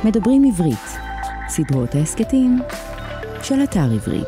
מדברים עברית, סדרות ההסקטים של אתר עברית.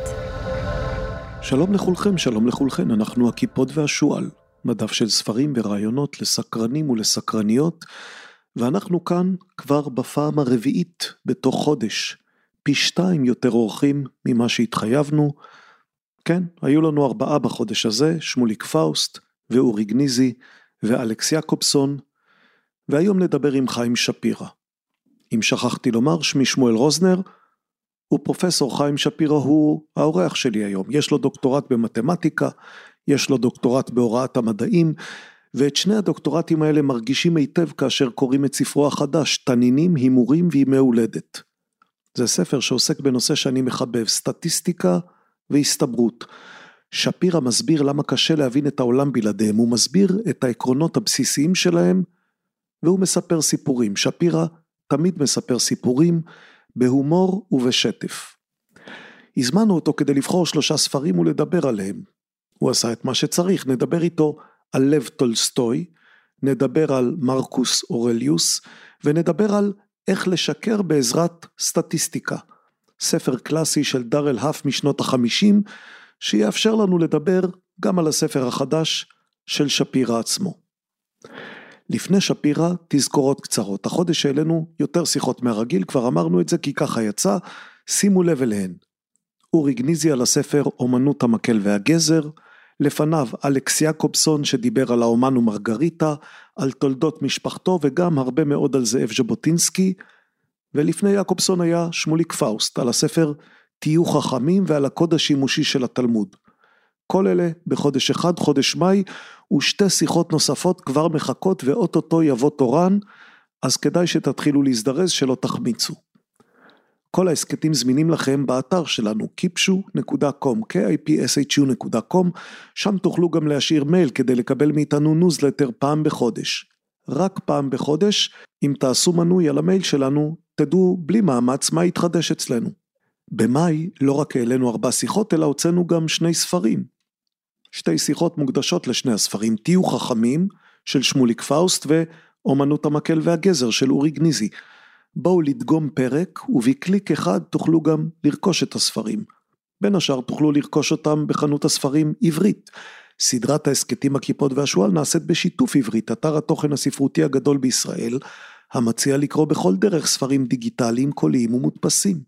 שלום לכולכם, שלום לכולכן, אנחנו הקיפוד והשואל, מדף של ספרים ורעיונות לסקרנים ולסקרניות, ואנחנו כאן כבר בפעם הרביעית בתוך חודש, פי 2 יותר אורחים ממה שהתחייבנו. כן, היו לנו 4 בחודש הזה, שמוליק פאוסט ואורי גניזי ואלכס יעקובסון, והיום נדבר עם חיים שפירא. אם שכחתי לומר, שמי שמואל רוזנר, ופרופסור חיים שפירא הוא האורח שלי היום. יש לו דוקטורט במתמטיקה, יש לו דוקטורט בהוראת המדעים, ואת שני הדוקטורטים האלה מרגישים היטב כאשר קוראים את ספרו החדש, תנינים, הימורים וימי הולדת. זה ספר שעוסק בנושא שאני מחבב, סטטיסטיקה והסתברות. שפירא מסביר למה קשה להבין את העולם בלעדיהם, הוא מסביר את העקרונות הבסיסיים שלהם, והוא מספר סיפורים. שפירא תמיד מספר סיפורים בהומור ובשטף. הזמנו אותו כדי לבחור 3 ספרים ולדבר עליהם. הוא עשה את מה שצריך, נדבר איתו על לב טולסטוי, נדבר על מרקוס אורליוס, ונדבר על איך לשקר בעזרת סטטיסטיקה. ספר קלאסי של דארל האף משנות ה-50, שיאפשר לנו לדבר גם על הספר החדש של שפירא עצמו. לפני שפירא, תזכורות קצרות. החודש העלינו יותר שיחות מהרגיל, כבר אמרנו את זה כי ככה יצא, שימו לב אליהן. אורי גניזי על הספר אומנות המקל והגזר, לפניו אלכס יעקובסון שדיבר על האומן ומרגריטה, על תולדות משפחתו וגם הרבה מאוד על זאב ז'בוטינסקי, ולפני יעקובסון היה שמוליק פאוסט על הספר תהיו חכמים ועל הקוד השימושי של התלמוד. כל אלה בחודש אחד, חודש מאי, ושתי שיחות נוספות כבר מחכות ואוטוטו יבוא תורן, אז כדאי שתתחילו להזדרז שלא תחמיצו. כל ההסקטים זמינים לכם באתר שלנו, kipshu.com, kipshu.com, שם תוכלו גם להשאיר מייל כדי לקבל מאיתנו ניוזלטר פעם בחודש. רק פעם בחודש, אם תעשו מנוי על המייל שלנו, תדעו בלי מאמץ מה יתחדש אצלנו. במאי לא רק העלינו 4 שיחות, אלא הוצאנו גם 2 ספרים. 2 שיחות מוקדשות לשני הספרים, תהיו חכמים של שמוליק פאוסט ואומנות המקל והגזר של אורי גניזי. בואו לדגום פרק ובקליק אחד תוכלו גם לרכוש את הספרים. בין השאר תוכלו לרכוש אותם בחנות הספרים עברית. סדרת ההסקטים הקיפוד והשואל נעשית בשיתוף עברית, אתר התוכן הספרותי הגדול בישראל, המציע לקרוא בכל דרך ספרים דיגיטליים, קוליים ומודפסים.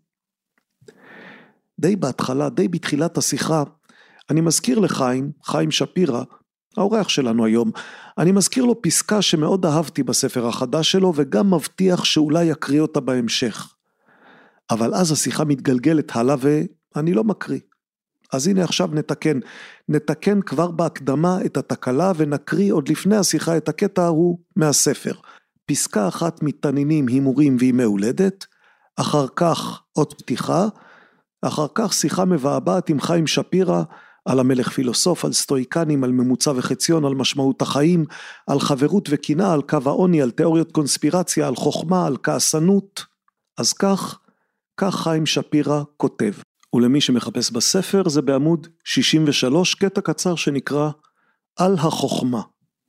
די בהתחלה, די בתחילת השיחה, אני מזכיר לחיים, חיים שפירא, האורח שלנו היום, אני מזכיר לו פסקה שמאוד אהבתי בספר החדש שלו, וגם מבטיח שאולי יקריא אותה בהמשך. אבל אז השיחה מתגלגלת הלאה ואני לא מקריא. אז הנה עכשיו נתקן כבר בהקדמה את התקלה, ונקריא עוד לפני השיחה את הקטע ההוא מהספר. פסקה אחת מתנינים, הימורים וימי הולדת, אחר כך עוד פתיחה, אחר כך שיחה מבעבעת עם חיים שפירא, על המלך פילוסוף, על סטואיקנים, על ממוצע וחציון, על משמעות החיים, על חברות וקנאה, על קו העוני, על תיאוריות קונספירציה, על חוכמה, על כעסנות. אז כך חיים שפירא כותב. ולמי שמחפש בספר זה בעמוד 63, קטע קצר שנקרא על החוכמה.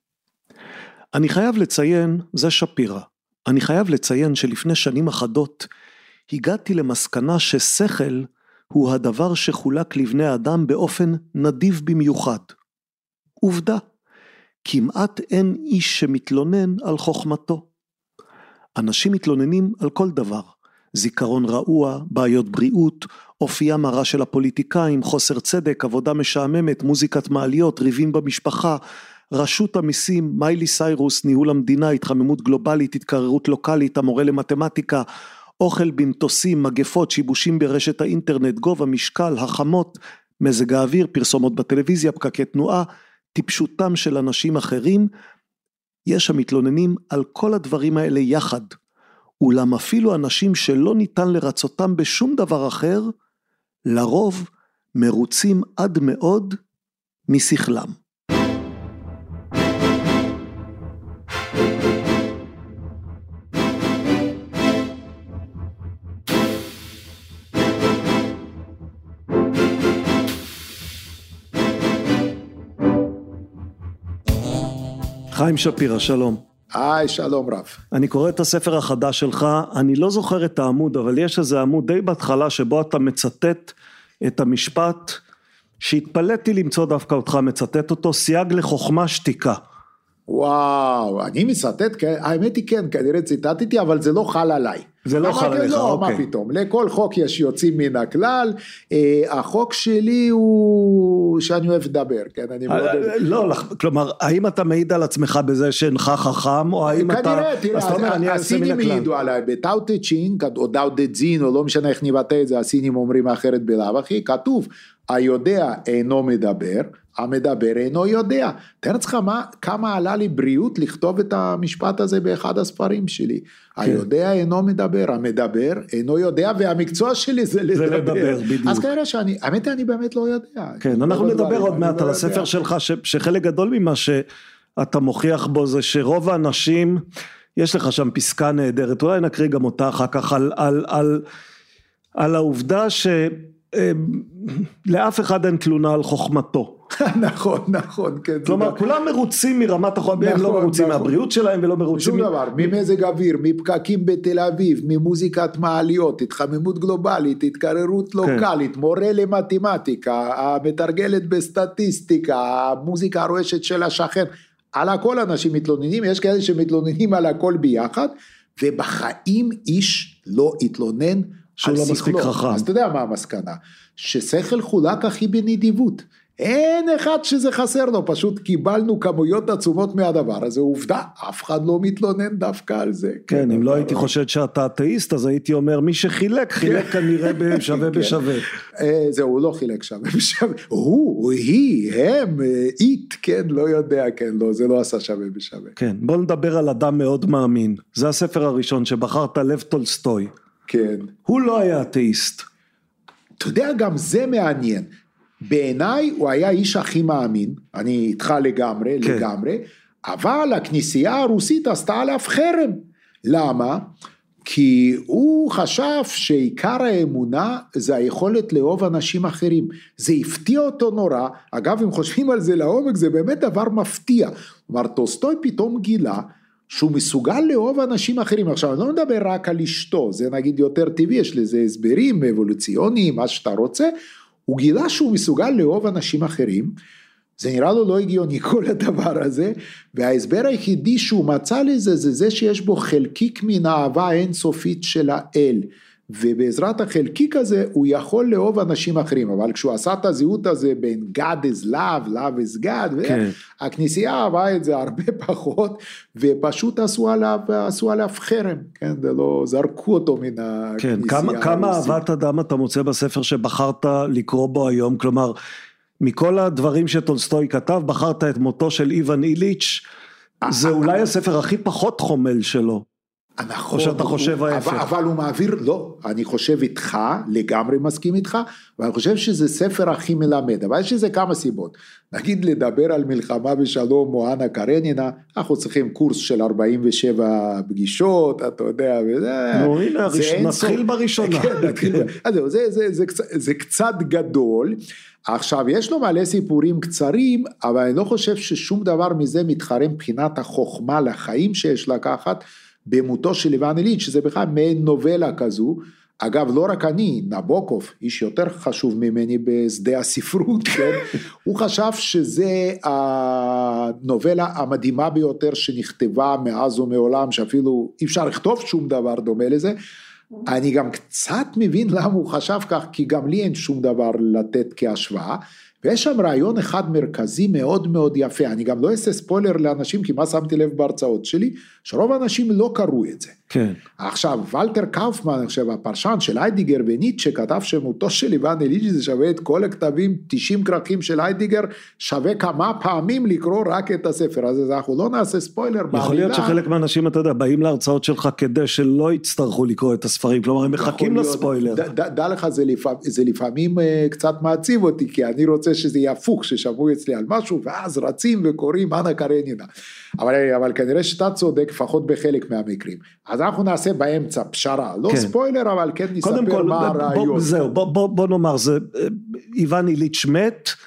אני חייב לציין, זה שפירא, אני חייב לציין שלפני שנים אחדות, הגעתי למסקנה ששכל הוא הדבר שחולק לבני האדם באופן נדיב במיוחד. עובדה, כמעט אין איש שמתלונן על חוכמתו. אנשים מתלוננים על כל דבר, זיכרון רעוע, בעיות בריאות, אופיים הרע של הפוליטיקאים, חוסר צדק, עבודה משעממת, מוזיקת מעליות, ריבים במשפחה, רשות המיסים, מיילי סיירוס, ניהול המדינה, התחממות גלובלית, התקררות לוקלית, המורה למתמטיקה, אוכל במטוסים, מגפות, שיבושים ברשת האינטרנט, גובה, משקל, החמות, מזג האוויר, פרסומות בטלוויזיה, פקקי תנועה, טיפשותם של אנשים אחרים. יש המתלוננים על כל הדברים האלה יחד, אולם אפילו אנשים שלא ניתן לרצותם בשום דבר אחר, לרוב מרוצים עד מאוד משכלם. חיים שפירא, שלום. שלום רב. אני קורא את הספר החדש שלך, אני לא זוכר את העמוד, אבל יש איזה עמוד די בהתחלה שבו אתה מצטט את המשפט, שהתפלאתי למצוא דווקא אותך מצטט אותו, סייג לחוכמה שתיקה. וואו, אני מצטט, האמת היא כן, כנראה ציטטתי, אבל זה לא חל עליי. זה לא חל עליך, אוקיי. מה פתאום, לכל חוק יש יוצאים מן הכלל, החוק שלי הוא שאני אוהב לדבר, כן, אני מאוד אוהב. לא, כלומר, האם אתה מעיד על עצמך בזה שאינך חכם, או האם אתה... כנראה, תראה, הסינים מעידו עליי, בטאוטה צ'ינג, או דאוטה צ'ין, או לא משנה איך נבטא את זה, הסינים אומרים אחרת בלאו הכי, כתוב, היודע אינו מדבר, המדבר אינו יודע. תראה לך כמה עלה לי בריאות לכתוב את המשפט הזה באחד הספרים שלי. היודע אינו מדבר, המדבר אינו יודע, והמקצוע שלי זה לדבר. בדיוק. אז כנראה האמת אני באמת לא יודע. כן, אנחנו נדבר עוד מעט על הספר שלך, שחלק גדול ממה שאתה מוכיח בו זה שרוב האנשים, יש לך שם פסקה נהדרת, אולי נקריא גם אותה אחר כך, על העובדה לאף אחד אין תלונה על חוכמתו. נכון, כן. כלומר, כולם מרוצים מרמת החוכמה, הם לא מרוצים מהבריאות שלהם, ולא מרוצים... שום דבר, ממזג אוויר, מפקקים בתל אביב, ממוזיקת מעליות, התחממות גלובלית, התקררות לוקלית, מורה למתמטיקה, המתרגלת בסטטיסטיקה, המוזיקה הרועשת של השכן, על הכל אנשים מתלוננים, יש כאלה שמתלוננים על הכל ביחד, ובחיים איש לא התלונן שהוא לא מספיק חכם. אז אתה יודע מה המסקנה? ששכל חולק הכי בנדיבות. אין אחד שזה חסר לו, פשוט קיבלנו כמויות עצומות מהדבר הזה, עובדה, אף אחד לא מתלונן דווקא על זה. כן, אם לא הייתי חושד שאתה אתאיסט, אז הייתי אומר, מי שחילק, חילק כנראה בשווה בשווה. זהו, הוא לא חילק שווה בשווה, הוא, היא, הם, אית, כן, לא יודע, כן, לא, זה לא עשה שווה בשווה. כן, בוא נדבר על אדם מאוד מאמין, זה הספר הראשון שבחרת, לב טולסטוי. כן. הוא לא היה אתאיסט. אתה יודע, גם זה מעניין. בעיניי הוא היה איש הכי מאמין, אני איתך לגמרי, אבל הכנסייה הרוסית עשתה עליו חרם. למה? כי הוא חשב שעיקר האמונה זה היכולת לאהוב אנשים אחרים. זה הפתיע אותו נורא, אגב אם חושבים על זה לעומק זה באמת דבר מפתיע. כלומר טולסטוי פתאום גילה שהוא מסוגל לאהוב אנשים אחרים. עכשיו אני לא מדבר רק על אשתו, זה נגיד יותר טבעי, יש לזה הסברים אבולוציוניים, מה שאתה רוצה, הוא גילה שהוא מסוגל לאהוב אנשים אחרים, זה נראה לו לא הגיוני כל הדבר הזה, וההסבר היחידי שהוא מצא לזה, זה שיש בו חלקיק מן האהבה האינסופית של האל, ובעזרת החלקיק הזה, הוא יכול לאהוב אנשים אחרים, אבל כשהוא עשה את הזהות הזה, בין God is love, love is God, כן. הכנסייה אהבה את זה הרבה פחות, ופשוט עשו עליו חרם, כן, ולא זרקו אותו מן הכנסייה. כן, כמה אהבת אדם אתה מוצא בספר שבחרת לקרוא בו היום, כלומר, מכל הדברים שטולסטוי כתב, בחרת את מותו של איוון איליץ', זה אולי הספר הכי פחות חומל שלו. נכון, או שאתה חושב ההפך. אבל הוא מעביר, לא, אני חושב איתך, לגמרי מסכים איתך, ואני חושב שזה ספר הכי מלמד, אבל יש לזה כמה סיבות. נגיד לדבר על מלחמה בשלום או אנה קרנינה, אנחנו צריכים קורס של 47 פגישות, אתה יודע, וזה... נו, הנה, נתחיל בראשונה. זה קצת גדול, עכשיו יש לו מלא סיפורים קצרים, אבל אני לא חושב ששום דבר מזה מתחרם מבחינת החוכמה לחיים שיש לקחת, במותו של איוון איליץ', שזה בכלל מעין נובלה כזו, אגב לא רק אני, נבוקוב, איש יותר חשוב ממני בשדה הספרות, כן? הוא חשב שזה הנובלה המדהימה ביותר שנכתבה מאז ומעולם, שאפילו אי אפשר לכתוב שום דבר דומה לזה, אני גם קצת מבין למה הוא חשב כך, כי גם לי אין שום דבר לתת כהשוואה, ויש שם רעיון אחד מרכזי מאוד מאוד יפה, אני גם לא אעשה ספוילר לאנשים, כי מה שמתי לב בהרצאות שלי, שרוב האנשים לא קראו את זה. כן. עכשיו, ולטר קאופמן, עכשיו הפרשן של היידיגר וניטשה, כתב שמותו של איוון איליץ' זה שווה את כל הכתבים, 90 כרכים של היידיגר, שווה כמה פעמים לקרוא רק את הספר, אז אנחנו לא נעשה ספוילר. יכול להיות שחלק מהאנשים, אתה יודע, באים להרצאות שלך כדי שלא יצטרכו לקרוא את הספרים, כלומר, הם מחכים לספוילר. דע לך, זה לפעמים קצת מעציב אותי, כי אני רוצה שזה יהפוך, ששמעו אצלי על משהו, ואז רצים וקוראים אנה קרנינה. אבל כנראה שאתה צודק, לפחות בחלק מהמקרים. אז אנחנו נעשה באמצע פשרה, לא ספוילר, אבל כן נספר מה הרעיון. זהו, בוא נאמר, איוון איליץ' מת,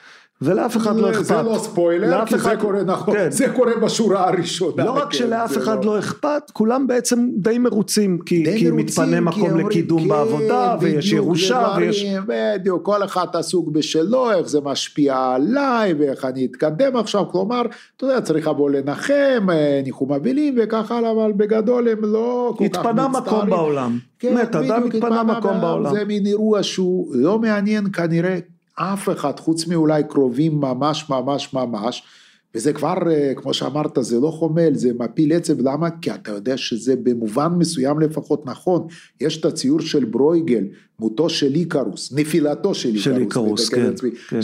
ולאף אחד לא אכפת. זה לא ספוילר, כי זה קורה נכון, זה קורה בשורה הראשונה. לא רק שלאף אחד לא אכפת, כולם בעצם די מרוצים, כי מתפנה מקום לקידום בעבודה, ויש ירושה, בדיוק, כל אחד עסוק בשלו, איך זה משפיע עליי, ואיך אני אתקדם עכשיו, כלומר, אתה יודע, צריך לבוא לנחם, ניחום אבלים וכך הלאה, אבל בגדול הם לא כל כך מצטערים. התפנה מקום בעולם. מת, אדם התפנה מקום בעולם. זה מין אירוע שהוא לא מעניין כנראה אף אחד, חוץ מאולי קרובים ממש ממש ממש, וזה כבר, כמו שאמרת, זה לא חומל, זה מפיל עצב, למה? כי אתה יודע שזה במובן מסוים לפחות נכון, יש את הציור של ברויגל, מותו של איקרוס, נפילתו של איקרוס, כן.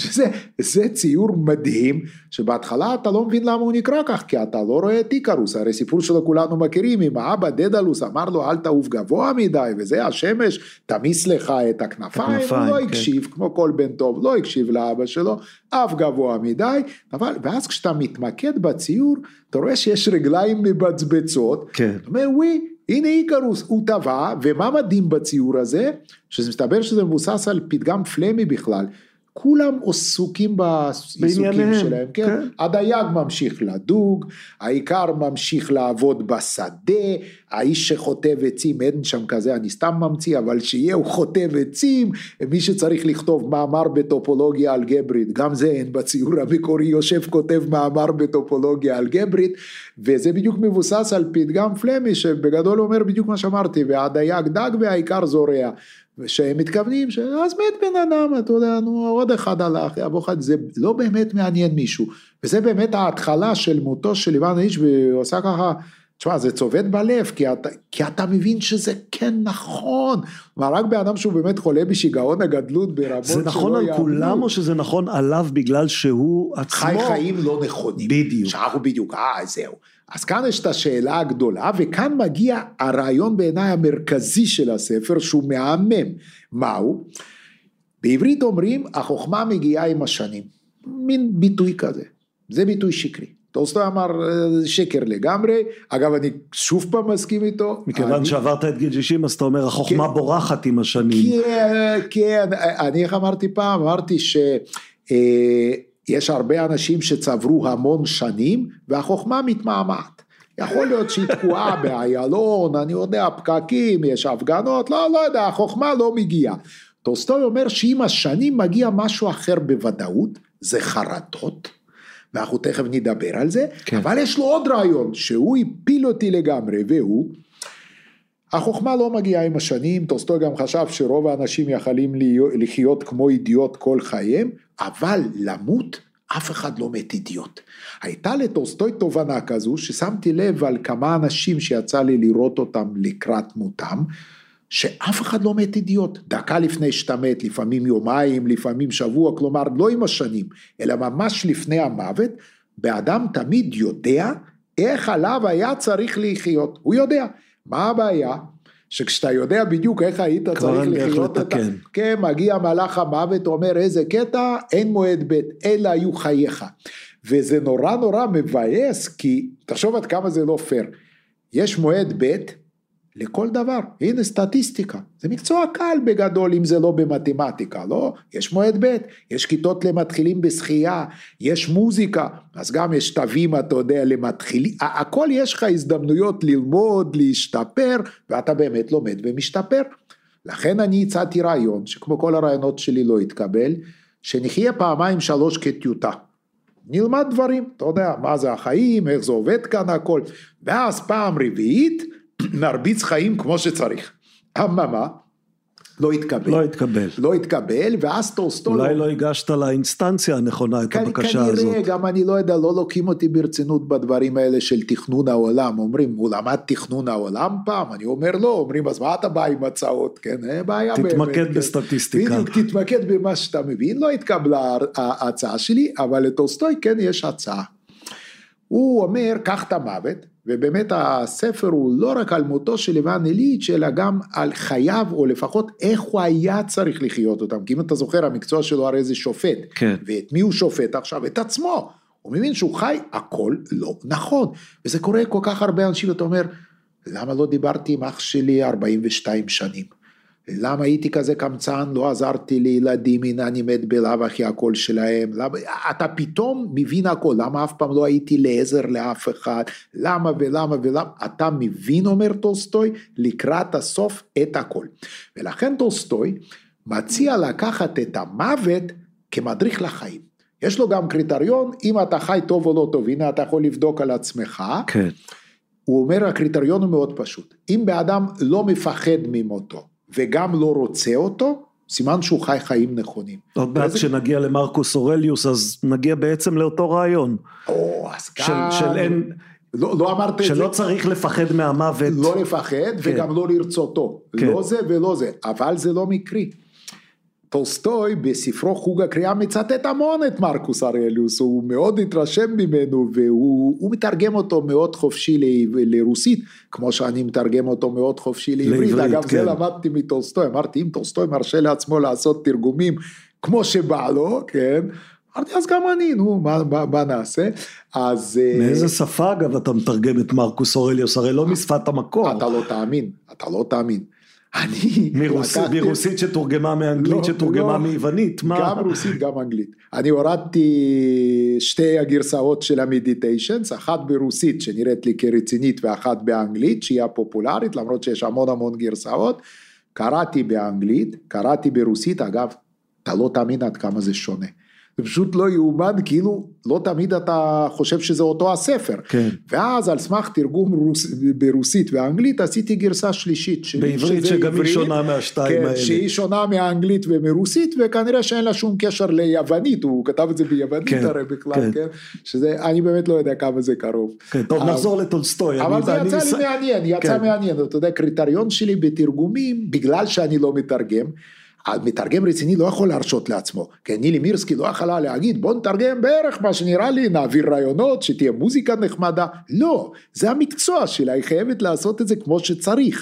שזה ציור מדהים, שבהתחלה אתה לא מבין למה הוא נקרא כך, כי אתה לא רואה את איקרוס, הרי סיפור שלו כולנו מכירים, אם האבא דדלוס אמר לו, אל תעוף גבוה מדי, וזה השמש, תמיס לך את הכנפיים, הוא לא הקשיב, כמו כל בן טוב, לא הקשיב לאבא שלו, אף גבוה מדי, אבל, ואז כשאתה מתמקד בציור, אתה רואה שיש רגליים מבצבצות, אתה אומר, וואי, הנה איקרוס, הוא טבע, ומה מדהים בציור הזה? שזה מסתבר שזה מבוסס על פתגם פלמי בכלל, כולם עסוקים בעיסוקים שלהם, כן? הדייג ממשיך לדוג, העיקר ממשיך לעבוד בשדה, האיש שחוטב עצים, אין שם כזה, אני סתם ממציא, אבל שיהיה הוא חוטב עצים, מי שצריך לכתוב מאמר בטופולוגיה אלגברית, גם זה אין בציור המקורי, יושב כותב מאמר בטופולוגיה אלגברית, וזה בדיוק מבוסס על פתגם פלמי, שבגדול אומר בדיוק מה שאמרתי, והדייג דג והעיקר זורע, ושהם מתכוונים, אז מת בן אדם, אתה יודע, עוד אחד הלך, זה לא באמת מעניין מישהו, וזה באמת ההתחלה של מותו של איוון האיש, והוא עושה ככה, תשמע, זה צובט בלב, כי אתה מבין שזה כן נכון, רק באדם שהוא באמת חולה בשיגעון הגדלות ברמות שלא יעמדו. זה נכון על כולם, או שזה נכון עליו בגלל שהוא עצמו? חי חיים לא נכונים. בדיוק. שאנחנו בדיוק, זהו. אז כאן יש את השאלה הגדולה, וכאן מגיע הרעיון בעיניי המרכזי של הספר, שהוא מהמם. מהו? בעברית אומרים, החוכמה מגיעה עם השנים. מין ביטוי כזה. זה ביטוי שקרי. טולסטוי אמר שקר לגמרי, אגב אני שוב פעם מסכים איתו. מכיוון שעברת את גיל 60, אז אתה אומר, החוכמה בורחת עם השנים. כן, אני איך אמרתי פעם, אמרתי יש הרבה אנשים שצברו המון שנים, והחוכמה מתמהמת. יכול להיות שהיא תקועה באיילון, אני יודע, פקקים, יש הפגנות, לא יודע, החוכמה לא מגיעה. טולסטוי אומר שעם השנים מגיע משהו אחר בוודאות, זה חרטות, ואנחנו תכף נדבר על זה, כן. אבל יש לו עוד רעיון, שהוא הפיל אותי לגמרי, והוא, החוכמה לא מגיעה עם השנים, טולסטוי גם חשב שרוב האנשים יכולים לחיות כמו אידיוט כל חייהם, אבל למות אף אחד לא מת אידיוט. הייתה לטולסטוי תובנה כזו, ששמתי לב על כמה אנשים שיצא לי לראות אותם לקראת מותם, שאף אחד לא מת אידיוט, דקה לפני שאתה מת, לפעמים יומיים, לפעמים שבוע, כלומר לא עם השנים, אלא ממש לפני המוות, באדם תמיד יודע איך עליו היה צריך לחיות, הוא יודע, מה הבעיה? שכשאתה יודע בדיוק איך היית צריך לחיות, כן, מגיע מלאך המוות, אומר איזה קטע, אין מועד ב' אלא היו חייך, וזה נורא נורא מבאס, כי תחשוב עד כמה זה לא פייר, יש מועד ב' לכל דבר, הנה סטטיסטיקה, זה מקצוע קל בגדול אם זה לא במתמטיקה, לא? יש מועד ב', יש כיתות למתחילים בשחייה, יש מוזיקה, אז גם יש תווים, אתה יודע, למתחילים, הכל יש לך הזדמנויות ללמוד, להשתפר, ואתה באמת לומד ומשתפר, לכן אני הצעתי רעיון, שכמו כל הרעיונות שלי לא התקבל, שנחיה פעמיים 3 כטיוטה, נלמד דברים, אתה יודע, מה זה החיים, איך זה עובד כאן הכל, ואז פעם רביעית, נרביץ חיים כמו שצריך. אממה, לא התקבל, ואז טולסטוי... אולי לא הגשת לאינסטנציה הנכונה את הבקשה הזאת. כנראה, גם אני לא יודע, לא לוקים אותי ברצינות בדברים האלה של תכנון העולם, אומרים, הוא למד תכנון העולם פעם, אני אומר לא, אומרים, אז מה אתה בא עם הצעות, כן, בעיה באמת. תתמקד בסטטיסטיקה. בדיוק, תתמקד במה שאתה מבין, לא התקבלה ההצעה שלי, אבל לטולסטוי כן יש הצעה. הוא אומר, קח את המוות, ובאמת הספר הוא לא רק על מותו של איוון איליץ' אלא גם על חייו, או לפחות איך הוא היה צריך לחיות אותם, כי אם אתה זוכר, המקצוע שלו הרי זה שופט, כן. ואת מי הוא שופט עכשיו? את עצמו, הוא מבין שהוא חי, הכל לא נכון, וזה קורה כל כך הרבה אנשים, ואתה אומר, למה לא דיברתי עם אח שלי 42 שנים? למה הייתי כזה קמצן, לא עזרתי לילדים, הנה אני מת בלאו אחי הקול שלהם, אתה פתאום מבין הכל, למה אף פעם לא הייתי לעזר לאף אחד, למה ולמה ולמה, אתה מבין, אומר טולסטוי, לקראת הסוף את הכל. ולכן טולסטוי מציע לקחת את המוות כמדריך לחיים. יש לו גם קריטריון, אם אתה חי טוב או לא טוב, הנה אתה יכול לבדוק על עצמך, כן. הוא אומר הקריטריון הוא מאוד פשוט, אם באדם לא מפחד ממותו, וגם לא רוצה אותו, סימן שהוא חי חיים נכונים. עוד מעט כשנגיע למרקוס אורליוס, אז נגיע בעצם לאותו רעיון. אז כאן... של אין... לא אמרת את זה. שלא צריך לפחד מהמוות. לא לפחד, וגם לא לרצותו. לא זה ולא זה, אבל זה לא מקרי. טולסטוי בספרו חוג הקריאה מצטט המון את מרקוס אורליוס, הוא מאוד התרשם ממנו, והוא מתרגם אותו מאוד חופשי לרוסית, כמו שאני מתרגם אותו מאוד חופשי לעברית, אגב זה למדתי מטולסטוי, אמרתי אם טולסטוי מרשה לעצמו לעשות תרגומים כמו שבא לו, כן, אמרתי אז גם אני, נו מה נעשה, אז... מאיזה שפה אגב אתה מתרגם את מרקוס אורליוס, הרי לא משפת המקור. אתה לא תאמין. מרוסית שתורגמה מאנגלית שתורגמה מיוונית, גם רוסית גם אנגלית. אני הורדתי שתי הגרסאות של המדיטיישנס, אחת ברוסית שנראית לי כרצינית ואחת באנגלית שהיא הפופולרית, למרות שיש המון גרסאות, קראתי באנגלית, קראתי ברוסית, אגב אתה לא תאמין עד כמה זה שונה. זה פשוט לא יאומן, כאילו לא תמיד אתה חושב שזה אותו הספר. כן. ואז על סמך תרגום ברוסית ואנגלית, עשיתי גרסה שלישית. בעברית שגם היא שונה מהשתיים האלה. שהיא שונה מהאנגלית ומרוסית, וכנראה שאין לה שום קשר ליוונית, הוא כתב את זה ביוונית הרי בכלל, כן? שזה, אני באמת לא יודע כמה זה קרוב. כן, טוב, נחזור לטולסטוי. אבל זה יצא לי מעניין, יצא מעניין, אתה יודע, קריטריון שלי בתרגומים, בגלל שאני לא מתרגם, מתרגם רציני לא יכול להרשות לעצמו, כי נילי מירסקי לא יכולה להגיד, בוא נתרגם בערך מה שנראה לי, נעביר רעיונות, שתהיה מוזיקה נחמדה, לא, זה המקצוע שלה, היא חייבת לעשות את זה כמו שצריך,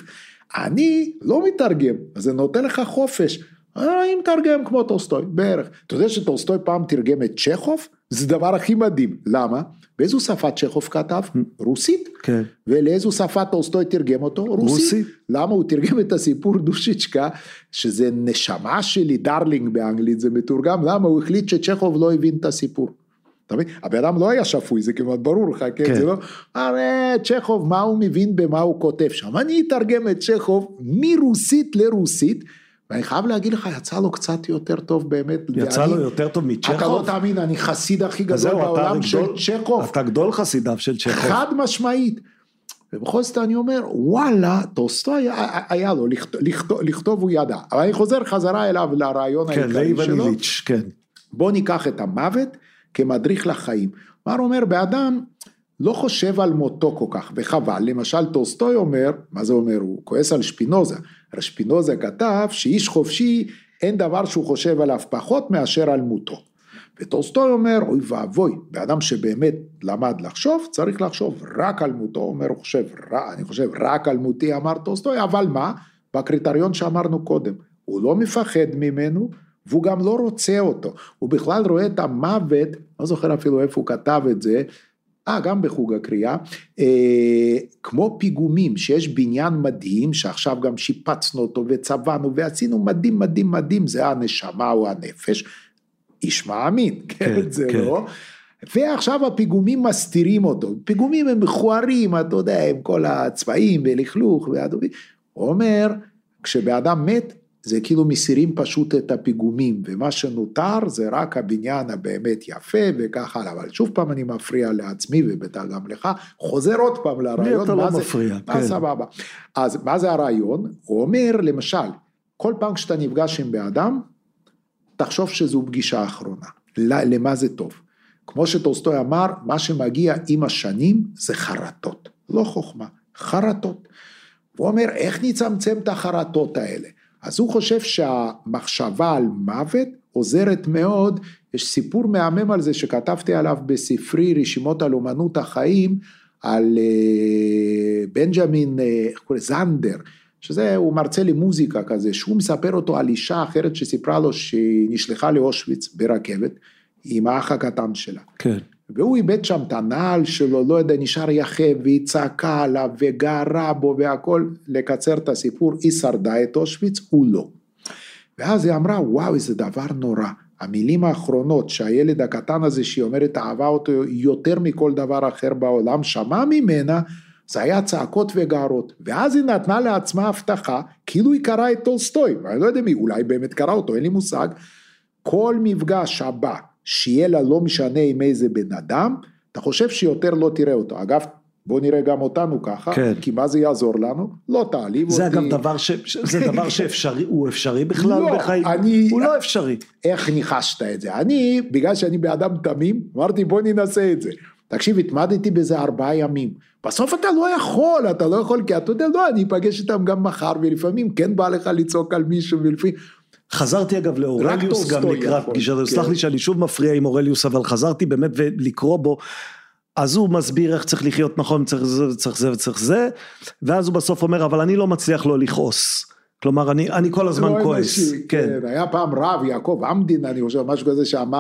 אני לא מתרגם, אז זה נותן לך חופש, אני מתרגם כמו טולסטוי, בערך, אתה יודע שטולסטוי פעם תרגם את צ'כוב, זה דבר הכי מדהים, למה? באיזו שפה צ'כוב כתב? רוסית. כן. ולאיזו שפה טולסטוי תרגם אותו? רוסית. למה? הוא תרגם את הסיפור דושיצ'קה, שזה נשמה שלי, דרלינג באנגלית, זה מתורגם, למה? הוא החליט שצ'כוב לא הבין את הסיפור. אתה מבין? הבן אדם לא היה שפוי, זה כמעט ברור לך, כן? זה לא, הרי צ'כוב, מה הוא מבין במה הוא כותב שם? אני אתרגם את צ'כוב מרוסית לרוסית, ואני חייב להגיד לך, יצא לו קצת יותר טוב באמת. יצא לו יותר טוב מצ'כוב? אתה לא תאמין, אני חסיד הכי גדול בעולם של צ'כוב. אתה גדול חסידיו של צ'כוב. חד משמעית. ובכל זאת אני אומר, וואלה, טולסטוי היה לו, לכתוב הוא ידע. אבל אני חוזר חזרה אליו לרעיון העיקרי שלו. כן, לאיווניליץ', כן. בוא ניקח את המוות כמדריך לחיים. מה הוא אומר? באדם לא חושב על מותו כל כך, וחבל. למשל טולסטוי אומר, מה זה אומר? הוא כועס על שפינוזה. שפינוזה כתב שאיש חופשי אין דבר שהוא חושב עליו פחות מאשר על מותו. וטולסטוי אומר, אוי ואבוי, באדם שבאמת למד לחשוב, צריך לחשוב רק על מותו, הוא אומר, אני חושב רק על מותי, אמר טולסטוי, אבל מה? בקריטריון שאמרנו קודם, הוא לא מפחד ממנו, והוא גם לא רוצה אותו, הוא בכלל רואה את המוות, לא זוכר אפילו איפה הוא כתב את זה, גם בחוג הקריאה, כמו פיגומים, שיש בניין מדהים, שעכשיו גם שיפצנו אותו וצבענו, ועשינו מדהים מדהים מדהים, זה הנשמה או הנפש, איש מאמין, כן, זה לא, ועכשיו הפיגומים מסתירים אותו, פיגומים הם מכוערים, אתה יודע, עם כל הצבעים ולכלוך, הוא אומר, כשבאדם מת, זה כאילו מסירים פשוט את הפיגומים, ומה שנותר זה רק הבניין הבאמת יפה וכך הלאה, אבל שוב פעם אני מפריע לעצמי ובטח גם לך, חוזר עוד פעם לרעיון, אתה לא מפריע, כן. סבבה. אז מה זה הרעיון? הוא אומר למשל, כל פעם כשאתה נפגש עם באדם, תחשוב שזו פגישה האחרונה, למה זה טוב? כמו שטולסטוי אמר, מה שמגיע עם השנים זה חרטות, לא חוכמה, חרטות. הוא אומר, איך נצמצם את החרטות האלה? אז הוא חושב שהמחשבה על מוות עוזרת מאוד, יש סיפור מהמם על זה שכתבתי עליו בספרי רשימות על אומנות החיים, על בנג'מין זנדר, שזה הוא מרצה למוזיקה כזה, שהוא מספר אותו על אישה אחרת שסיפרה לו שהיא נשלחה לאושוויץ ברכבת, עם האח הקטן שלה. כן. והוא איבד שם את הנעל שלו, לא יודע, נשאר יחב, והיא צעקה עליו, וגרה בו, והכל, לקצר את הסיפור, היא שרדה את אושוויץ, הוא לא. ואז היא אמרה, וואו, איזה דבר נורא. המילים האחרונות שהילד הקטן הזה, שהיא אומרת, אהבה אותו יותר מכל דבר אחר בעולם, שמע ממנה, זה היה צעקות וגערות. ואז היא נתנה לעצמה הבטחה, כאילו היא קראה את טולסטוי, ואני לא יודע מי, אולי באמת קרא אותו, אין לי מושג. כל מפגש הבא, שיהיה לה לא משנה עם איזה בן אדם, אתה חושב שיותר לא תראה אותו. אגב, בוא נראה גם אותנו ככה, כן. כי מה זה יעזור לנו? לא תעליב זה אותי. אגב זה דבר שאפשרי, הוא אפשרי בכלל לא, בחיים? הוא לא אפשרי. איך ניחשת את זה? אני, בגלל שאני באדם תמים, אמרתי בוא ננסה את זה. תקשיב, התמדתי בזה 4 ימים. בסוף אתה לא יכול, כי אתה יודע, לא, אני אפגש איתם גם מחר, ולפעמים כן בא לך לצעוק על מישהו, ולפעמים... חזרתי אגב לאורליוס גם לקראת פגישה, סלח לי שאני שוב מפריע עם אורליוס, אבל חזרתי באמת לקרוא בו, אז הוא מסביר איך צריך לחיות נכון, צריך זה וצריך זה, ואז הוא בסוף אומר, אבל אני לא מצליח לא לכעוס, כלומר אני כל הזמן כועס. כן. היה פעם רב, יעקב עמדין, אני חושב, משהו כזה שאמר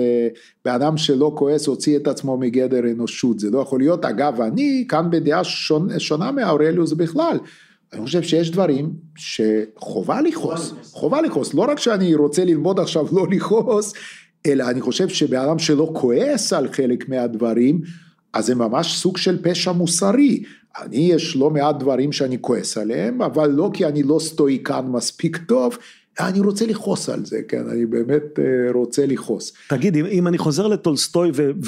שבאדם שלא כועס הוציא את עצמו מגדר אנושות, זה לא יכול להיות, אגב, אני כאן בדעה שונה מהאורליוס בכלל, אני חושב שיש דברים שחובה לכעוס, לא רק שאני רוצה ללמוד עכשיו לא לכעוס, אלא אני חושב שבאדם שלא כועס על חלק מהדברים, אז זה ממש סוג של פשע מוסרי. יש לא מעט דברים שאני כועס עליהם, אבל לא כי אני לא סטואיקן מספיק טוב, אני רוצה לכעוס על זה, כן, אני באמת רוצה לכעוס. תגיד, אם אני חוזר לטולסטוי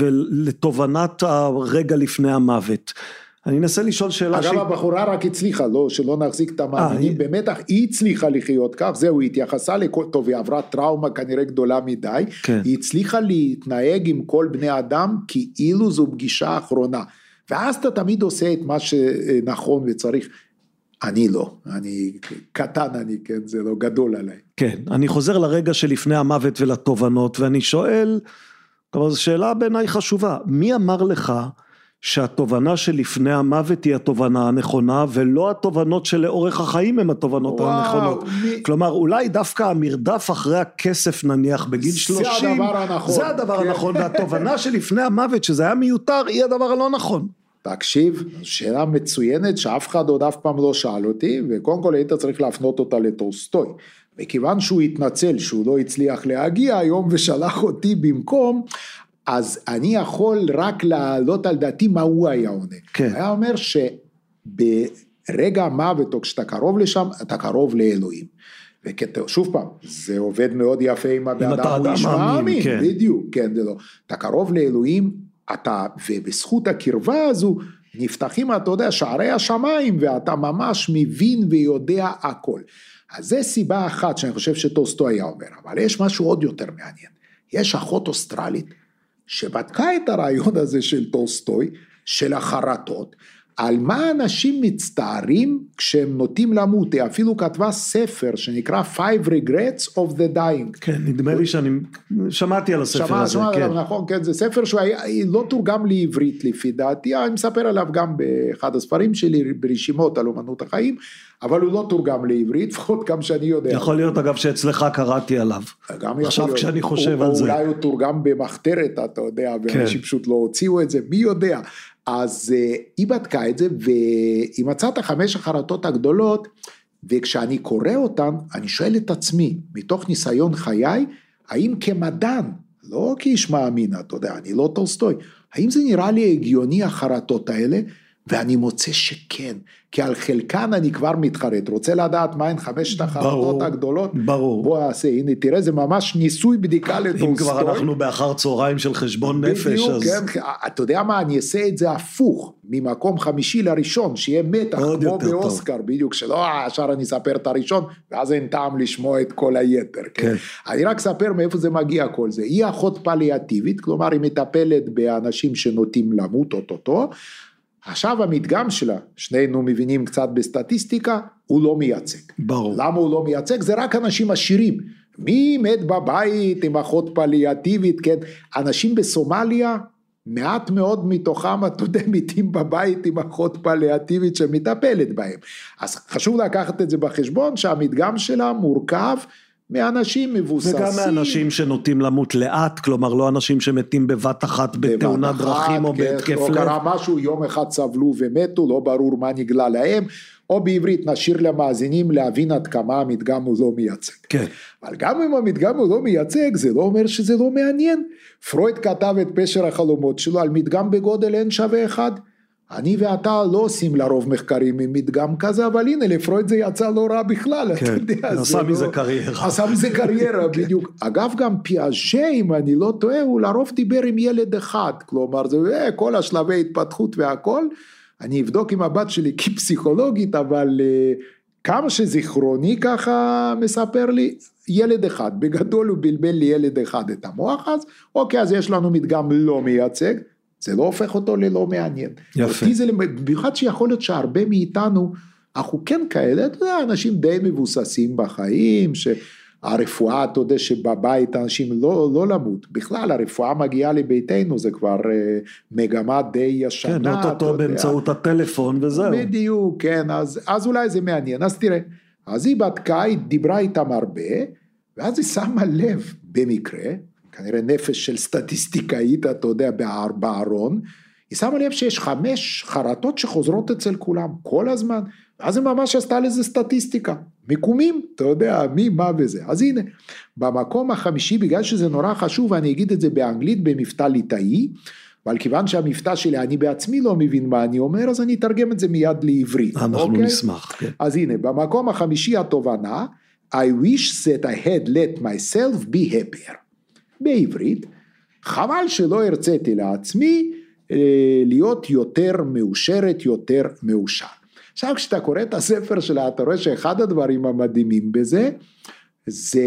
ולתובנת הרגע לפני המוות, אני אנסה לשאול שאלה אגב, הבחורה רק הצליחה, לא, שלא נחזיק את המאמינים, באמת היא הצליחה לחיות כך, זהו, היא התייחסה לכל, טוב, היא עברה טראומה כנראה גדולה מדי, כן. היא הצליחה להתנהג עם כל בני אדם, כאילו זו פגישה האחרונה, ואז אתה תמיד עושה את מה שנכון וצריך, אני לא, אני קטן, כן, זה לא גדול עליי. כן, אני חוזר לרגע שלפני המוות ולתובנות, ואני שואל, אבל זו שאלה בעיניי חשובה, מי אמר לך, שהתובנה שלפני המוות היא התובנה הנכונה, ולא התובנות שלאורך החיים הן התובנות הנכונות. כלומר, אולי דווקא המרדף אחרי הכסף נניח בגיל 30, זה הדבר הנכון, והתובנה שלפני המוות, שזה היה מיותר, היא הדבר הלא נכון. תקשיב, שאלה מצוינת שאף אחד עוד אף פעם לא שאל אותי, וקודם כל היית צריך להפנות אותה לטולסטוי. וכיוון שהוא התנצל שהוא לא הצליח להגיע היום ושלח אותי במקום, אז אני יכול רק להעלות על דעתי מה הוא היה עונה. כן. היה אומר שברגע המוות או כשאתה קרוב לשם, אתה קרוב לאלוהים. ושוב פעם, זה עובד מאוד יפה עם האדם, הוא נשמע אמין, כן. בדיוק, כן, זה לא. אתה קרוב לאלוהים, ובזכות הקרבה הזו, נפתחים, אתה יודע, שערי השמיים, ואתה ממש מבין ויודע הכל. אז זה סיבה אחת שאני חושב שטולסטוי היה אומר, אבל יש משהו עוד יותר מעניין. יש אחות אוסטרלית, שבדקה את הרעיון הזה של טולסטוי, של החרטות, על מה אנשים מצטערים כשהם נוטים למות, היא אפילו כתבה ספר שנקרא 5 Regrets of the Dying. כן, נדמה לי שאני שמעתי על הספר הזה. שמעתי עליו, נכון, כן, זה ספר שהוא לא תורגם לעברית לפי דעתי, אני מספר עליו גם באחד הספרים שלי, ברשימות על אומנות החיים, אבל הוא לא תורגם לעברית, לפחות גם שאני יודע. יכול להיות אגב שאצלך קראתי עליו, עכשיו כשאני חושב על זה. אולי הוא תורגם במחתרת, אתה יודע, ואנשים פשוט לא הוציאו את זה, מי יודע. אז היא בדקה את זה, והיא מצאה את 5 החרטות הגדולות, וכשאני קורא אותן, אני שואל את עצמי, מתוך ניסיון חיי, האם כמדען, לא כאיש מאמין, אתה יודע, אני לא טולסטוי, האם זה נראה לי הגיוני החרטות האלה, ואני מוצא שכן, כי על חלקן אני כבר מתחרט, רוצה לדעת מה הן 5 החרטות הגדולות, ברור. בוא נעשה, הנה תראה, זה ממש ניסוי בדיקה לטולסטוי. אם כבר אנחנו באחר צהריים של חשבון נפש, בדיוק, אז... כן, אתה יודע מה, אני אעשה את זה הפוך, ממקום 5 לראשון, שיהיה מתח, כמו באוסקר, בדיוק, שלא, השאר אני אספר את הראשון, ואז אין טעם לשמוע את כל היתר, כן? אני רק אספר מאיפה זה מגיע כל זה, היא אחות פליאטיבית, כלומר היא מטפלת באנשים שנוטים למות אוטוטו, עכשיו המדגם שלה, שנינו מבינים קצת בסטטיסטיקה, הוא לא מייצג. ברור. למה הוא לא מייצג? זה רק אנשים עשירים. מי מת בבית עם אחות פליאטיבית, כן? אנשים בסומליה, מעט מאוד מתוכם, אתה יודע, מתים בבית עם אחות פליאטיבית שמטפלת בהם. אז חשוב לקחת את זה בחשבון, שהמדגם שלה מורכב מאנשים מבוססים. וגם מאנשים שנוטים למות לאט, כלומר לא אנשים שמתים בבת אחת בתאונת דרכים או בהתקף לב. או קרה משהו, יום אחד סבלו ומתו, לא ברור מה נגלה להם, או בעברית נשאיר למאזינים להבין עד כמה המדגם הוא לא מייצג. כן. אבל גם אם המדגם הוא לא מייצג, זה לא אומר שזה לא מעניין. פרויד כתב את פשר החלומות שלו על מדגם בגודל N שווה 1. אני ואתה לא עושים לרוב מחקרים עם מדגם כזה, אבל הנה לפרויד זה יצא לא רע בכלל, כן, אתה יודע. עשה מזה קריירה. עשה מזה קריירה, בדיוק. אגב גם פיאז'ה, אם אני לא טועה, הוא לרוב דיבר עם ילד אחד, כלומר זה כל השלבי התפתחות והכל, אני אבדוק עם הבת שלי כפסיכולוגית, אבל כמה שזיכרוני ככה מספר לי, ילד אחד, בגדול הוא בלבל לי ילד אחד את המוח, אז אוקיי, אז יש לנו מדגם לא מייצג, זה לא הופך אותו ללא מעניין. יפה. זה במיוחד שיכול להיות שהרבה מאיתנו, אנחנו כן כאלה, אתה יודע, אנשים די מבוססים בחיים, שהרפואה, אתה יודע, שבבית אנשים לא למות. בכלל, הרפואה מגיעה לביתנו, זה כבר מגמה די ישנה. כן, אותו באמצעות הטלפון וזהו. בדיוק, כן, אז אולי זה מעניין. אז תראה, אז היא בדקה, היא דיברה איתם הרבה, ואז היא שמה לב במקרה, כנראה נפש של סטטיסטיקאית, אתה יודע, בארון, היא שמה לב שיש 5 חרטות שחוזרות אצל כולם, כל הזמן, ואז היא ממש עשתה לזה סטטיסטיקה, מיקומים, אתה יודע, מי, מה וזה, אז הנה, במקום החמישי, בגלל שזה נורא חשוב, אני אגיד את זה באנגלית, במבטא ליטאי, אבל כיוון שהמבטא שלי, אני בעצמי לא מבין מה אני אומר, אז אני אתרגם את זה מיד לעברית. אנחנו נשמח, כן. אז הנה, במקום החמישי התובנה, I wish that I had let myself be happier. בעברית, חבל שלא הרציתי לעצמי להיות יותר מאושרת, יותר מאושר. עכשיו כשאתה קורא את הספר שלה, אתה רואה שאחד הדברים המדהימים בזה, זה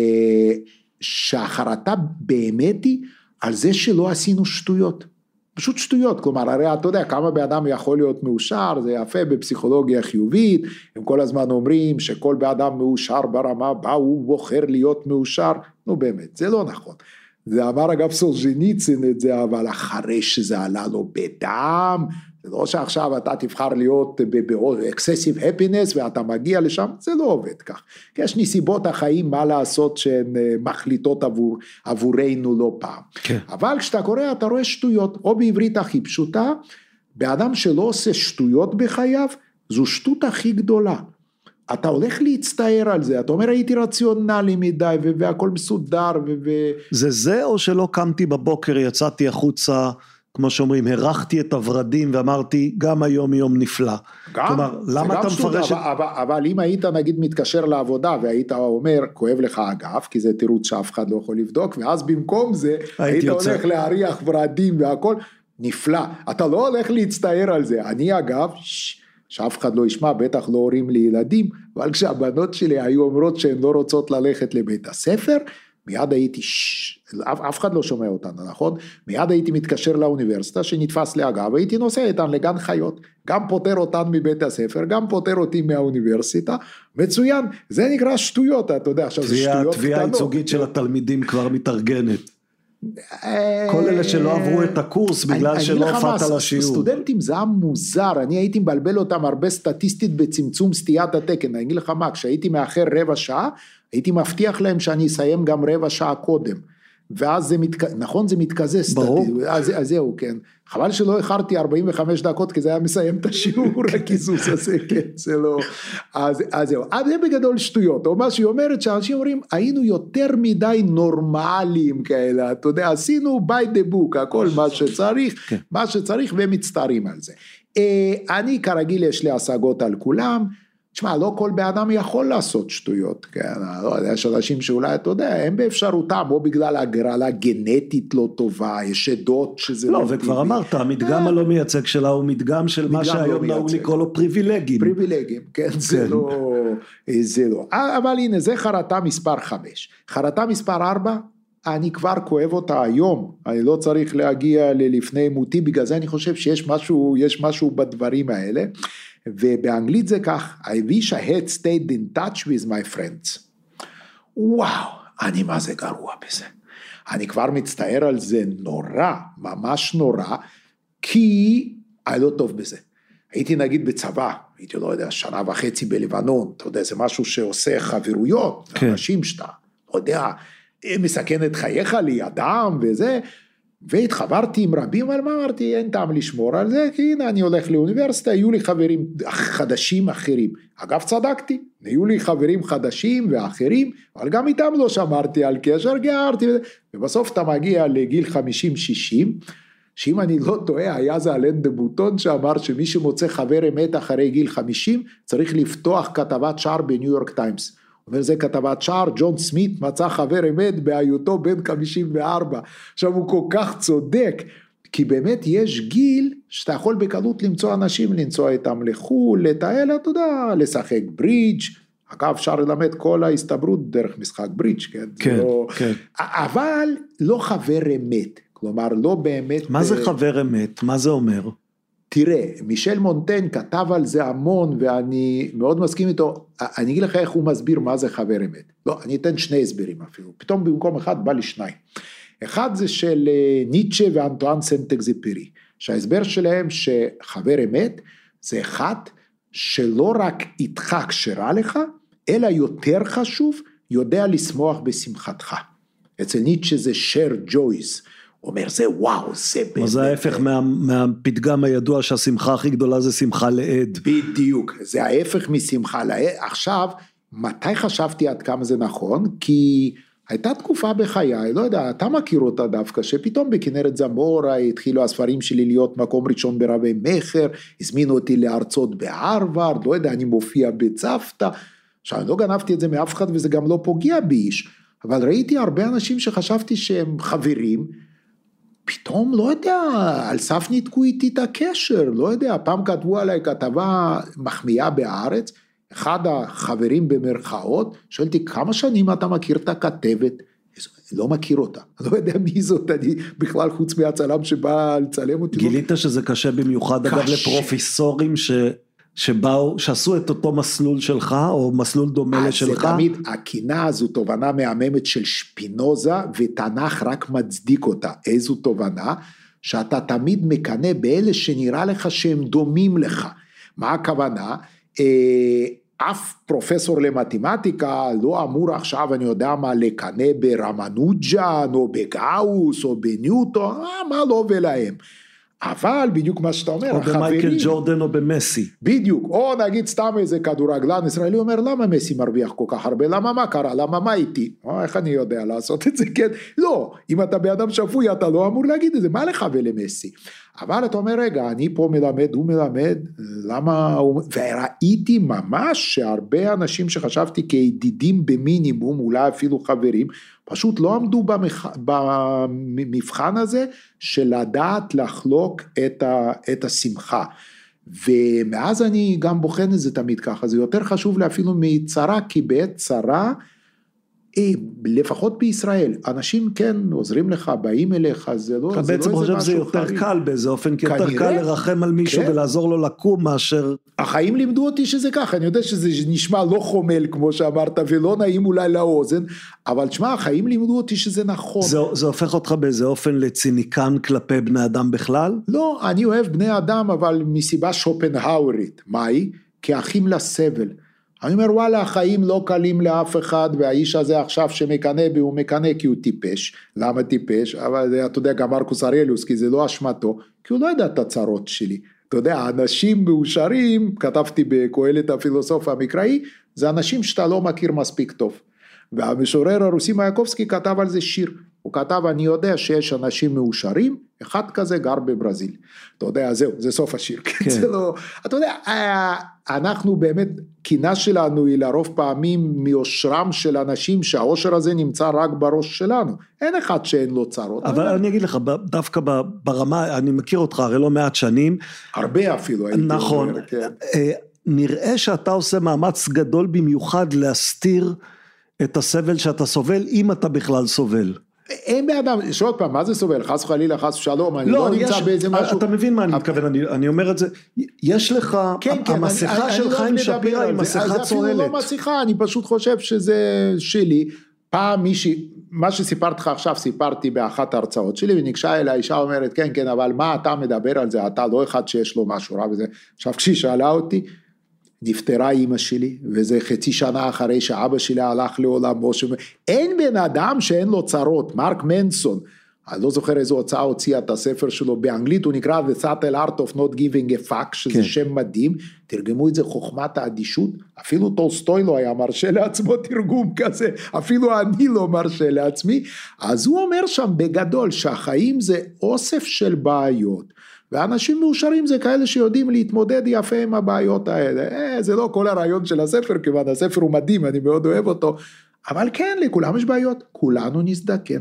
שהחרטה באמת היא על זה שלא עשינו שטויות. פשוט שטויות, כלומר, הרי אתה יודע כמה באדם יכול להיות מאושר, זה יפה בפסיכולוגיה חיובית, הם כל הזמן אומרים שכל באדם מאושר ברמה בה הוא בוחר להיות מאושר, נו באמת, זה לא נכון. זה אמר אגב סולז'ניצין את זה, אבל אחרי שזה עלה לו בדם, זה לא שעכשיו אתה תבחר להיות ב-excessive happiness ואתה מגיע לשם, זה לא עובד כך. יש נסיבות החיים מה לעשות שהן מחליטות עבורנו לא פעם. כן. אבל כשאתה קורא אתה רואה שטויות, או בעברית הכי פשוטה, באדם שלא עושה שטויות בחייו, זו שטות הכי גדולה. אתה הולך להצטער על זה, אתה אומר הייתי רציונלי מדי והכל מסודר. זה או שלא קמתי בבוקר, יצאתי החוצה, כמו שאומרים, הרחתי את הוורדים ואמרתי, גם היום יום נפלא. גם, כלומר, למה אתה מפרש את... אבל אם היית נגיד מתקשר לעבודה, והיית אומר, כואב לך אגב, כי זה תירוץ שאף אחד לא יכול לבדוק, ואז במקום זה, היית הולך להריח ורדים והכל, נפלא. אתה לא הולך להצטער על זה. אני אגב, שאף אחד לא ישמע, בטח לא הורים לילדים, אבל כשהבנות שלי היו אומרות שהן לא רוצות ללכת לבית הספר, מיד הייתי, אף אחד לא שומע אותנו, נכון? מיד הייתי מתקשר לאוניברסיטה שנתפס להגה, והייתי נוסע איתן לגן חיות, גם פותר אותן מבית הספר, גם פותר אותי מהאוניברסיטה, מצוין, זה נקרא שטויות, אתה יודע, עכשיו זה שטויות קטנות. תביעה ייצוגית של התלמידים כבר מתארגנת. כל אלה שלא עברו את הקורס בגלל שלא הופעת על השיעור. סטודנטים זה היה מוזר, אני הייתי מבלבל אותם הרבה סטטיסטית בצמצום סטיית התקן, אני אגיד לך מה, כשהייתי מאחר רבע שעה, הייתי מבטיח להם שאני אסיים גם רבע שעה קודם, ואז זה נכון זה מתקזז, אז זהו כן, חבל שלא איחרתי 45 דקות, כי זה היה מסיים את השיעור, הכיסוס הזה, כן, זה לא, אז זהו, אז זה בגדול שטויות, או מה שהיא אומרת, שאנשים אומרים, היינו יותר מדי נורמליים כאלה, אתה יודע, עשינו by the book, הכל מה שצריך, והם מצטערים על זה. אני כרגיל יש לי השגות על כולם, תשמע, לא כל באדם יכול לעשות שטויות, כן, לא יודע, יש אנשים שאולי, אתה יודע, הם באפשרותם, או בגלל הגרלה גנטית לא טובה, יש עדות שזה לא טבעי. וכבר אמרת, המדגם הלא מייצג שלה הוא מדגם של מה שהיום נהוג לקרוא לו פריבילגים. פריבילגים, כן, זה לא. אבל הנה, זה חרטה מספר 5. חרטה מספר 4, אני כבר כואב אותה היום, אני לא צריך להגיע ללפני מותי, בגלל זה אני חושב שיש משהו בדברים האלה, ובאנגלית זה כך, I wish I had stayed in touch with my friends. וואו, אני מה זה גרוע בזה. אני כבר מצטער על זה נורא, ממש נורא, כי אני לא טוב בזה. הייתי נגיד בצבא, הייתי לא יודע, 1.5 שנה בלבנון, אתה יודע, זה משהו שעושה חברויות, כן. אנשים שאתה, לא יודע, מסכן את חייך לידם וזה, והתחברתי עם רבים, אבל מה אמרתי, אין טעם לשמור על זה, כי הנה אני הולך לאוניברסיטה, היו לי חברים חדשים אחרים, אגב צדקתי, היו לי חברים חדשים ואחרים, אבל גם איתם לא שמרתי על קשר, גרתי, ובסוף אתה מגיע לגיל 50-60, שאם אני לא טועה, היה זה אלן דה בוטון שאמר שמי שמוצא חבר אמת אחרי גיל 50, צריך לפתוח כתבת שער בניו יורק טיימס. הוא אומר, זה כתבת שער, ג'ון סמית מצא חבר אמת בהיותו בן 54. עכשיו הוא כל כך צודק, כי באמת יש גיל שאתה יכול בקלות למצוא אנשים, לנסוע איתם לחול, לטייל, אתה יודע, לשחק ברידג'. אגב, אפשר ללמד כל ההסתברות דרך משחק ברידג', כן? כן, לא... כן. אבל לא חבר אמת. כלומר, לא באמת... מה זה חבר אמת? מה זה אומר? תראה, מישל מונטן כתב על זה המון, ואני מאוד מסכים איתו, אני אגיד לך איך הוא מסביר מה זה חבר אמת. לא, אני אתן 2 הסברים אפילו, פתאום במקום אחד בא לי 2. אחד זה של ניטשה ואנטואן סנט-אקזיפרי, שההסבר שלהם שחבר אמת, זה אחד שלא רק איתך כשרע לך, אלא יותר חשוב, יודע לשמוח בשמחתך. אצל ניטשה זה share joys, הוא אומר, זה וואו, זה באמת... זה ההפך מהפתגם הידוע שהשמחה הכי גדולה זה שמחה לעד. בדיוק, זה ההפך משמחה לעד. עכשיו, מתי חשבתי עד כמה זה נכון? כי הייתה תקופה בחיי, לא יודע, אתה מכיר אותה דווקא, שפתאום בכנרת זמורה התחילו הספרים שלי להיות מקום ראשון ברבי מחר, הזמינו אותי להרצות בהרווארד, לא יודע, אני מופיע בצוותא, עכשיו, אני לא גנבתי את זה מאף אחד וזה גם לא פוגע באיש, אבל ראיתי הרבה אנשים שחשבתי שהם חברים, פתאום, לא יודע, על סף ניתקו איתי את הקשר, לא יודע, פעם כתבו עליי כתבה מחמיאה בארץ, אחד החברים במרכאות, שואלתי, כמה שנים אתה מכיר את הכתבת? לא מכיר אותה, אני לא יודע מי זאת, אני בכלל חוץ מהצלם שבא לצלם אותי. גילית שזה קשה במיוחד, אגב, לפרופסורים שבאו, שעשו את אותו מסלול שלך, או מסלול דומה לשלך? זה תמיד, הקינה הזו תובנה מהממת של שפינוזה, ותנ"ך רק מצדיק אותה. איזו תובנה? שאתה תמיד מקנה באלה שנראה לך שהם דומים לך. מה הכוונה? אף פרופסור למתמטיקה לא אמור עכשיו, אני יודע מה, לקנה ברמנוג'ן, או בגאוס, או בניוטון, מה לא ולהם. אבל בדיוק מה שאתה אומר, או במייקל ג'ורדן או במסי. בדיוק, או נגיד סתם איזה כדורגלן ישראלי אומר, למה מסי מרוויח כל כך הרבה? למה מה קרה? למה מה איתי? איך אני יודע לעשות את זה? כן, לא, אם אתה באדם שפוי, אתה לא אמור להגיד את זה, מה לך ולמסי? אבל אתה אומר, רגע, אני פה מלמד, הוא מלמד, למה הוא... וראיתי ממש שהרבה אנשים שחשבתי כידידים במינימום, אולי אפילו חברים, פשוט לא עמדו במבחן הזה, של לדעת לחלוק את השמחה. ומאז אני גם בוחן את זה תמיד ככה, זה יותר חשוב לי אפילו מצרה, כי בעת צרה, לפחות בישראל, אנשים כן עוזרים לך, באים אליך, זה לא... אתה בעצם חושב שזה יותר קל באיזה אופן, כי יותר קל לרחם על מישהו ולעזור לו לקום מאשר... החיים לימדו אותי שזה ככה, אני יודע שזה נשמע לא חומל כמו שאמרת, ולא נעים אולי לאוזן, אבל תשמע, החיים לימדו אותי שזה נכון. זה הופך אותך באיזה אופן לציניקן כלפי בני אדם בכלל? לא, אני אוהב בני אדם, אבל מסיבה שופנהאורית. מהי? כאחים לסבל. אני אומר, וואלה, החיים לא קלים לאף אחד, והאיש הזה עכשיו שמקנה בי, הוא מקנה כי הוא טיפש. למה טיפש? אבל אתה יודע, גם מרקוס אריאליוס, כי זה לא אשמתו, כי הוא לא יודע את הצרות שלי. אתה יודע, אנשים מאושרים, כתבתי בקהלת הפילוסוף המקראי, זה אנשים שאתה לא מכיר מספיק טוב. והמשורר הרוסי מייקובסקי כתב על זה שיר. הוא כתב, אני יודע שיש אנשים מאושרים, אחד כזה גר בברזיל. אתה יודע, זהו, זה סוף השיר. כן. זה לא, אתה יודע, אנחנו באמת, קינה שלנו היא לרוב פעמים מאושרם של אנשים, שהאושר הזה נמצא רק בראש שלנו. אין אחד שאין לו צרות. אבל אני אגיד לך, דווקא ברמה, אני מכיר אותך הרי לא מעט שנים. הרבה אפילו. נכון. נראה שאתה עושה מאמץ גדול במיוחד להסתיר את הסבל שאתה סובל, אם אתה בכלל סובל. אין באדם, שעוד פעם, מה זה סובל? חס וחלילה, חס ושלום, אני לא נמצא באיזה משהו. אתה מבין מה אני מתכוון, אני אומר את זה, יש לך, המסכה של חיים שפירא היא מסכה צוהלת. זה אפילו לא מסכה, אני פשוט חושב שזה שלי. פעם מישהי, מה שסיפרתי לך עכשיו, סיפרתי באחת ההרצאות שלי, וניגשה אל האישה אומרת, כן, כן, אבל מה אתה מדבר על זה? אתה לא אחד שיש לו משהו רע וזה. עכשיו, כשהיא שאלה אותי, נפטרה אמא שלי, וזה חצי שנה אחרי שאבא שלי הלך לעולמו, אין בן אדם שאין לו צרות, מרק מנסון, אני לא זוכר איזו הוצאה הוציאה את הספר שלו באנגלית, הוא נקרא The Subtle Art of Not Giving a Fuck, שזה שם מדהים, תרגמו את זה חוכמת האדישות, אפילו טולסטוי לא היה מרשה לעצמו תרגום כזה, אפילו אני לא מרשה לעצמי, אז הוא אומר שם בגדול, שהחיים זה אוסף של בעיות, ואנשים מאושרים זה כאלה שיודעים להתמודד יפה עם הבעיות האלה, זה לא כל הרעיון של הספר, כיוון הספר הוא מדהים, אני מאוד אוהב אותו, אבל כן, לכולם יש בעיות, כולנו נזדקן,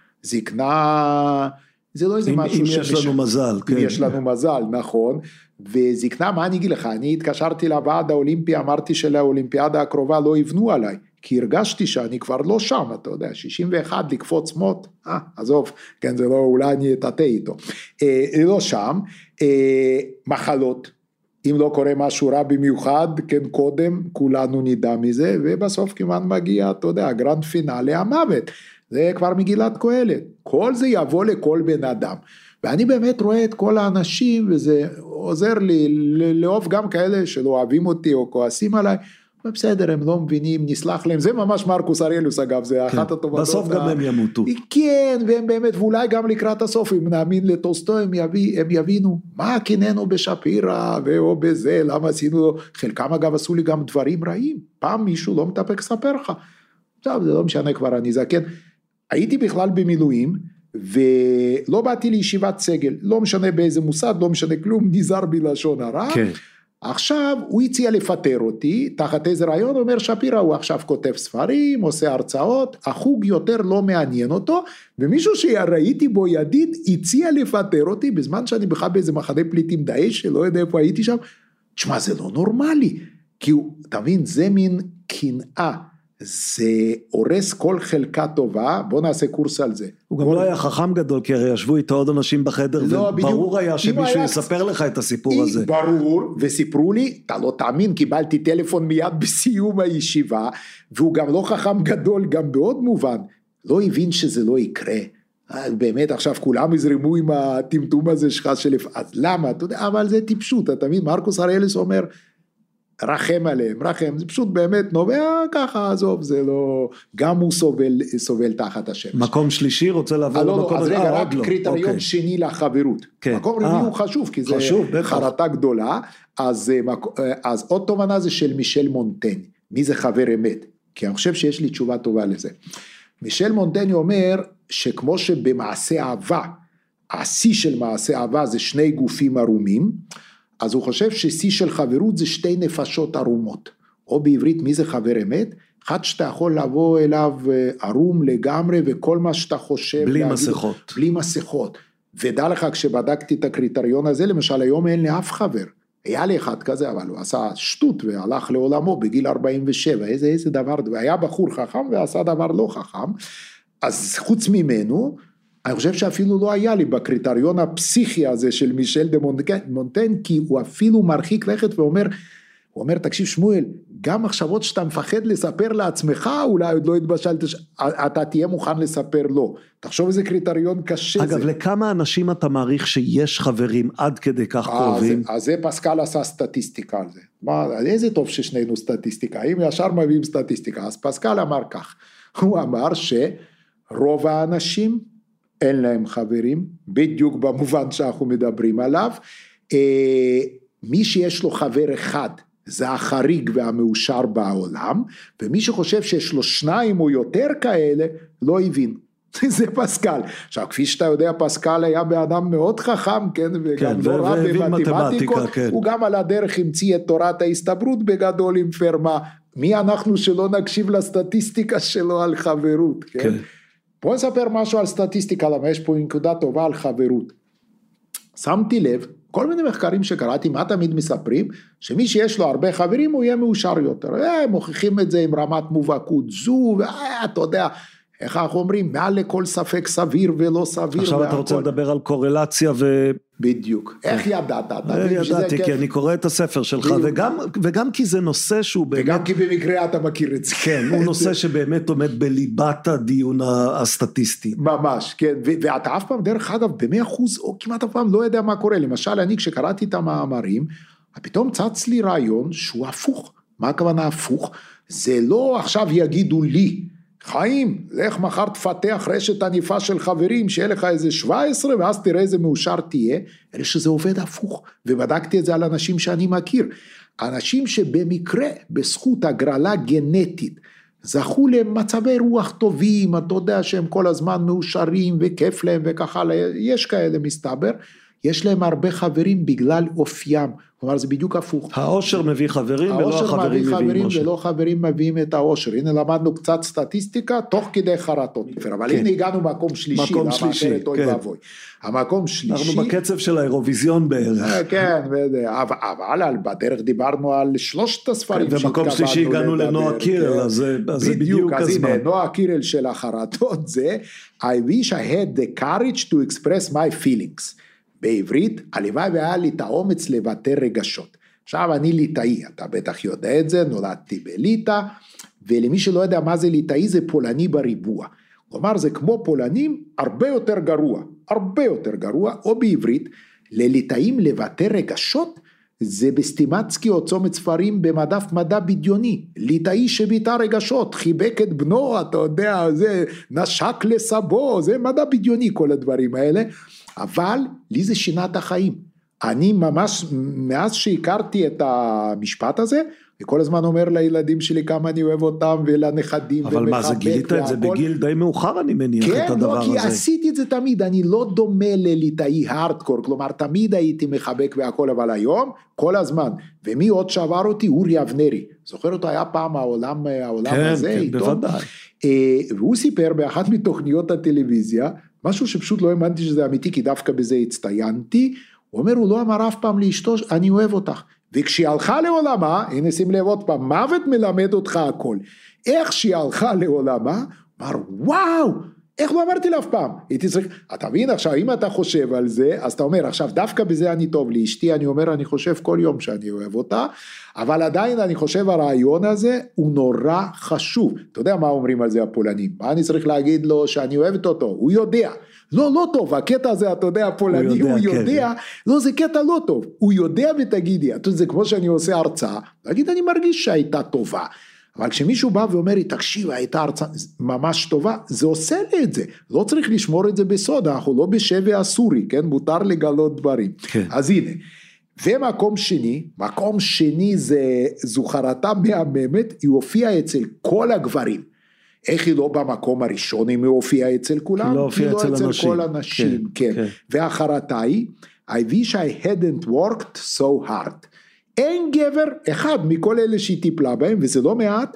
זקנה, זה לא איזה משהו אם יש לנו מזל, אם יש לנו מזל, נכון, וזקנה, מה אני אגיד לך, אני התקשרתי לוועד האולימפי, אמרתי שלאולימפיאדה הקרובה לא יבנו עליי, כי הרגשתי שאני כבר לא שם, אתה יודע, 61 לקפוץ מות, עזוב, כן, זה לא, אולי אני אתעטה איתו, לא שם, מחלות, אם לא קורה משהו רע במיוחד, כן, קודם, כולנו נדע מזה, ובסוף כמעט מגיע, אתה יודע, גרנד פינאלי המוות, זה כבר מגילת קהלת, כל זה יבוא לכל בן אדם, ואני באמת רואה את כל האנשים, וזה עוזר לי לאהוב גם כאלה שלא אוהבים אותי או כועסים עליי, ובסדר, הם לא מבינים, נסלח להם, זה ממש מרקוס אריאלוס אגב, זה אחת הטובות. בסוף גם הם ימותו. כן, והם באמת, ואולי גם לקראת הסוף, אם נאמין לטולסטוי, הם יבינו, מה קיננו בשפירא, או בזה, למה עשינו לו, חלקם אגב עשו לי גם דברים רעים, פעם מישהו לא מתאפק לספר לך, עכשיו זה לא משנה כבר, אני זקן, הייתי בכלל במילואים, ולא באתי לישיבת סגל, לא משנה באיזה מוסד, לא משנה כלום, נזהר בלשון הרע, כן. עכשיו הוא הציע לפטר אותי, תחת איזה רעיון, אומר שפירא, הוא עכשיו כותב ספרים, עושה הרצאות, החוג יותר לא מעניין אותו, ומישהו שראיתי בו ידיד, הציע לפטר אותי, בזמן שאני בכלל באיזה מחנה פליטים דאעש, שלא יודע איפה הייתי שם, תשמע, זה לא נורמלי, כי הוא, תבין, זה מין קנאה, זה הורס כל חלקה טובה, בוא נעשה קורס על זה. הוא גם לא היה חכם גדול, כי הרי ישבו איתו עוד אנשים בחדר, וברור היה שמישהו יספר לך את הסיפור הזה. ברור, וסיפרו לי, אתה לא תאמין, קיבלתי טלפון מיד בסיום הישיבה, והוא גם לא חכם גדול, גם בעוד מובן, לא הבין שזה לא יקרה. באמת עכשיו כולם יזרמו עם הטמטום הזה שלך, אז למה? אתה יודע, אבל זה טיפשות, אתה מבין, מרקוס אריאלס אומר, רחם עליהם, רחם, זה פשוט באמת נובע ככה, עזוב, זה לא, גם הוא סובל תחת השמש. מקום שלישי רוצה לעבור למקום הזה? אז רגע, רק קריטריון שני לחברות. מקום רביעי הוא חשוב, כי זה חרטה גדולה, אז עוד תובנה זה של מישל מונטני, מי זה חבר אמת? כי אני חושב שיש לי תשובה טובה לזה. מישל מונטני אומר, שכמו שבמעשה אהבה, השיא של מעשה אהבה זה שני גופים ערומים, אז הוא חושב ששיא של חברות זה שתי נפשות ערומות, או בעברית מי זה חבר אמת? אחד שאתה יכול לבוא אליו ערום לגמרי, וכל מה שאתה חושב, בלי מסכות. בלי מסכות, ודע לך כשבדקתי את הקריטריון הזה, למשל היום אין לי אף חבר, היה לי אחד כזה, אבל הוא עשה שטות, והלך לעולמו בגיל 47, איזה דבר, והיה בחור חכם, ועשה דבר לא חכם, אז חוץ ממנו, אני חושב שאפילו לא היה לי בקריטריון הפסיכי הזה של מישל דה מונטן, כי הוא אפילו מרחיק לכת ואומר, הוא אומר, תקשיב שמואל, גם מחשבות שאתה מפחד לספר לעצמך, אולי עוד לא התבשלת, אתה תהיה מוכן לספר לו. תחשוב איזה קריטריון קשה אגב, זה. לכמה אנשים אתה מעריך שיש חברים עד כדי כך קרובים? אז זה פסקל עשה סטטיסטיקה על זה. איזה טוב ששנינו סטטיסטיקה, אם ישר מביאים סטטיסטיקה, אז פסקל אמר כך, הוא אמר שרוב האנשים, אין להם חברים, בדיוק במובן שאנחנו מדברים עליו, מי שיש לו חבר אחד, זה החריג והמאושר בעולם, ומי שחושב שיש לו שניים או יותר כאלה, לא הבין. זה פסקל. עכשיו, כפי שאתה יודע, פסקל היה באדם מאוד חכם, כן, וגם לא רע במתמטיקות, הוא גם על הדרך המציא את תורת ההסתברות בגדול עם פרמה, מי אנחנו שלא נקשיב לסטטיסטיקה שלו על חברות, כן? בוא נספר משהו על סטטיסטיקה, למה יש פה נקודה טובה על חברות. שמתי לב, כל מיני מחקרים שקראתי, מה תמיד מספרים? שמי שיש לו הרבה חברים, הוא יהיה מאושר יותר. מוכיחים את זה עם רמת מובהקות זו, אתה יודע, איך אנחנו אומרים, מעל לכל ספק סביר ולא סביר. עכשיו אתה רוצה לדבר על קורלציה בדיוק. איך ידעת? ידעתי, כי אני קורא את הספר שלך, וגם כי זה נושא שהוא באמת... וגם כי במקרה אתה מכיר את זה. כן, הוא נושא שבאמת עומד בליבת הדיון הסטטיסטי. ממש, כן, ואתה אף פעם, דרך אגב, ב100%, או כמעט אף פעם לא יודע מה קורה. למשל, אני כשקראתי את המאמרים, פתאום צץ לי רעיון שהוא הפוך. מה הכוונה הפוך? זה לא עכשיו יגידו לי, חיים, לך מחר תפתח רשת עניפה של חברים, שיהיה לך איזה 17, ואז תראה איזה מאושר תהיה, אלא שזה עובד הפוך, ובדקתי את זה על אנשים שאני מכיר, אנשים שבמקרה, בזכות הגרלה גנטית, זכו למצבי רוח טובים, אתה יודע שהם כל הזמן מאושרים, וכיף להם וככה, יש כאלה מסתבר, יש להם הרבה חברים בגלל אופיים, כלומר זה בדיוק הפוך. האושר מביא חברים ולא החברים מביאים אושר. ולא חברים מביאים את האושר. הנה למדנו קצת סטטיסטיקה, תוך כדי חרטות. אבל הנה הגענו מקום שלישי. מקום שלישי, כן. המקום שלישי. אנחנו בקצב של האירוויזיון בערך. כן, אבל בדרך דיברנו על 3 הספרים. ומקום שלישי הגענו לנועה קירל, אז זה בדיוק הזמן. אז הנה, נועה קירל של החרטות זה, I wish I had the courage to express my feelings. בעברית, הלוואי והיה לי את האומץ לבטא רגשות. עכשיו אני ליטאי, אתה בטח יודע את זה, נולדתי בליטא, ולמי שלא יודע מה זה ליטאי, זה פולני בריבוע. כלומר, זה כמו פולנים, הרבה יותר גרוע, או בעברית, לליטאים לבטא רגשות, זה בסטימצקי או צומת ספרים במדף מדע בדיוני, ליטאי שביטא רגשות, חיבק את בנו, אתה יודע, זה נשק לסבו, זה מדע בדיוני כל הדברים האלה, אבל לי זה שינה את החיים, אני ממש, מאז שהכרתי את המשפט הזה, וכל הזמן אומר לילדים שלי כמה אני אוהב אותם, ולנכדים, אבל מה זה, גילית את זה בגיל די מאוחר אני מניח את הדבר הזה. כן, לא, כי עשיתי את זה תמיד, אני לא דומה לליטאי הארדקור, כלומר תמיד הייתי מחבק והכל, אבל היום, כל הזמן, ומי עוד שבר אותי? אורי אבנרי, זוכר אותו, היה פעם העולם הזה, כן, בוודאי. והוא סיפר באחת מתוכניות הטלוויזיה, משהו שפשוט לא האמנתי שזה אמיתי, כי דווקא בזה הצטיינתי, הוא אומר, הוא לא אמר אף פעם לאשתו, אני אוהב אותך, וכשהיא הלכה לעולמה, הנה שים לב עוד פעם, מוות מלמד אותך הכל, איך שהיא הלכה לעולמה, אמר, וואו, איך לא אמרתי לה אף פעם, הייתי צריך, אתה מבין עכשיו, אם אתה חושב על זה, אז אתה אומר, עכשיו דווקא בזה אני טוב, לאשתי אני אומר, אני חושב כל יום שאני אוהב אותה, אבל עדיין אני חושב הרעיון הזה, הוא נורא חשוב, אתה יודע מה אומרים על זה הפולנים, מה אני צריך להגיד לו שאני אוהבת אותו, הוא יודע, לא טוב, הקטע הזה, אתה יודע, הפולני, הוא יודע, לא, זה קטע לא טוב, הוא יודע ותגידי, אתה יודע, זה כמו שאני עושה הרצאה, להגיד, אני מרגיש שהייתה טובה, אבל כשמישהו בא ואומר לי, תקשיב, הייתה הרצאה ממש טובה, זה עושה לי את זה, לא צריך לשמור את זה בסוד, אנחנו לא בשבי אסורי, כן, מותר לגלות דברים, כן. אז הנה, ומקום שני זו חרטה מהממת, היא הופיעה אצל כל הגברים, איך היא לא במקום הראשון, אם היא הופיעה אצל כולם? לא הופיעה אצל כל אנשים, כן. והחרטה היא, I wish I hadn't worked so hard. אין גבר אחד מכל אלה שהיא טיפלה בהם, וזה לא מעט,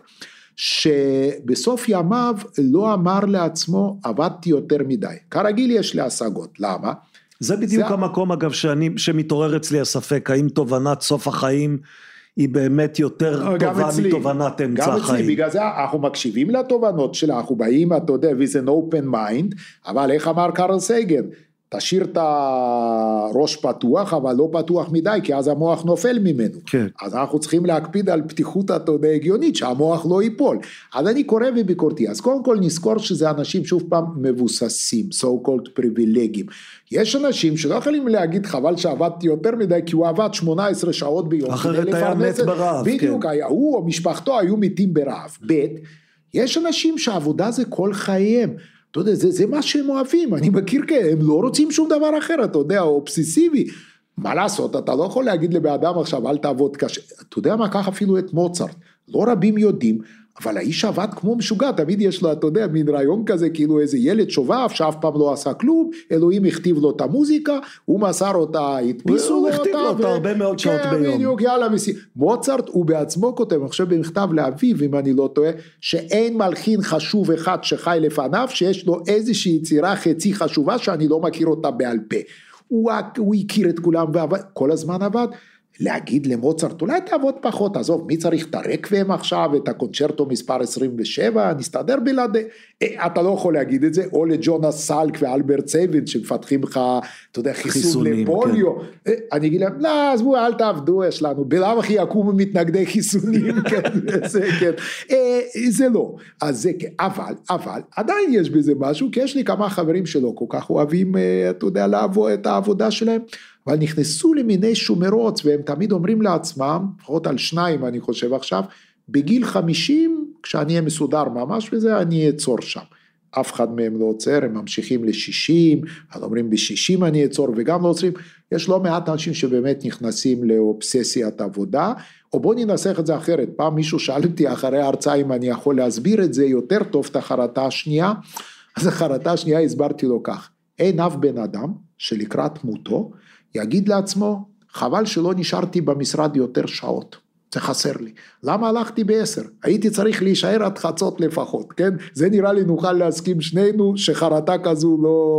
שבסוף ימיו לא אמר לעצמו, עבדתי יותר מדי. כרגיל יש להשגות, למה? זה בדיוק המקום אגב שמתעורר אצלי הספק, האם תובנת סוף החיים היא באמת יותר טובה מתובנת אמצע החיים. גם אצלי, בגלל זה אנחנו מקשיבים לתובנות שלה, אנחנו באים, אתה יודע, with an open mind, אבל איך אמר קרל סייגן, תשאיר את הראש פתוח, אבל לא פתוח מדי, כי אז המוח נופל ממנו. כן. אז אנחנו צריכים להקפיד על פתיחות התודעה הגיונית, שהמוח לא ייפול. אז אני קורא וביקורתי. אז קודם כל נזכור שזה אנשים שוב פעם מבוססים, so called פריבילגים. יש אנשים שלא יכולים להגיד חבל שעבדתי יותר מדי, כי הוא עבד 18 שעות ביום. אחרת היה מת ברעב. בדיוק, כן. הוא או משפחתו היו מתים ברעב. יש אנשים שהעבודה זה כל חייהם. אתה יודע, זה מה שהם אוהבים, אני מכיר כאלה, הם לא רוצים שום דבר אחר, אתה יודע, אובססיבי, מה לעשות, אתה לא יכול להגיד לבאדם עכשיו, אל תעבוד קשה, אתה יודע מה, כך אפילו את מוצרט, לא רבים יודעים, אבל האיש עבד כמו משוגע, תמיד יש לו, אתה יודע, מין רעיון כזה, כאילו איזה ילד שובב, שאף פעם לא עשה כלום, אלוהים הכתיב לו את המוזיקה, הוא מסר אותה, הדפיסו לו אותה, הוא הכתיב לו אותה הרבה מאוד שעות ביום. בדיוק, יאללה, מוצרט הוא בעצמו כותב, אני חושב במכתב לאביו, אם אני לא טועה, שאין מלחין חשוב אחד שחי לפניו, שיש לו איזושהי יצירה חצי חשובה, שאני לא מכיר אותה בעל פה. הוא הכיר את כולם, וכל הזמן עבד, להגיד למוצרט, אולי תעבוד פחות, עזוב, מי צריך את הרקוויאם עכשיו, את הקונצ'רטו מספר 27, נסתדר בלעדי, אתה לא יכול להגיד את זה, או לג'ונס סלק ואלברט סייבן, שמפתחים לך, אתה יודע, חיסון לפוליו, כן. אני אגיד להם, לא, עזבו, אל תעבדו, יש לנו, בלעם אחי יקומו מתנגדי חיסונים, כן, זה כן, זה לא, אז זה כן, אבל, עדיין יש בזה משהו, כי יש לי כמה חברים שלא כל כך אוהבים, אתה יודע, לעבוד את העבודה שלהם, אבל נכנסו למיני שומרות, והם תמיד אומרים לעצמם, לפחות על 2 אני חושב עכשיו, בגיל 50, כשאני אהיה מסודר ממש בזה, אני אעצור שם. אף אחד מהם לא עוצר, הם ממשיכים ל-60, אז אומרים ב-60 אני אעצור, וגם לא עוצרים, יש לא מעט אנשים שבאמת נכנסים לאובססיית עבודה, או בוא ננסח את זה אחרת, פעם מישהו שאל אותי אחרי ההרצאה, אם אני יכול להסביר את זה יותר טוב, את החרטה השנייה, אז החרטה השנייה הסברתי לו כך, אין אף בן אדם שלקראת מותו, יגיד לעצמו, חבל שלא נשארתי במשרד יותר שעות, זה חסר לי. למה הלכתי ב10? הייתי צריך להישאר עד חצות לפחות, כן? זה נראה לי נוכל להסכים שנינו, שחרטה כזו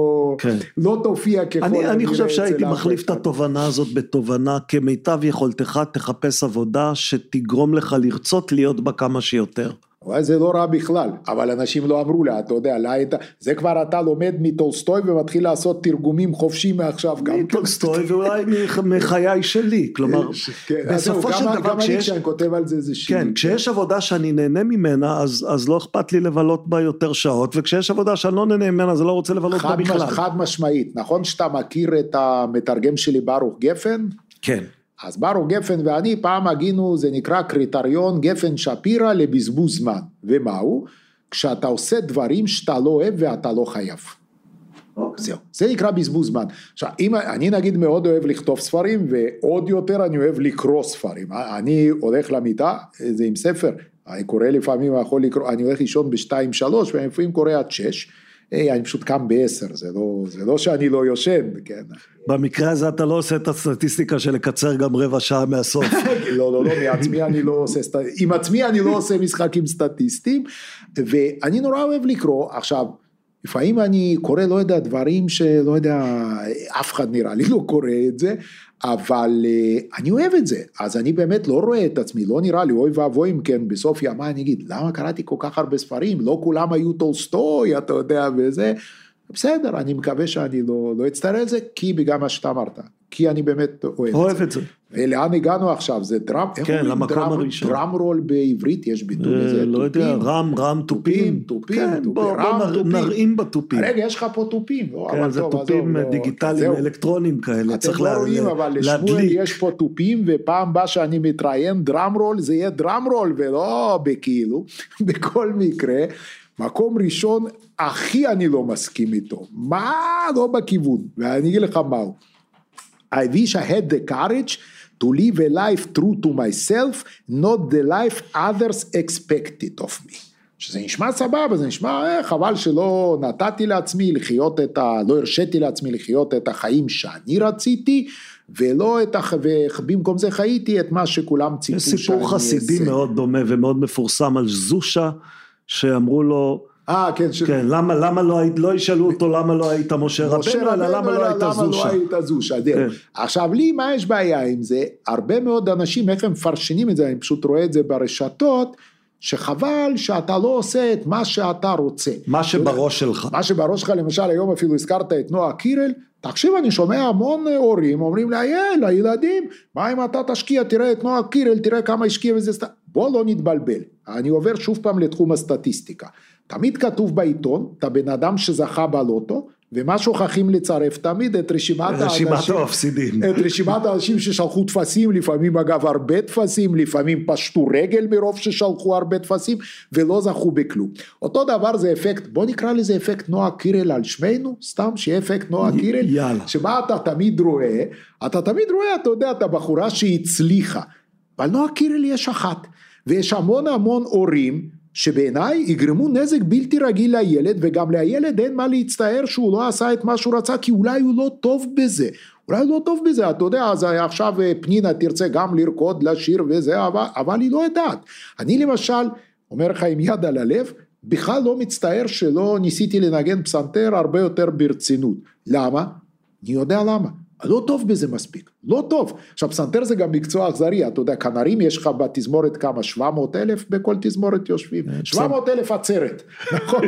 לא תופיע ככל... אני חושב שהייתי מחליף את התובנה הזאת בתובנה, כמיטב יכולתך תחפש עבודה שתגרום לך לרצות להיות בה כמה שיותר. אבל זה לא רע בכלל, אבל אנשים לא אמרו לה, אתה יודע, זה כבר אתה לומד מטולסטוי ומתחיל לעשות תרגומים חופשיים מעכשיו גם. מטולסטוי ואולי מחיי שלי, כלומר, בסופו של דבר, גם אני כשאני כותב על זה, זה שלי. כן, כשיש עבודה שאני נהנה ממנה, אז לא אכפת לי לבלות בה יותר שעות, וכשיש עבודה שאני לא נהנה ממנה, אז אני לא רוצה לבלות בה בכלל. חד משמעית, נכון שאתה מכיר את המתרגם שלי ברוך גפן? כן. אז ברוך גפן ואני פעם הגינו, זה נקרא קריטריון גפן שפירא לבזבוז זמן. ומהו? כשאתה עושה דברים שאתה לא אוהב ואתה לא חייב. זהו, זה נקרא בזבוז זמן. עכשיו, אני נגיד מאוד אוהב לכתוב ספרים, ועוד יותר אני אוהב לקרוא ספרים. אני הולך למיטה, זה עם ספר, אני קורא לפעמים, אני הולך לישון ב2-3, ואני לפעמים קורא עד 6, אני פשוט קם ב10, זה לא שאני לא יושן, כן. במקרה הזה אתה לא עושה את הסטטיסטיקה של לקצר גם רבע שעה מהסוף. לא, מעצמי אני לא עושה, עם עצמי אני לא עושה משחקים סטטיסטיים, ואני נורא אוהב לקרוא, עכשיו, לפעמים אני קורא, לא יודע, דברים שלא יודע, אף אחד נראה לי לא קורא את זה, אבל אני אוהב את זה, אז אני באמת לא רואה את עצמי, לא נראה לי, אוי ואבוי אם כן, בסוף ימה אני אגיד, למה קראתי כל כך הרבה ספרים, לא כולם היו טולסטוי, אתה יודע, וזה, בסדר, אני מקווה שאני לא אצטער על זה, כי בגלל מה שאתה אמרת, כי אני באמת אוהב את זה. ולאן הגענו עכשיו, זה דראם, כן, למקום הראשון. דראם רול בעברית, יש ביטוי לזה, לא יודע, רם טופים, כן, בוא נראים בטופים. רגע, יש לך פה טופים. כן, זה טופים דיגיטליים, אלקטרונים כאלה, צריך להדליק. אתם לא רואים, אבל לשמואל יש פה טופים, ופעם בא שאני מתראיין דראם רול, זה יהיה דראם רול, ולא בכאילו, בכל מקרה, מקום ראשון, הכי אני לא מסכים איתו, מה לא בכיוון, ואני אגיד לך מהו, I wish I had the courage to live a life true to myself, not the life others expected of me. שזה נשמע סבבה, זה נשמע חבל שלא נתתי לעצמי לחיות לא הרשיתי לעצמי לחיות את החיים שאני רציתי, ולא במקום זה חייתי את מה שכולם ציפו שאני אעשה. סיפור חסידי מאוד דומה ומאוד מפורסם על זושה, שאמרו לו, כן, למה לא ישאלו אותו למה לא היית משה רבנו, אלא למה לא היית זושה. עכשיו לי מה יש בעיה עם זה, הרבה מאוד אנשים איך הם מפרשנים את זה, אני פשוט רואה את זה ברשתות, שחבל שאתה לא עושה את מה שאתה רוצה. מה שבראש שלך. מה שבראש שלך, למשל היום אפילו הזכרת את נועה קירל, תקשיב אני שומע המון הורים, אומרים לילדים, מה אם אתה תשקיע, תראה את נועה קירל, תראה כמה השקיע וזה, בוא לא נתבלבל, אני עובר שוב פעם לתחום הסטטיסטיקה, תמיד כתוב בעיתון, אתה בן אדם שזכה בלוטו, ומה שוכחים לצרף תמיד את רשימת האנשים, את רשימת האנשים ששלחו תפסים, לפעמים אגב הרבה תפסים, לפעמים פשטו רגל מרוב ששלחו הרבה תפסים, ולא זכו בכלום. אותו דבר זה אפקט, בוא נקרא לזה אפקט נועה קירל על שמנו, סתם שיהיה אפקט נועה קירל, שמה אתה תמיד רואה, אתה יודע, אתה בחורה שהצליחה, אבל נועה קירל יש אחת, ויש המון הורים, שבעיניי יגרמו נזק בלתי רגיל לילד, וגם לילד אין מה להצטער שהוא לא עשה את מה שהוא רצה, כי אולי הוא לא טוב בזה, אתה יודע, אז עכשיו פנינה תרצה גם לרקוד, לשיר וזה, אבל היא לא יודעת. אני למשל, אומר לך עם יד על הלב, בכלל לא מצטער שלא ניסיתי לנגן פסנתר הרבה יותר ברצינות. למה? אני יודע למה. לא טוב בזה מספיק, לא טוב. עכשיו, פסנתר זה גם מקצוע אכזרי, אתה יודע, כנרים יש לך בתזמורת כמה, 700,000 בכל תזמורת יושבים, 700,000 עצרת, נכון?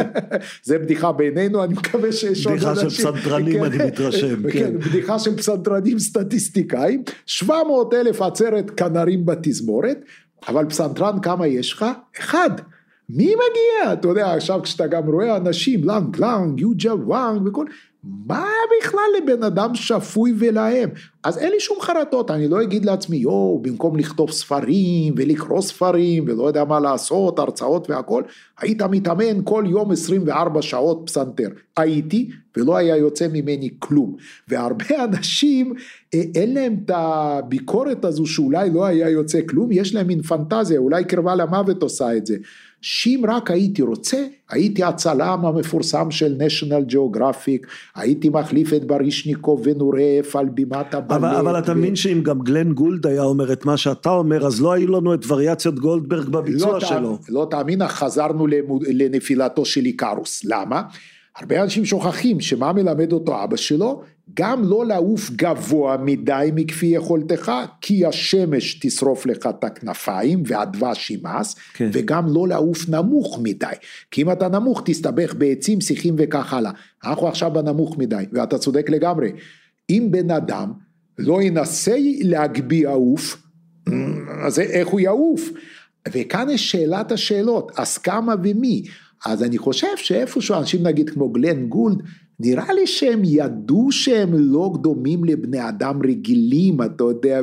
זה בדיחה בינינו, אני מקווה שיש עוד אנשים. בדיחה של פסנתרנים, אני מתרשם. כן, בדיחה של פסנתרנים סטטיסטיקאים, 700,000 עצרת כנרים בתזמורת, אבל פסנתרן כמה יש לך? אחד. מי מגיע? אתה יודע, עכשיו כשאתה גם רואה אנשים, לנג, יוג'ה וואנג וכל, מה בכלל לבן אדם שפוי ולהם? אז אין לי שום חרטות, אני לא אגיד לעצמי, במקום לכתוב ספרים ולקרוא ספרים ולא יודע מה לעשות, הרצאות והכל, היית מתאמן כל יום 24 שעות פסנתר. הייתי ולא היה יוצא ממני כלום. והרבה אנשים, אין להם את הביקורת הזו שאולי לא היה יוצא כלום, יש להם מין פנטזיה, אולי קרבה למוות עושה את זה. שאם רק הייתי רוצה, הייתי הצלם המפורסם של National Geographic, הייתי מחליף את ברישניקוב ונורף על בימת הבלט. אבל אתה מבין שאם גם גלן גולד היה אומר את מה שאתה אומר, אז לא היו לנו את וריאציות גולדברג בביצוע שלו. לא תאמין, חזרנו לנפילתו של איקרוס. למה? הרבה אנשים שוכחים שמה מלמד אותו אבא שלו, גם לא לעוף גבוה מדי מכפי יכולתך, כי השמש תשרוף לך את הכנפיים והדבש ימס, כן. וגם לא לעוף נמוך מדי, כי אם אתה נמוך תסתבך בעצים, שיחים וכך הלאה. אנחנו עכשיו בנמוך מדי, ואתה צודק לגמרי. אם בן אדם לא ינסה להגביה עוף, אז איך הוא יעוף? וכאן יש שאלת השאלות, אז כמה ומי? אז אני חושב שאיפשהו אנשים נגיד כמו גלן גולד, נראה לי שהם ידעו שהם לא דומים לבני אדם רגילים, אתה יודע,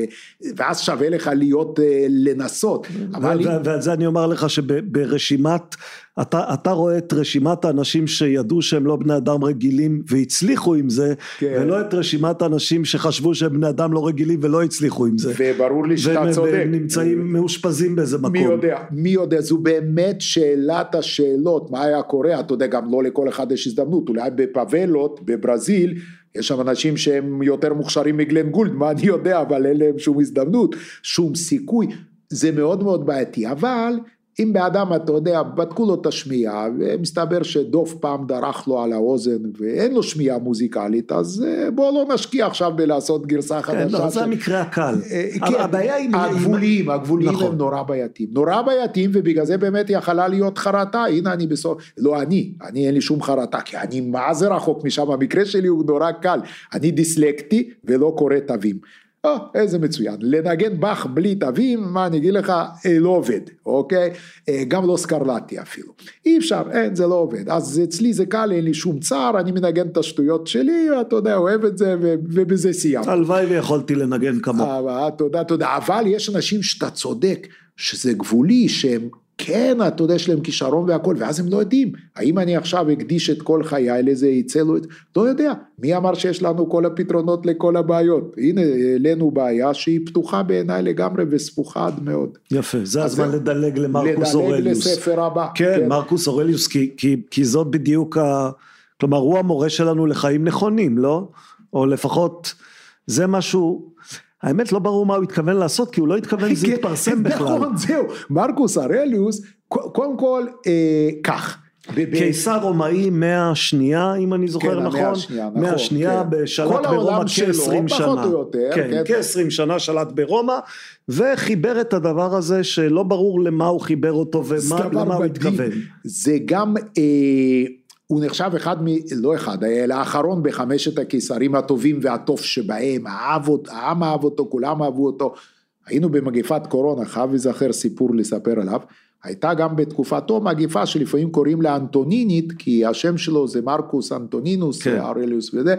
ואז שווה לך להיות לנסות. ועל זה אני אומר לך שברשימת, אתה רואה את רשימת האנשים שידעו שהם לא בני אדם רגילים והצליחו עם זה, כן. ולא את רשימת האנשים שחשבו שהם בני אדם לא רגילים ולא הצליחו עם זה. וברור לי שאתה צודק. והם נמצאים מאושפזים באיזה מקום. מי יודע, זו באמת שאלת השאלות, מה היה קורה, אתה יודע, גם לא לכל אחד יש הזדמנות, אולי בפאבלות, בברזיל, יש שם אנשים שהם יותר מוכשרים מגלן גולד, מה אני יודע, אבל אין להם שום הזדמנות, שום סיכוי, זה מאוד מאוד בעייתי, אבל אם באדם, אתה יודע, בדקו לו את השמיעה, ומסתבר שדוף פעם דרך לו על האוזן, ואין לו שמיעה מוזיקלית, אז בואו לא נשקיע עכשיו בלעשות גרסה חדשה. כן, לא, זה המקרה הקל. הבעיה היא הגבולים הם נורא בעייתיים. נורא בעייתיים, ובגלל זה באמת יכלה להיות חרטה, הנה אני בסוף, לא אני אין לי שום חרטה, כי אני מה זה רחוק משם, המקרה שלי הוא נורא קל, אני דיסלקטי ולא קורא תווים. איזה מצוין, לנגן בח בלי תווים, מה אני אגיד לך, לא עובד, אוקיי? גם לא סקרלטי אפילו, אי אפשר, זה לא עובד, אז אצלי זה קל, אין לי שום צער, אני מנגן את השטויות שלי, אתה יודע, אוהב את זה, ובזה סיימת. הלוואי ויכולתי לנגן כמו. תודה, אבל יש אנשים שאתה צודק, שזה גבולי, שהם כן, אתה יודע, יש להם כישרון והכל, ואז הם לא יודעים, האם אני עכשיו אקדיש את כל חיי לזה, יצא לו את, לא יודע, מי אמר שיש לנו כל הפתרונות לכל הבעיות, הנה, אלינו בעיה שהיא פתוחה בעיניי לגמרי, וספוחה עד מאוד. יפה, זה הזמן לדלג למרקוס אורליוס. לדלג לספר הבא. כן, מרקוס אורליוס, כי זאת בדיוק, כלומר, הוא המורה שלנו לחיים נכונים, לא? או לפחות, זה משהו, האמת לא ברור מה הוא התכוון לעשות, כי הוא לא התכוון זה יתפרסם בכלל. נכון, זהו, מרקוס אורליוס, קודם כל, כך. קיסר רומאי 100 שנייה, אם אני זוכר נכון, 100 שנייה, שלט ברומא כ-20 שנה. כן, כ-20 שנה שלט ברומא, וחיבר את הדבר הזה, שלא ברור למה הוא חיבר אותו, ולמה הוא התכוון. זה גם הוא נחשב לא אחד, אלא האחרון בחמשת הקיסרים הטובים והטוב שבהם, העם אהב אותו, כולם אהבו אותו, היינו במגפת קורונה, חייב לזכר סיפור לספר עליו, הייתה גם בתקופתו מגפה שלפעמים קוראים לה אנטונינית, כי השם שלו זה מרקוס אנטונינוס, כן. אורליוס וזה,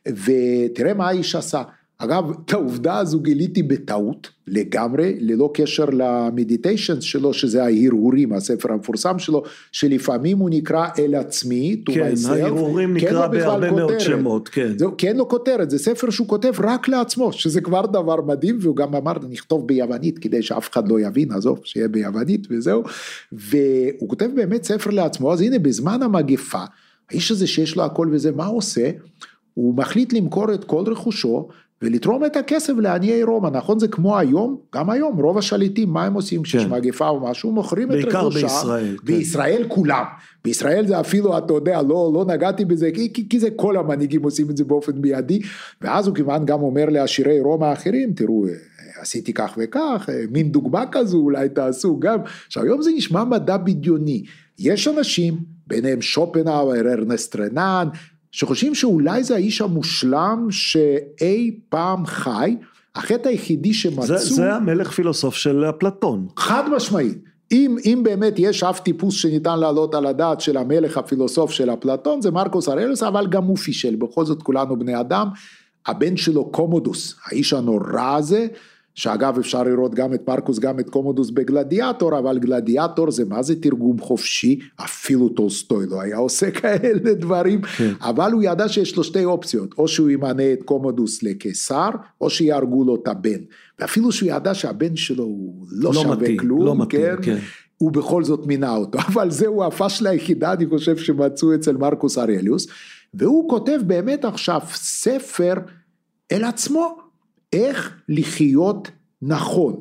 ותראה מה האיש עשה, אגב, את העובדה הזו גיליתי בטעות לגמרי, ללא קשר למדיטיישנס שלו, שזה ההרהורים, הספר המפורסם שלו, שלפעמים הוא נקרא אל עצמי, כן, ההרהורים נקרא בהרבה מאוד שמות, כן. זהו, כן לא כותרת, זה ספר שהוא כותב רק לעצמו, שזה כבר דבר מדהים, והוא גם אמר, נכתוב ביוונית, כדי שאף אחד לא יבין, עזוב, שיהיה ביוונית וזהו, והוא כותב באמת ספר לעצמו, אז הנה, בזמן המגפה, האיש הזה שיש לו הכל וזה, מה עושה? הוא מחליט למכור את כל רכושו, ולתרום את הכסף לעניי רומא, נכון? זה כמו היום, גם היום, רוב השליטים, מה הם עושים? כשיש מגפה או משהו, מוכרים את רכושה. בעיקר בישראל. בישראל כולם. בישראל זה אפילו, אתה יודע, לא נגעתי בזה, כי זה כל המנהיגים עושים את זה באופן מיידי, ואז הוא כמעט גם אומר לעשירי רומא האחרים, תראו, עשיתי כך וכך, מין דוגמה כזו, אולי תעשו גם. עכשיו, היום זה נשמע מדע בדיוני. יש אנשים, ביניהם שופנהאואר, ארנסט רנן, שחושבים שאולי זה האיש המושלם שאי פעם חי, החטא היחידי שמצאו... זה המלך פילוסוף של אפלטון. חד משמעית. אם באמת יש אף טיפוס שניתן לעלות על הדעת של המלך הפילוסוף של אפלטון, זה מרקוס ארליוס, אבל גם הוא פישל, בכל זאת כולנו בני אדם, הבן שלו קומודוס, האיש הנורא הזה, שאגב אפשר לראות גם את מרקוס, גם את קומודוס בגלדיאטור, אבל גלדיאטור זה מה זה תרגום חופשי, אפילו טולסטוי לא היה עושה כאלה דברים, אבל הוא ידע שיש לו שתי אופציות, או שהוא ימנה את קומודוס לקיסר, או שיהרגו לו את הבן, ואפילו שהוא ידע שהבן שלו הוא לא שווה כלום, לא מתאים, כן. הוא בכל זאת מינה אותו, אבל זהו הפשלה היחידה, אני חושב שמצאו אצל מרקוס ארליוס, והוא כותב באמת עכשיו ספר אל עצמו, איך לחיות נכון,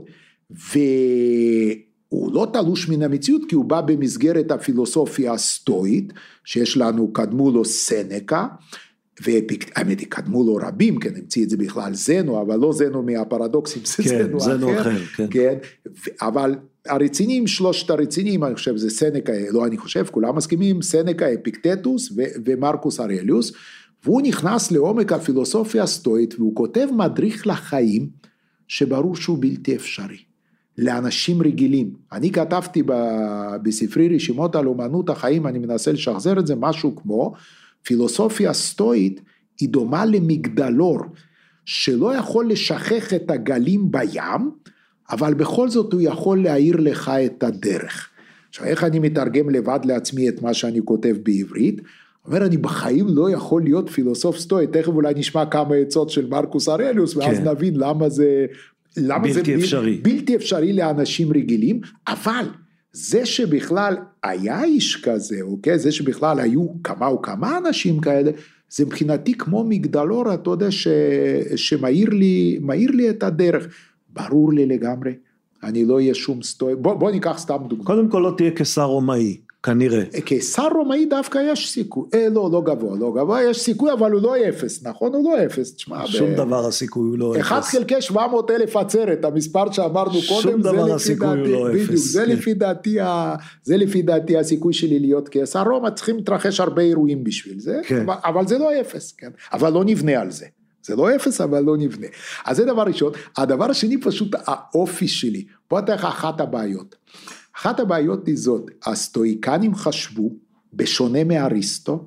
והוא לא תלוש מן המציאות, כי הוא בא במסגרת הפילוסופיה הסטואית, שיש לנו, קדמו לו סנקה, האמת היא, קדמו לו רבים, כן, המציא את זה בכלל זנו, אבל לא זנו מהפרדוקסים, זה כן, זנו אחר, כן. כן, אבל הרציניים, שלושת הרציניים, אני חושב, זה סנקה, לא אני חושב, כולם מסכימים, סנקה, אפיקטטוס ומרקוס ארליוס, והוא נכנס לעומק הפילוסופיה הסטואית, והוא כותב מדריך לחיים, שברור שהוא בלתי אפשרי, לאנשים רגילים. אני כתבתי בספרי רשימות על אומנות החיים, אני מנסה לשחזר את זה, משהו כמו, פילוסופיה סטואית, היא דומה למגדלור, שלא יכול לשכח את הגלים בים, אבל בכל זאת הוא יכול להאיר לך את הדרך. עכשיו, איך אני מתרגם לבד לעצמי את מה שאני כותב בעברית? אומר, אני בחיים לא יכול להיות פילוסוף סטואי, תכף אולי נשמע כמה עצות של מרקוס ארליוס, ואז נבין למה זה בלתי אפשרי לאנשים רגילים, אבל זה שבכלל היה איש כזה, אוקיי? זה שבכלל היו כמה וכמה אנשים כאלה, זה מבחינתי כמו מגדלור, אתה יודע, שמאיר לי את הדרך, ברור לי לגמרי, אני לא אהיה שום סטואי, בוא ניקח סתם דוגמא. קודם כל לא תהיה קיסר רומאי. כנראה. קיסר רומאי דווקא יש סיכוי, לא גבוה, יש סיכוי, אבל הוא לא אפס, נכון? הוא לא אפס, תשמע. שום דבר הסיכוי הוא לא אפס. 1 חלקי 700,000 עצרת, המספר שאמרנו קודם, שום דבר הסיכוי הוא לא אפס. בדיוק, זה לפי דעתי הסיכוי שלי להיות קיסר רומא, צריכים להתרחש הרבה אירועים בשביל זה, אבל זה לא אפס, כן? אבל לא נבנה על זה. זה לא אפס, אבל לא נבנה. אז זה דבר ראשון. הדבר השני פשוט האופי שלי. פה אתה לך אחת הבעיות. אחת הבעיות היא זאת, הסטואיקנים חשבו, בשונה מאריסטו,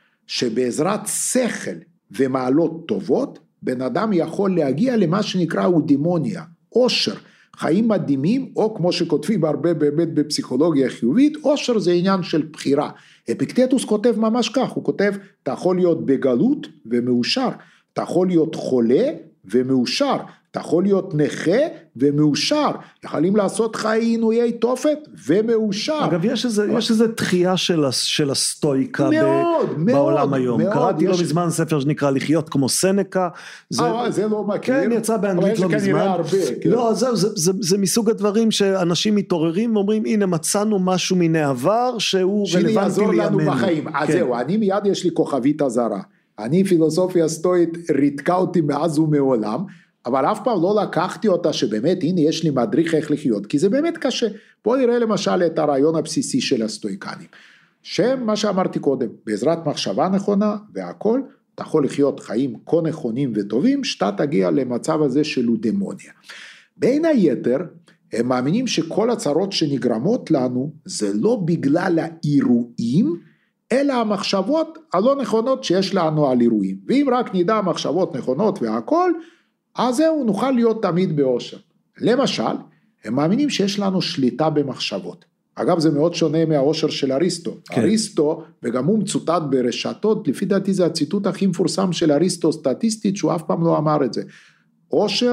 שבעזרת שכל ומעלות טובות, בן אדם יכול להגיע למה שנקרא אודימוניה, עושר, חיים מדהימים, או כמו שכותבים הרבה באמת בפסיכולוגיה חיובית, עושר זה עניין של בחירה. אפיקטטוס כותב ממש כך, הוא כותב, אתה יכול להיות בגלות ומאושר, אתה יכול להיות חולה ומאושר, אתה יכול להיות נכה ומאושר, יכולים לעשות לך עינויי תופת ומאושר. אגב, יש איזה דחייה של הסטואיקה בעולם היום. קראתי לא מזמן ספר שנקרא לחיות כמו סנקה. זה לא מכיר. כן, יצא באנגלית לא מזמן. לא, זה מסוג הדברים שאנשים מתעוררים ואומרים, הנה מצאנו משהו מן העבר שהוא רלוונטי לימינו. שיעזור לנו בחיים. אז זהו, אני מיד יש לי כוכבית הזרה. אני פילוסופיה סטואית ריתקה אותי מאז ומעולם, אבל אף פעם לא לקחתי אותה שבאמת, הנה יש לי מדריך איך לחיות, כי זה באמת קשה. בוא נראה למשל את הרעיון הבסיסי של הסטואיקנים, שמה שאמרתי קודם, בעזרת מחשבה נכונה והכל, אתה יכול לחיות חיים כה נכונים וטובים, שאתה תגיע למצב הזה של אודימוניה. בין היתר, הם מאמינים שכל הצרות שנגרמות לנו, זה לא בגלל האירועים, אלא המחשבות הלא נכונות שיש לנו על אירועים. ואם רק נדע מחשבות נכונות והכל, אז זהו, נוכל להיות תמיד באושר. למשל, הם מאמינים שיש לנו שליטה במחשבות. אגב, זה מאוד שונה מהאושר של אריסטו. כן. אריסטו, וגם הוא מצוטט ברשתות, לפי דעתי זה הציטוט הכי מפורסם של אריסטו סטטיסטית, שהוא אף פעם לא אמר את זה. אושר,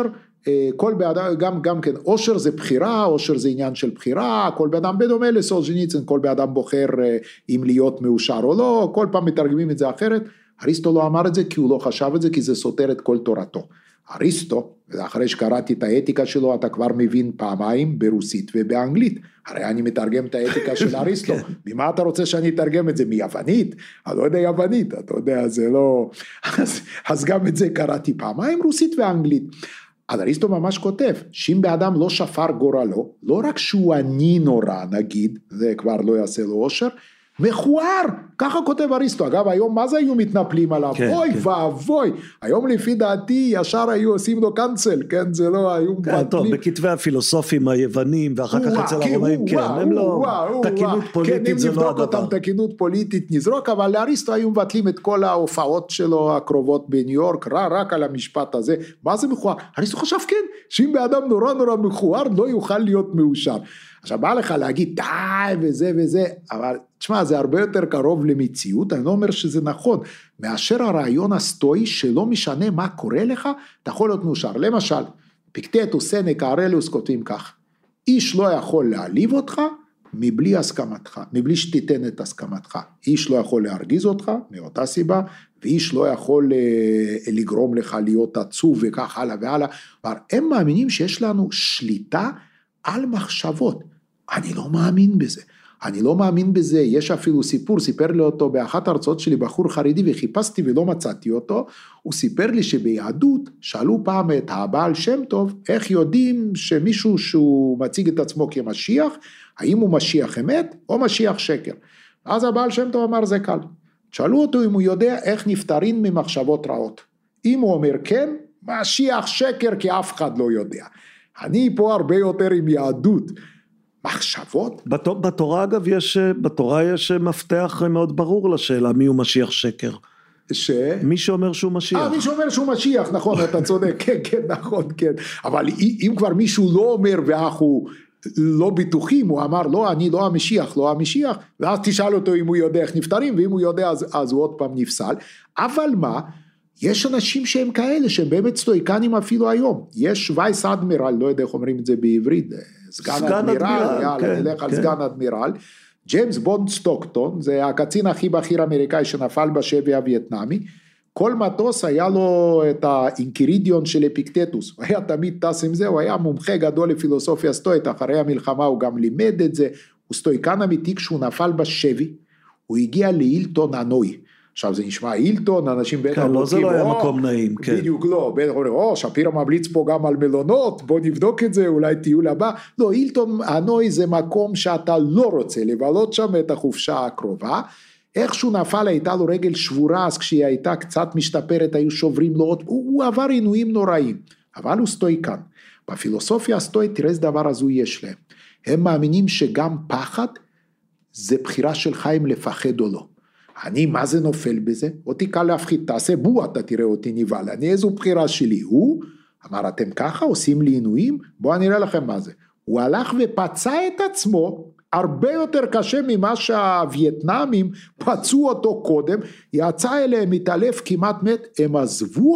כל באדם, גם כן, אושר זה בחירה, אושר זה עניין של בחירה, כל באדם בדומה לסולז'ניצין, כל באדם בוחר אם להיות מאושר או לא, כל פעם מתרגמים את זה אחרת. אריסטו לא אמר את זה כי הוא לא חשב את זה, כי זה סותר את כל תורתו. אריסטו, אחרי שקראתי את האתיקה שלו, אתה כבר מבין פעמיים ברוסית ובאנגלית, הרי אני מתרגם את האתיקה של אריסטו, ממה אתה רוצה שאני אתרגם את זה? מיוונית? אני לא יודע יוונית, אתה יודע, זה לא, אז גם את זה קראתי פעמיים, רוסית ואנגלית. אז אריסטו ממש כותב, שאם באדם לא שפר גורלו, לא רק שהוא עני נורא, נגיד, זה כבר לא יעשה לו אושר, מכוער, ככה כותב אריסטו, אגב היום מה זה היו מתנפלים עליו, אוי ואבוי, היום לפי דעתי ישר היו עושים לו קנצל, כן, זה לא היו כן, טוב, בכתבי הפילוסופים היוונים, ואחר כך אצל הרומאים, כן, הם לא, תקינות פוליטית זה לא הדבר. אותם תקינות פוליטית נזרוק, אבל לאריסטו היו מבטלים את כל ההופעות שלו הקרובות בניו יורק, רק על המשפט הזה, מה זה מכוער? אריסטו חשב כן, שאם באדם נורא נורא מכוער, לא יוכל להיות מאושר. עכשיו בא לך להגיד די וזה וזה, אבל תשמע זה הרבה יותר קרוב למציאות, אני לא אומר שזה נכון, מאשר הרעיון הסטואי שלא משנה מה קורה לך, אתה יכול להיות מאושר, למשל, פיקטטוס, סנקה, ארליוס כותבים כך, איש לא יכול להעליב אותך, מבלי הסכמתך, מבלי שתיתן את הסכמתך, איש לא יכול להרגיז אותך, מאותה סיבה, ואיש לא יכול לגרום לך להיות עצוב וכך הלאה והלאה, הם מאמינים שיש לנו שליטה על מחשבות, אני לא מאמין בזה, אני לא מאמין בזה, יש אפילו סיפור, סיפר לי אותו באחת הרצאות שלי, בחור חרדי וחיפשתי ולא מצאתי אותו, הוא סיפר לי שביהדות שאלו פעם את הבעל שם טוב, איך יודעים שמישהו שהוא מציג את עצמו כמשיח, האם הוא משיח אמת או משיח שקר, אז הבעל שם טוב אמר זה קל, שאלו אותו אם הוא יודע איך נפטרים ממחשבות רעות, אם הוא אומר כן, משיח שקר כי אף אחד לא יודע, אני פה הרבה יותר עם יהדות, מחשבות. בתורה אגב בתורה יש מפתח מאוד ברור לשאלה מי הוא משיח שקר. מי שאומר שהוא משיח. מי שאומר שהוא משיח, נכון, אתה צודק, כן, כן, נכון, כן. אבל אם כבר מישהו לא אומר ואנחנו לא בטוחים, הוא אמר לא, אני לא המשיח, לא המשיח, ואז תשאל אותו אם הוא יודע איך נפטרים, ואם הוא יודע אז הוא עוד פעם נפסל. אבל מה? יש אנשים שהם כאלה, שהם באמת סטואיקנים אפילו היום. יש וייס אדמירל, לא יודע איך אומרים את זה בעברית, סגן אדמירל, יאללה, נלך על סגן אדמירל, ג'יימס בונד סטוקטון, זה הקצין הכי בכיר אמריקאי שנפל בשבי הווייטנאמי, כל מטוס היה לו את האינקירידיון של אפיקטטוס, הוא היה תמיד טס עם זה, הוא היה מומחה גדול לפילוסופיה סטואית, אחרי המלחמה הוא גם לימד את זה, הוא סטואיקן אמיתי כשהוא נפל בשבי, הוא הגיע להילטון הנוי, עכשיו זה נשמע הילטון, אנשים בטח לא, זה לא היה מקום נעים, כן. בדיוק לא, בטח אומרים, שפירא ממליץ פה גם על מלונות, בוא נבדוק את זה, אולי טיול הבא, לא, הילטון הנוי זה מקום שאתה לא רוצה לבלות שם את החופשה הקרובה, איכשהו נפל, הייתה לו רגל שבורה, אז כשהיא הייתה קצת משתפרת, היו שוברים לו, הוא עבר עינויים נוראים, אבל הוא סטואיקן, בפילוסופיה הסטואית, תראה איזה דבר הזוי יש להם, הם מאמינים שגם פחד, זה בחירה שלך אם לפחד או לא, אני מה זה נופל בזה? אותי קל להפחיד, תעשה בוא, אתה תראה אותי ניבל, אני איזו בחירה שלי, הוא אמר אתם ככה עושים לי עינויים, בואו נראה לכם מה זה, הוא הלך ופצע את עצמו, הרבה יותר קשה ממה שהווייטנאמים פצעו אותו קודם, יצא אליהם מתעלף כמעט מת, הם עזבו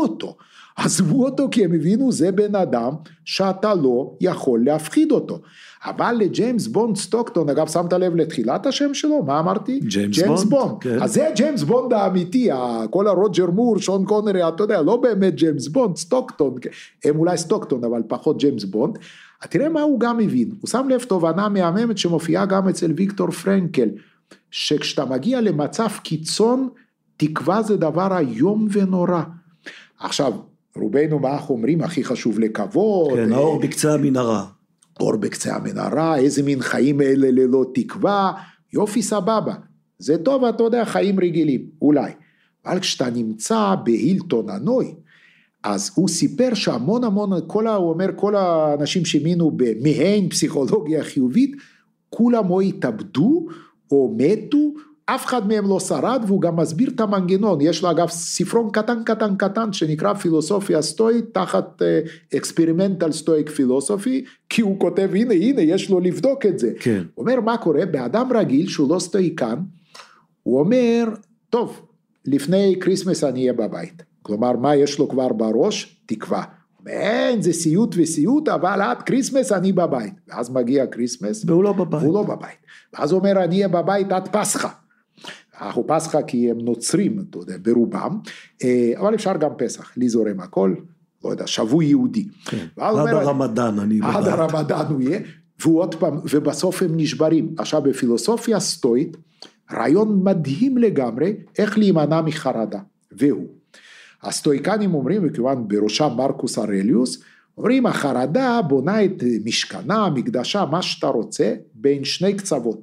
אותו כי הם הבינו זה בן אדם שאתה לא יכול להפחיד אותו, אבל לג'יימס בונד סטוקטון, אגב שמת לב לתחילת השם שלו, מה אמרתי? ג'יימס בונד, כן. אז זה ג'יימס בונד האמיתי, כל הרוג'ר מור, שון קונרי, אתה יודע, לא באמת ג'יימס בונד, סטוקטון, הם אולי סטוקטון, אבל פחות ג'יימס בונד, תראה מה הוא גם הבין, הוא שם לב תובנה מהממת שמופיעה גם אצל ויקטור פרנקל, שכשאתה מגיע למצב קיצון, תקווה זה דבר איום ונורא, עכשיו, רובנו מה אנחנו אומרים, הכי חשוב לקוות, כן, האור בקצה המנהרה, אור בקצה המנהרה, איזה מין חיים אלה ללא תקווה, יופי סבבה, זה טוב, אתה יודע, חיים רגילים, אולי, אבל כשאתה נמצא בהילטון הנוי, אז הוא סיפר שהמון המון, הוא אומר, כל האנשים שמינו במהן פסיכולוגיה חיובית, כולם או התאבדו, או מתו, אף אחד מהם לא שרד, והוא גם מסביר את המנגנון, יש לו אגב ספרון קטן, שנקרא פילוסופיה סטואית, תחת אקספרימנטל סטואיק פילוסופי, כי הוא כותב, הנה, יש לו לבדוק את זה. כן. הוא אומר, מה קורה? באדם רגיל, שהוא לא סטואיקן, הוא אומר, טוב, לפני קריסמס אני אהיה בבית. כלומר, מה יש לו כבר בראש? תקווה. אין, זה סיוט, אבל עד קריסמס אני בבית. ואז מגיע קריסמס, והוא לא בבית. ואז הוא אומר, אני אהיה בבית עד פסחא. אנחנו פסחא כי הם נוצרים, אתה יודע, ברובם, אבל אפשר גם פסח, לי זורם הכל, לא יודע, שבוע יהודי. כן. עד הרמדאן אני בבית. עד הרמדאן הוא יהיה, והוא עוד פעם, ובסוף הם נשברים. עכשיו בפילוסופיה סטואית, רעיון מדהים לגמרי, איך להימנע מחרדה, והוא. הסטואיקנים אומרים, וכמובן בראשם מרקוס ארליוס, אומרים, החרדה בונה את משכנה, מקדשה, מה שאתה רוצה, בין שני קצוות.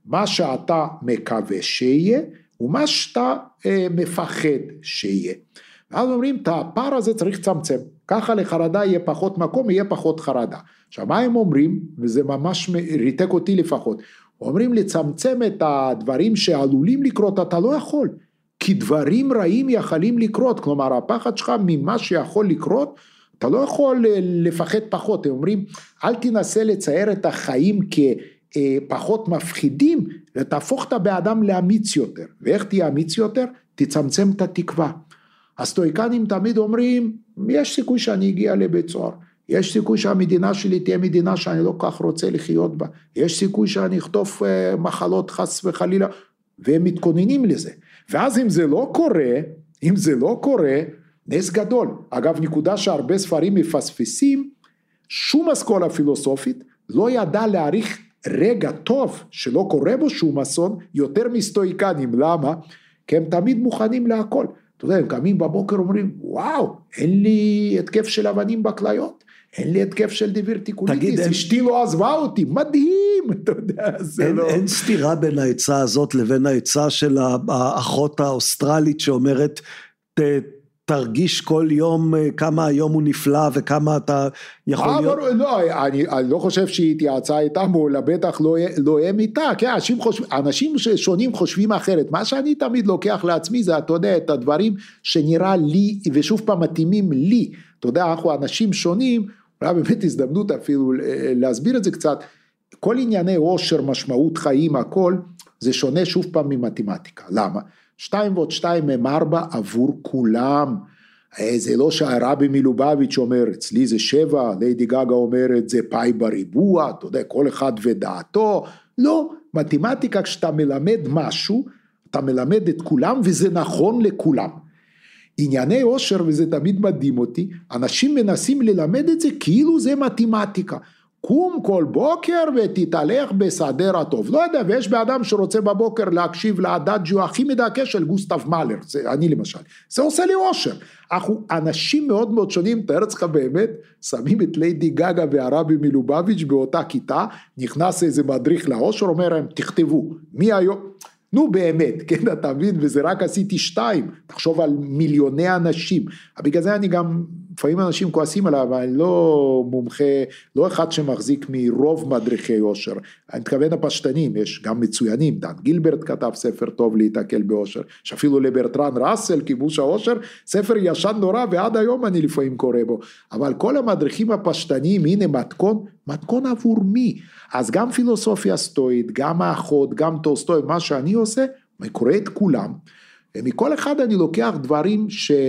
מה שאתה מקווה שיהיה, ומה שאתה מפחד שיהיה. ואז אומרים, את הפער הזה צריך לצמצם, ככה לחרדה יהיה פחות מקום, יהיה פחות חרדה. עכשיו מה הם אומרים, וזה ממש ריתק אותי לפחות, אומרים לצמצם את הדברים שעלולים לקרות, אתה לא יכול, כי דברים רעים יכולים לקרות, כלומר הפחד שלך ממה שיכול לקרות, אתה לא יכול לפחד פחות, הם אומרים, אל תנסה לצייר את החיים כפחות מפחידים, ותהפוך את באדם לאמיץ יותר, ואיך תהיה אמיץ יותר? תצמצם את התקווה. הסטואיקנים תמיד אומרים, יש סיכוי שאני אגיע לבית סוהר, יש סיכוי שהמדינה שלי תהיה מדינה שאני לא כך רוצה לחיות בה, יש סיכוי שאני אכתוב מחלות חס וחלילה, והם מתכוננים לזה. ואז אם זה לא קורה, נס גדול. אגב, נקודה שהרבה ספרים מפספסים, שום אסכולה פילוסופית לא ידע להעריך רגע טוב שלא קורה בו שום אסון, יותר מסטואיקנים. למה? כי הם תמיד מוכנים להכל. אתה יודע, הם קמים בבוקר אומרים, וואו, אין לי התקף של אבנים בכליות, אין לי התקף של דיברטיקוליטיס, אשתי לא עזבה אותי, מדהים, אתה יודע, זה לא... אין סתירה בין העצה הזאת לבין העצה של האחות האוסטרלית שאומרת, תרגיש כל יום כמה היום הוא נפלא וכמה אתה יכול להיות... לא, אני לא חושב שהיא התייעצה איתם, או לבטח לא הם איתה, כי אנשים שונים חושבים אחרת, מה שאני תמיד לוקח לעצמי זה, אתה יודע, את הדברים שנראה לי, ושוב פעם מתאימים לי, אתה יודע, אנחנו אנשים שונים, אולי באמת הזדמנות אפילו להסביר את זה קצת, כל ענייני עושר, משמעות חיים, הכל, זה שונה שוב פעם ממתמטיקה, למה? 2 ועוד 2 הם 4 עבור כולם, זה לא שהרבי מלובביץ' אומר, אצלי זה 7, ליידי גגה אומרת, זה פאי בריבוע, אתה יודע, כל אחד ודעתו, לא, מתמטיקה כשאתה מלמד משהו, אתה מלמד את כולם, וזה נכון לכולם. ענייני עושר, וזה תמיד מדהים אותי, אנשים מנסים ללמד את זה, כאילו זה מתמטיקה, קום כל בוקר ותתהלך בסדר הטוב, לא יודע, ויש באדם שרוצה בבוקר להקשיב לאדאג'יו הכי מדכא של גוסטב מאלר, אני למשל, זה עושה לי עושר, אנחנו אנשים מאוד מאוד שונים, תאר לך באמת, שמים את ליידי גגה והרבי מלובביץ' באותה כיתה, נכנס איזה מדריך לעושר, אומר להם, תכתבו, מי היום, נו באמת, כן, אתה מבין, וזה רק עשיתי 2, תחשוב על מיליוני אנשים, בגלל זה אני גם, לפעמים אנשים כועסים עליו, אבל אני לא מומחה, לא אחד שמחזיק מרוב מדריכי עושר, אני מתכוון הפשטנים, יש גם מצוינים, דן גילברט כתב ספר טוב להתעכל בעושר, שאפילו לברטרן ראסל, כיבוש העושר, ספר ישן נורא, ועד היום אני לפעמים קורא בו, אבל כל המדריכים הפשטניים, הנה מתכון עבור מי? אז גם פילוסופיה סטואית, גם האחות, גם טולסטוי, מה שאני עושה, אני קורא את כולם, ומכל אחד אני לוקח דברים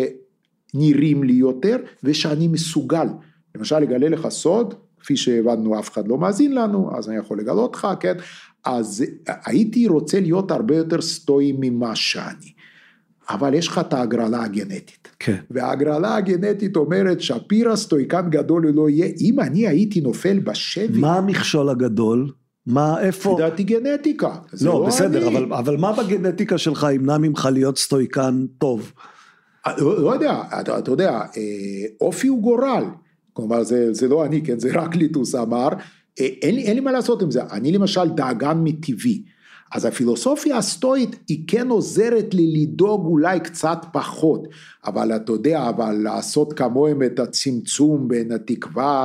שנראים לי יותר, ושאני מסוגל. למשל, לגלה לך סוד, כפי שהבנו, אף אחד לא מאזין לנו, אז אני יכול לגלות לך, כן? אז הייתי רוצה להיות הרבה יותר סטואי ממה שאני. אבל יש לך את ההגרלה הגנטית. כן. וההגרלה הגנטית אומרת, שפירא סטואיקן גדול לא יהיה, אם אני הייתי נופל בשבי. מה המכשול הגדול? מה, איפה? לדעתי גנטיקה. לא, בסדר, אבל מה בגנטיקה שלך ימנע ממך להיות סטואיקן טוב? לא יודע, אתה יודע, אופי הוא גורל, כלומר זה לא אני, כן, זה רק ליטוס אמר, אין לי מה לעשות עם זה, אני למשל דאגן מטבעי, אז הפילוסופיה הסטואית היא כן עוזרת לי לדאוג אולי קצת פחות, אבל אתה יודע, אבל לעשות כמוהם את הצמצום בין התקווה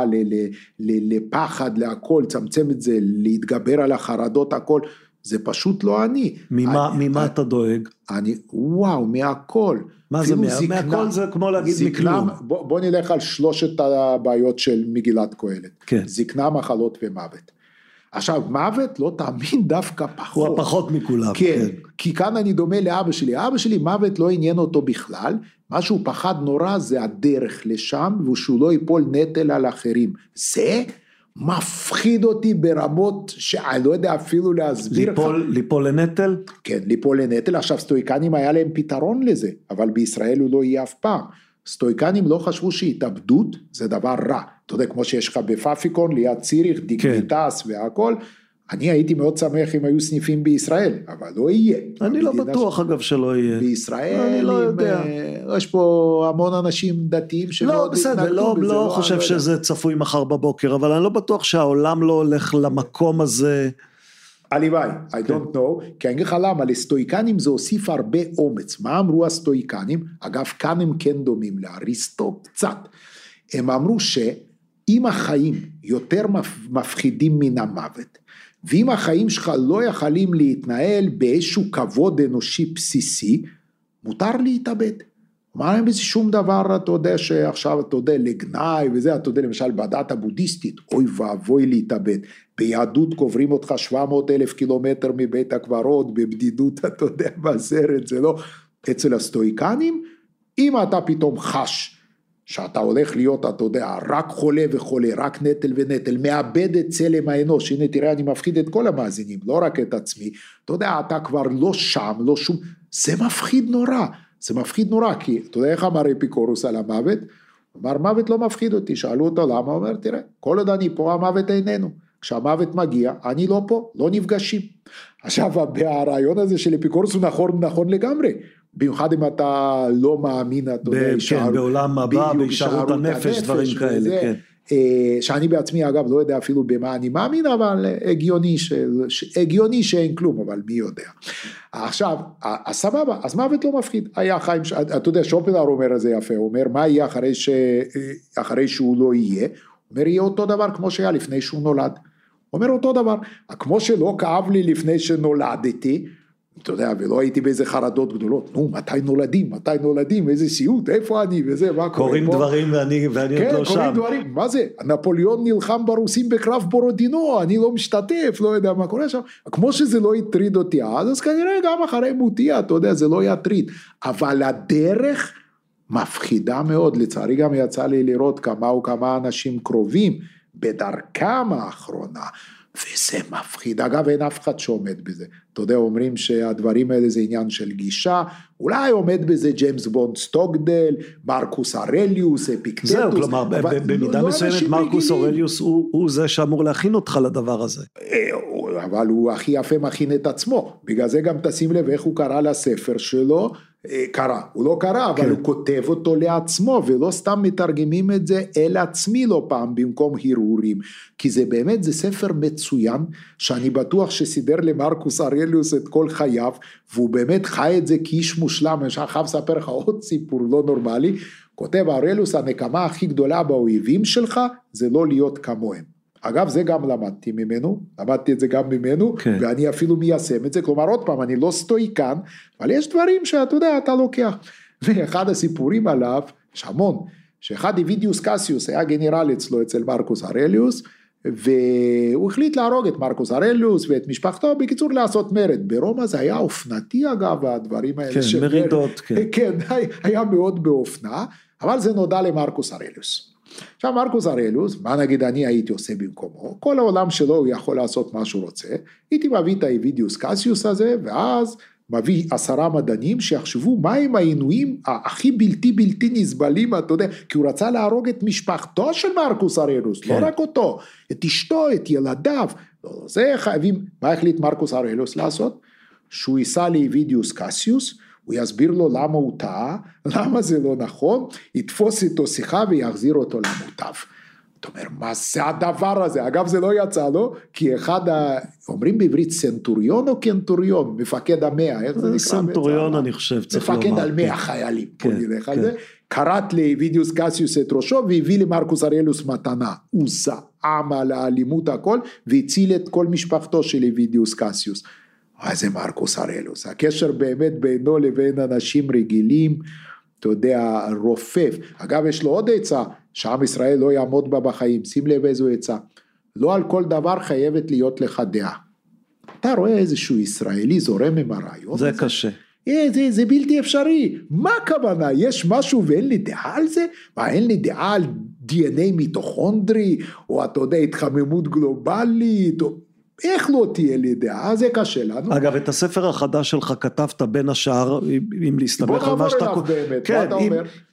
לפחד, להכל, צמצם את זה, להתגבר על החרדות, הכל, זה פשוט לא אני. ממה אתה דואג? וואו, מהכל. מה זה מהכל? זה כמו להגיד מכלום. בוא נלך על 3 הבעיות של מגילת קהלת. כן. זקנה, מחלות ומוות. עכשיו, מוות לא תאמין דווקא פחות. הוא הפחות מכולם. כן, כי כאן אני דומה לאבא שלי. אבא שלי מוות לא עניין אותו בכלל, מה שהוא פחד נורא זה הדרך לשם, ושהוא לא ייפול נטל על אחרים. זה מפחיד אותי ברמות שאני לא יודע אפילו להסביר. ליפול לנטל? כן, ליפול לנטל. עכשיו סטואיקנים היה להם פתרון לזה, אבל בישראל הוא לא יהיה אף פעם. סטואיקנים לא חשבו שהתאבדות זה דבר רע. אתה יודע, כמו שיש לך בפאפיקון, ליד ציריך, דיגניטס והכל, אני הייתי מאוד שמח אם היו סניפים בישראל, אבל לא יהיה. אני לא בטוח אגב שלא יהיה. בישראל, אני לא יודע. יש פה המון אנשים דתיים לא, בסדר, לא חושב שזה צפוי מחר בבוקר, אבל אני לא בטוח שהעולם לא הולך למקום הזה. הלוואי, I don't know, כי אני אגיד לך למה, לסטואיקנים זה הוסיף הרבה אומץ. מה אמרו הסטואיקנים? אגב, כאן הם כן דומים לאריסטו קצת. הם אמרו שאם החיים יותר מפחידים מן המוות, ואם החיים שלך לא יכולים להתנהל באיזשהו כבוד אנושי בסיסי, מותר להתאבד. מה אין בזה שום דבר, אתה יודע שעכשיו, אתה יודע, לגנאי וזה, אתה יודע, למשל, בדת הבודהיסטית, אוי ואבוי להתאבד, ביהדות קוברים אותך 700,000 קילומטר מבית הקברות, בבדידות, אתה יודע, בסרט, זה לא, אצל הסטואיקנים, אם אתה פתאום חש, שאתה הולך להיות, אתה יודע, רק חולה וחולה, רק נטל ונטל, מאבד את צלם האנוש, הנה תראה, אני מפחיד את כל המאזינים, לא רק את עצמי, אתה יודע, אתה כבר לא שם, לא שום, זה מפחיד נורא, זה מפחיד נורא, כי אתה יודע איך אמר אפיקורוס על המוות? הוא אמר, מוות לא מפחיד אותי, שאלו אותו למה, הוא אומר, תראה, כל עוד אני פה, המוות איננו, כשהמוות מגיע, אני לא פה, לא נפגשים. עכשיו, הרעיון הזה של אפיקורוס הוא נכון לגמרי, במיוחד אם אתה לא מאמין, אתה יודע, כן, בעולם הבא, בהישארות הנפש, דברים כאלה, כן. שאני בעצמי אגב לא יודע אפילו במה אני מאמין, אבל הגיוני שאין כלום, אבל מי יודע. עכשיו, הסבבה, אז מוות לא מפחיד, היה חיים, אתה יודע, שופנהאואר אומר את זה יפה, הוא אומר, מה יהיה אחרי שהוא לא יהיה? הוא אומר, יהיה אותו דבר כמו שהיה לפני שהוא נולד. הוא אומר אותו דבר, כמו שלא כאב לי לפני שנולדתי, אתה יודע, ולא הייתי באיזה חרדות גדולות, נו, מתי נולדים, איזה סיוט, איפה אני, וזה, מה קורה פה? קוראים דברים ואני עוד לא שם. כן, קוראים דברים, מה זה? נפוליאון נלחם ברוסים בקרב בורודינו, אני לא משתתף, לא יודע מה קורה שם, כמו שזה לא יטריד אותי אז כנראה גם אחרי מותי, אתה יודע, זה לא יטריד, אבל הדרך מפחידה מאוד, לצערי גם יצא לי לראות כמה אנשים קרובים, בדרכם האחרונה, וזה מפחיד, אגב אין אף אחד שעומד בזה, אתה יודע, אומרים שהדברים האלה זה עניין של גישה, אולי עומד בזה ג'יימס בונד סטוקדל, מרקוס אורליוס, אפיקטטוס, זהו, כלומר, במידה מסוימת מרקוס אורליוס הוא זה שאמור להכין אותך לדבר הזה. אבל הוא הכי יפה מכין את עצמו, בגלל זה גם תשים לב איך הוא קרא לספר שלו, הוא לא קרא, אבל הוא כותב אותו לעצמו, ולא סתם מתרגמים את זה אל עצמי לא פעם, במקום הרהורים, כי זה באמת, זה ספר מצוין, שאני בטוח שסידר למרקוס אורליוס את כל חייו, והוא באמת חי את זה כאיש מושלם, אני חייב לספר לך עוד סיפור לא נורמלי, כותב אורליוס, הנקמה הכי גדולה באויבים שלך, זה לא להיות כמוהם. אגב, זה גם למדתי את זה גם ממנו, כן. ואני אפילו מיישם את זה, כלומר עוד פעם, אני לא סטואיקן, אבל יש דברים שאתה יודע, אתה לוקח, ואחד הסיפורים עליו, יש המון, שאחד איבידיוס קסיוס, היה גנרל אצלו, אצל מרקוס אורליוס, והוא החליט להרוג את מרקוס אורליוס, ואת משפחתו, בקיצור לעשות מרד, ברומא זה היה אופנתי אגב, הדברים האלה, כן, מרידות, כן. כן, היה מאוד באופנה, אבל זה נודע למרקוס אורליוס, עכשיו מרקוס אורליוס, מה נגיד אני הייתי עושה במקומו, כל העולם שלו הוא יכול לעשות מה שהוא רוצה, הייתי מביא את האיבידיוס קסיוס הזה, ואז מביא 10 מדענים שיחשבו מהם העינויים הכי בלתי נסבלים, אתה יודע, כי הוא רצה להרוג את משפחתו של מרקוס אורליוס, כן. לא רק אותו, את אשתו, את ילדיו, זה חייבים, מה החליט מרקוס אורליוס לעשות? שהוא ייסע לאיבידיוס קסיוס, הוא יסביר לו למה הוא טעה, למה זה לא נכון, יתפוס איתו שיחה ויחזיר אותו למוטב. אתה אומר, מה זה הדבר הזה? אגב, זה לא יצא לו, כי אומרים בעברית סנטוריון או קנטוריון, מפקד 100, איך זה נקרא? סנטוריון אני חושב, צריך לומר. מפקד על 100 חיילים, בוא נלך על זה, קראת לאיבידיוס קסיוס את ראשו, והביא למרקוס אורליוס מתנה, הוא זעם על האלימות הכל, והציל את כל משפחתו של איבידיוס קסיוס. זה מרקוס אורליוס, הקשר באמת בינו לבין אנשים רגילים, אתה יודע, רופף, אגב יש לו עוד עצה, שעם ישראל לא יעמוד בה בחיים, שים לב איזו עצה, לא על כל דבר חייבת להיות לך דעה, אתה רואה איזשהו ישראלי זורם עם הרעיון, זה קשה, זה בלתי אפשרי, מה הכוונה, יש משהו ואין לי דעה על זה, מה אין לי דעה על DNA מיטוכונדרי, או אתה יודע, התחממות גלובלית, או איך לא תהיה לי דעה, זה קשה לנו. אגב, את הספר החדש שלך כתבת בין השאר, אם להסתמך על מה שאתה... בוא נעבור אליו באמת, מה אתה אומר?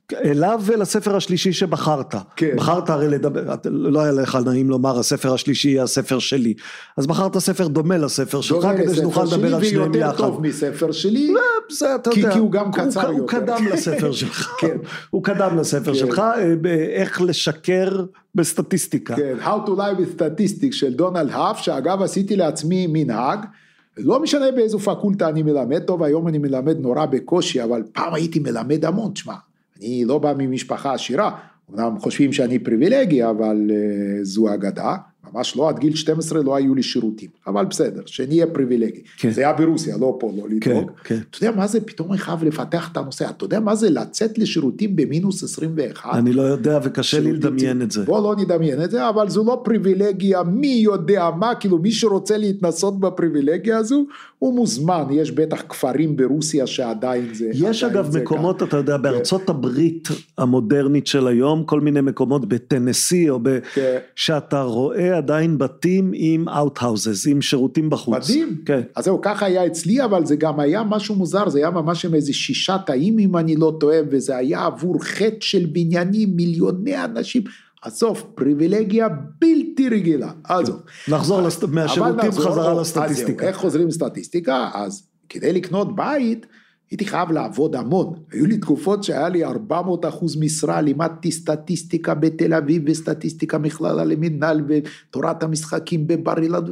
אליו ולספר השלישי שבחרת. כן. בחרת הרי לדבר, לא היה לך נעים לומר, הספר השלישי יהיה הספר שלי. אז בחרת ספר דומה לספר שלך, כדי שנוכל לדבר על שניהם יחד. ויותר טוב מספר שלי, כי הוא גם קצר יותר. הוא קדם לספר שלך. הוא קדם לספר שלך, איך לשקר בסטטיסטיקה. כן, How to lie with statistics של דונלד האף, שאגב עשיתי לעצמי מנהג, לא משנה באיזו פקולטה אני מלמד, טוב היום אני מלמד נורא בקושי, אבל פעם הייתי מלמד המון, תשמע, אני לא בא ממשפחה עשירה, אמנם חושבים שאני פריבילגי, אבל זו אגדה, ממש לא, עד גיל 12 לא היו לי שירותים, אבל בסדר, שנהיה פריבילגי, כן. זה היה ברוסיה, לא פה, לא לדאוג, כן. אתה יודע מה זה, פתאום אני חייב לפתח את הנושא, אתה יודע מה זה לצאת לשירותים במינוס 21? אני לא יודע וקשה לי לדמיין את זה. בוא לא נדמיין את זה, אבל זו לא פריבילגיה, מי יודע מה, כאילו מי שרוצה להתנסות בפריבילגיה הזו, הוא מוזמן, יש בטח כפרים ברוסיה שעדיין זה. יש אגב מקומות, אתה יודע, בארצות הברית המודרנית של היום, כל מיני מקומות בטנסי, או שאתה רואה עדיין בתים עם outhouses, עם שירותים בחוץ. מדהים. כן. אז זהו, ככה היה אצלי, אבל זה גם היה משהו מוזר, זה היה ממש עם איזה 6 תאים, אם אני לא טועה, וזה היה עבור חטא של בניינים, מיליוני אנשים, הסוף, פריבילגיה בלתי רגילה. עזוב. נחזור מהשירותים חזרה לסטטיסטיקה. איך חוזרים לסטטיסטיקה? אז כדי לקנות בית, הייתי חייב לעבוד המון. היו לי תקופות שהיה לי 400% משרה, לימדתי סטטיסטיקה בתל אביב, וסטטיסטיקה מכללה למינהל, ותורת המשחקים בבר אילן,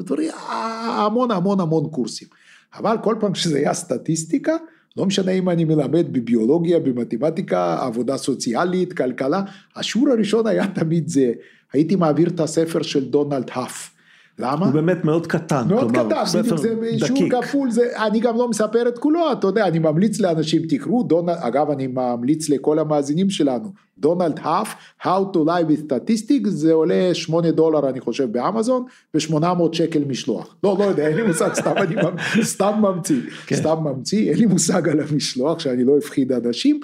המון קורסים. אבל כל פעם שזה היה סטטיסטיקה, לא משנה אם אני מלמד בביולוגיה, במתמטיקה, עבודה סוציאלית, כלכלה, השיעור הראשון היה תמיד זה, הייתי מעביר את הספר של דונלד האף. למה? הוא באמת מאוד קטן. מאוד קטן, בדיוק זה שיעור כפול, אני גם לא מספר את כולו, אתה יודע, אני ממליץ לאנשים, תקראו, אגב אני ממליץ לכל המאזינים שלנו, דונלד האף, How to lie with statistics, זה עולה $8 אני חושב באמזון, ו$800 משלוח. לא יודע, אין לי מושג, סתם ממציא, אין לי מושג על המשלוח, שאני לא אפחיד אנשים,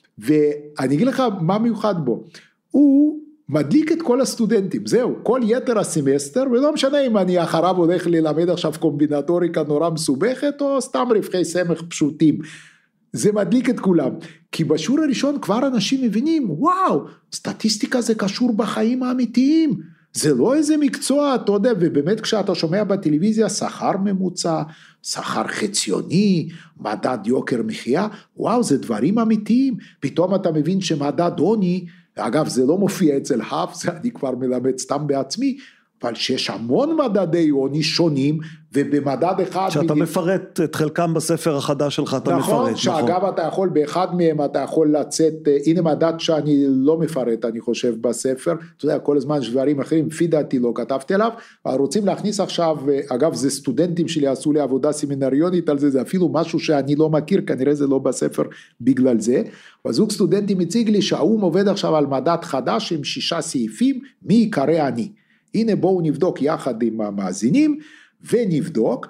ואני אגיד לך מה מיוחד בו, הוא מדליק את כל הסטודנטים, זהו, כל יתר הסמסטר, ולא משנה אם אני אחריו הולך ללמד עכשיו קומבינטוריקה נורא מסובכת, או סתם רווחי סמך פשוטים, זה מדליק את כולם, כי בשיעור הראשון כבר אנשים מבינים, וואו, סטטיסטיקה זה קשור בחיים האמיתיים, זה לא איזה מקצוע, אתה יודע, ובאמת כשאתה שומע בטלוויזיה, שכר ממוצע, שכר חציוני, מדד יוקר מחיה, וואו, זה דברים אמיתיים, פתאום אתה מבין שמדד עוני, אגב, זה לא מופיע אצל האף, זה אני כבר מלמד סתם בעצמי, אבל שיש המון מדדי עוני שונים, ובמדד אחד... שאתה מפרט את חלקם בספר החדש שלך, אתה מפרט. נכון, שאגב אתה יכול, באחד מהם אתה יכול לצאת, הנה מדד שאני לא מפרט, אני חושב בספר, אתה יודע, כל הזמן שדברים אחרים, לפי דעתי לא כתבתי עליו, אבל רוצים להכניס עכשיו, אגב זה סטודנטים שלי עשו לי עבודה סמינריונית על זה, זה אפילו משהו שאני לא מכיר, כנראה זה לא בספר בגלל זה, וזוג סטודנטים הציג לי שהאום עובד עכשיו על מדד חדש עם 6 סעיפים, מי יקרא אני. הנה בואו נבדוק יחד עם המאזינים, ונבדוק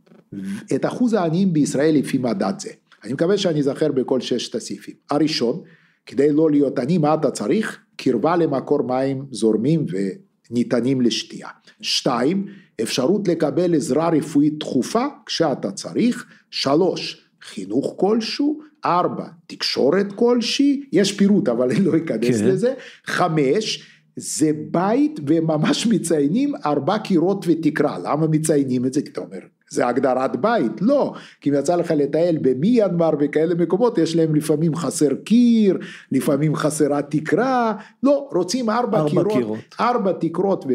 את אחוז העניים בישראל לפי מדד זה. אני מקווה שאני זכר בכל 6 הסעיפים. הראשון, כדי לא להיות עני, מה אתה צריך? קרבה למקור מים זורמים וניתנים לשתייה. 2, אפשרות לקבל עזרה רפואית דחופה כשאתה צריך. 3, חינוך כלשהו. 4, תקשורת כלשהי, יש פירוט אבל אני לא אכנס לזה. 5, זה בית וממש מציינים 4 קירות ותקרה, למה מציינים את זה? כי אתה אומר, זה הגדרת בית, לא, כי אם יצא לך לטייל במיינמר וכאלה מקומות, יש להם לפעמים חסר קיר, לפעמים חסרה תקרה, לא, רוצים 4 קירות, 4 תקרות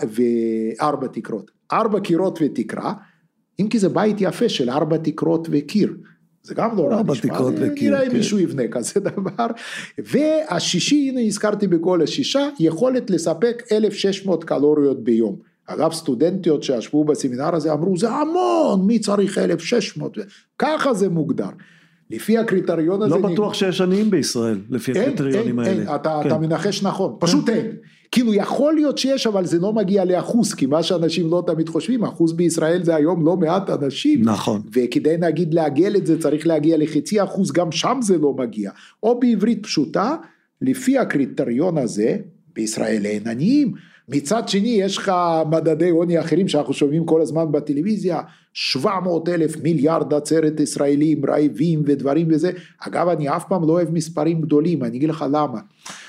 ו4 תקרות, 4 קירות ותקרה, אם כי זה בית יפה של 4 תקרות וקיר, זה גם לא רע נשמע, נראה אם מישהו יבנה כזה דבר, והשישי, הנה הזכרתי בכל השישה, יכולת לספק 1,600 קלוריות ביום, אגב סטודנטיות שישבו בסמינר הזה אמרו, זה המון, מי צריך 1,600, ככה זה מוגדר, לפי הקריטריון הזה... לא בטוח שיש עניים בישראל, לפי הקריטריונים האלה. אין, אתה מנחש נכון, פשוט אין. כאילו יכול להיות שיש, אבל זה לא מגיע לאחוז, כי מה שאנשים לא תמיד חושבים, אחוז בישראל זה היום לא מעט אנשים. נכון. וכדי נגיד לעגל את זה, צריך להגיע ל0.5%, גם שם זה לא מגיע. או בעברית פשוטה, לפי הקריטריון הזה, בישראל אין עניים, מצד שני יש לך מדדי עוני אחרים שאנחנו שומעים כל הזמן בטלוויזיה, 700,000 מיליארד עצרת ישראלים רעבים ודברים וזה, אגב אני אף פעם לא אוהב מספרים גדולים, אני אגיד לך למה,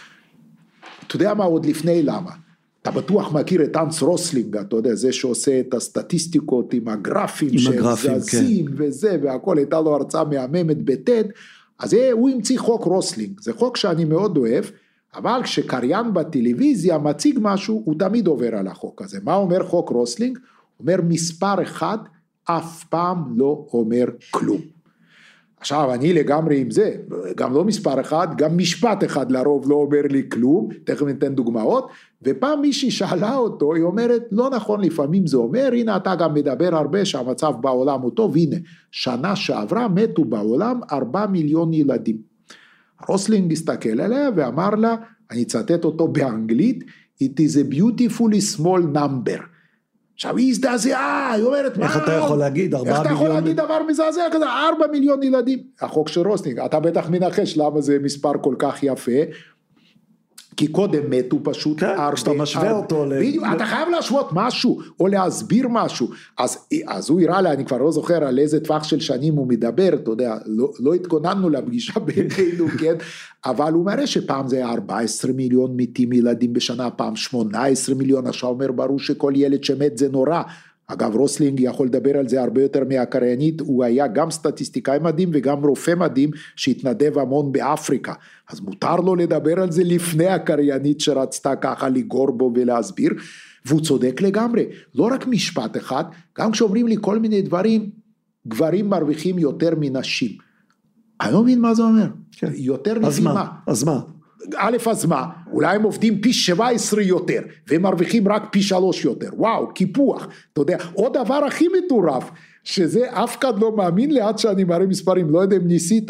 אתה יודע מה עוד לפני למה, אתה בטוח מכיר את אנס רוסלינג, אתה יודע, זה שעושה את הסטטיסטיקות עם הגרפים שזזים כן. וזה והכל, הייתה לו הרצאה מהממת בטד, אז הוא המציא חוק רוסלינג, זה חוק שאני מאוד אוהב, אבל כשקריין בטלוויזיה מציג משהו, הוא תמיד עובר על החוק הזה. מה אומר חוק רוסלינג? אומר מספר אחד, אף פעם לא אומר כלום. עכשיו אני לגמרי עם זה, גם לא מספר אחד, גם משפט אחד לרוב לא אומר לי כלום, תכף ניתן דוגמאות, ופעם מישהי שאלה אותו, היא אומרת, לא נכון לפעמים זה אומר, הנה אתה גם מדבר הרבה שהמצב בעולם הוא טוב, הנה, שנה שעברה מתו בעולם 4 מיליון ילדים. רוסלינג הסתכל עליה ואמר לה, אני אצטט אותו באנגלית, it is a beautifully small number. עכשיו היא הזדעזעה, היא אומרת, איך אתה יכול להגיד 4 מיליון? איך אתה יכול להגיד דבר מזעזע כזה, 4 מיליון ילדים? החוק של רוסלינג, אתה בטח מנחש למה זה מספר כל כך יפה, כי קודם מתו פשוט הרבה. כשאתה משווה אותו. אתה חייב להשוות משהו, או להסביר משהו. אז הוא הראה לה, אני כבר לא זוכר על איזה טווח של שנים הוא מדבר, אתה יודע, לא התכוננו לפגישה בינינו, כן? אבל הוא מראה שפעם זה היה 14 מיליון מתים ילדים בשנה, פעם 18 מיליון, עכשיו אומר ברור שכל ילד שמת זה נורא. אגב, רוסלינג יכול לדבר על זה הרבה יותר מהקריינית, הוא היה גם סטטיסטיקאי מדהים וגם רופא מדהים שהתנדב המון באפריקה, אז מותר לו לדבר על זה לפני הקריינית שרצתה ככה לגור בו ולהסביר, והוא צודק לגמרי, לא רק משפט אחד, גם כשאומרים לי כל מיני דברים, גברים מרוויחים יותר מנשים, אני לא מבין מה זה אומר, כן. יותר נפימה. אז מה? א' אז מה, אולי הם עובדים פי 17 יותר, והם מרוויחים רק פי 3 יותר, וואו, קיפוח, אתה יודע, עוד דבר הכי מטורף, שזה אף אחד לא מאמין לי, עד שאני מראה מספרים, לא יודע אם ניסית,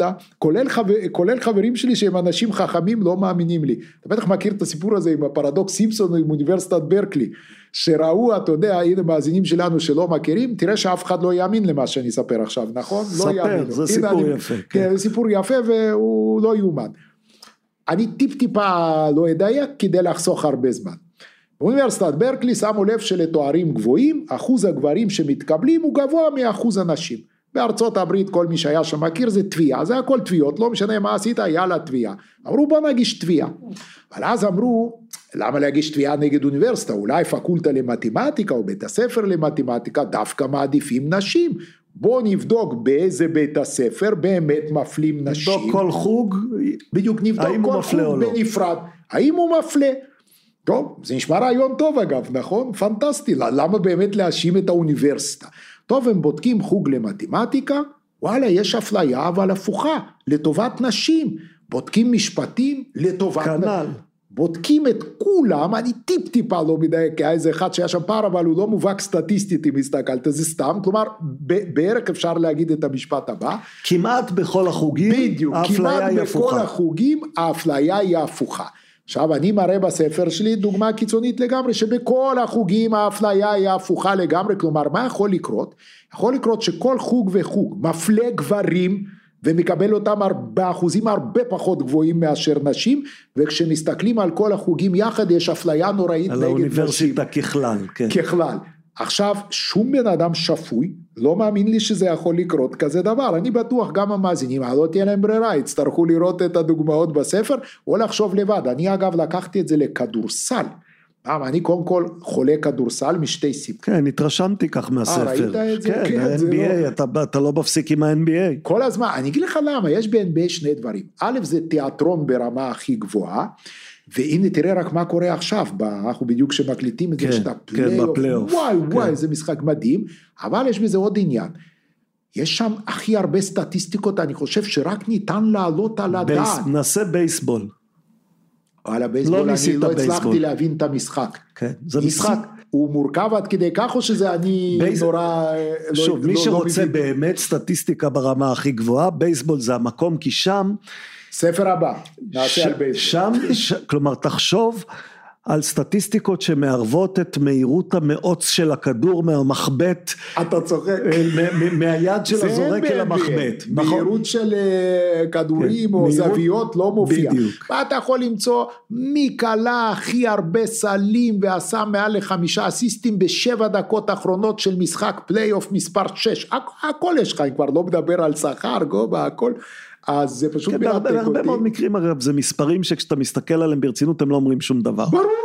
כולל חברים שלי שהם אנשים חכמים, לא מאמינים לי, אתה בטח מכיר את הסיפור הזה עם הפרדוקס סימפסון, עם אוניברסיטת ברקלי, שראו, אתה יודע, הנה מאזינים שלנו שלא מכירים, תראה שאף אחד לא יאמין למה שאני אספר עכשיו, נכון? ספר, זה סיפור יפה. כן, זה סיפור יפה והוא לא יומן. אני טיפה לא אדייק כדי לחסוך הרבה זמן. באוניברסיטת ברקלי שמו לב שלתוארים גבוהים, אחוז הגברים שמתקבלים הוא גבוה מאחוז הנשים. בארצות הברית כל מי שהיה שם מכיר זה תביעה, זה הכל תביעות, לא משנה מה עשית, יאללה תביעה. אמרו בוא נגיש תביעה. אבל אז אמרו, למה להגיש תביעה נגד אוניברסיטה? אולי פקולטה למתמטיקה או בית הספר למתמטיקה דווקא מעדיפים נשים. בוא נבדוק באיזה בית הספר באמת מפלים נשים. נבדוק כל חוג, בדיוק נבדוק כל חוג בנפרד. האם הוא מפלה? טוב, זה נשמע רעיון טוב אגב, נכון? פנטסטי. למה באמת להאשים את האוניברסיטה? טוב, הם בודקים חוג למתמטיקה, וואלה, יש אפליה אבל הפוכה, לטובת נשים. בודקים משפטים לטובת נשים. בודקים את כולם, אני טיפה לא מדייק, כי היה איזה אחד שהיה שם פער, אבל הוא לא מובהק סטטיסטית אם הסתכלת, זה סתם, כלומר, בערך אפשר להגיד את המשפט הבא. כמעט בכל החוגים, בדיוק, כמעט בכל החוגים, האפליה היא הפוכה. עכשיו, אני מראה בספר שלי דוגמה קיצונית לגמרי, שבכל החוגים האפליה היא הפוכה לגמרי, כלומר, מה יכול לקרות? יכול לקרות שכל חוג וחוג מפלה גברים, ומקבל אותם באחוזים הרבה פחות גבוהים מאשר נשים, וכשמסתכלים על כל החוגים יחד, יש אפליה נוראית נגד נשים. על האוניברסיטה ככלל, כן. ככלל. עכשיו, שום בן אדם שפוי, לא מאמין לי שזה יכול לקרות כזה דבר, אני בטוח גם המאזינים, לא תהיה להם ברירה, יצטרכו לראות את הדוגמאות בספר, או לחשוב לבד, אני אגב לקחתי את זה לכדורסל, אני קודם כל חולה כדורסל משתי סיבות. כן, התרשמתי כך מהספר. ראית את זה? כן, ה-NBA, אתה לא מפסיק עם ה-NBA. כל הזמן, אני אגיד לך למה, יש ב-NBA שני דברים. א', זה תיאטרון ברמה הכי גבוהה, והנה תראה רק מה קורה עכשיו, אנחנו בדיוק שמקליטים את זה, שאתה פלייאוף, וואי, זה משחק מדהים, אבל יש בזה עוד עניין. יש שם הכי הרבה סטטיסטיקות, אני חושב שרק ניתן לעלות על הדעת. נעשה בייסבול. על הבייסבול, אני לא הצלחתי להבין את המשחק. כן, זה משחק. הוא מורכב עד כדי כך או שזה אני נורא... שוב, מי שרוצה באמת סטטיסטיקה ברמה הכי גבוהה, בייסבול זה המקום, כי שם... ספר הבא, נעשה על בייסבול. שם, כלומר, תחשוב על סטטיסטיקות שמערבות את מהירות המאוץ של הכדור מהמחבט. אתה צוחק. מהיד של הזורק אל המחבט. מהירות של כדורים או זוויות לא מופיע. בדיוק. ואתה יכול למצוא מי קלה הכי הרבה סלים ועשה מעל ל5 אסיסטים ב7 דקות האחרונות של משחק פלייאוף מספר 6. הכל יש לך, אני כבר לא מדבר על שכר, גובה, הכל. אז זה פשוט מרתק אותי. בהרבה מאוד מקרים, אגב, זה מספרים שכשאתה מסתכל עליהם ברצינות, הם לא אומרים שום דבר.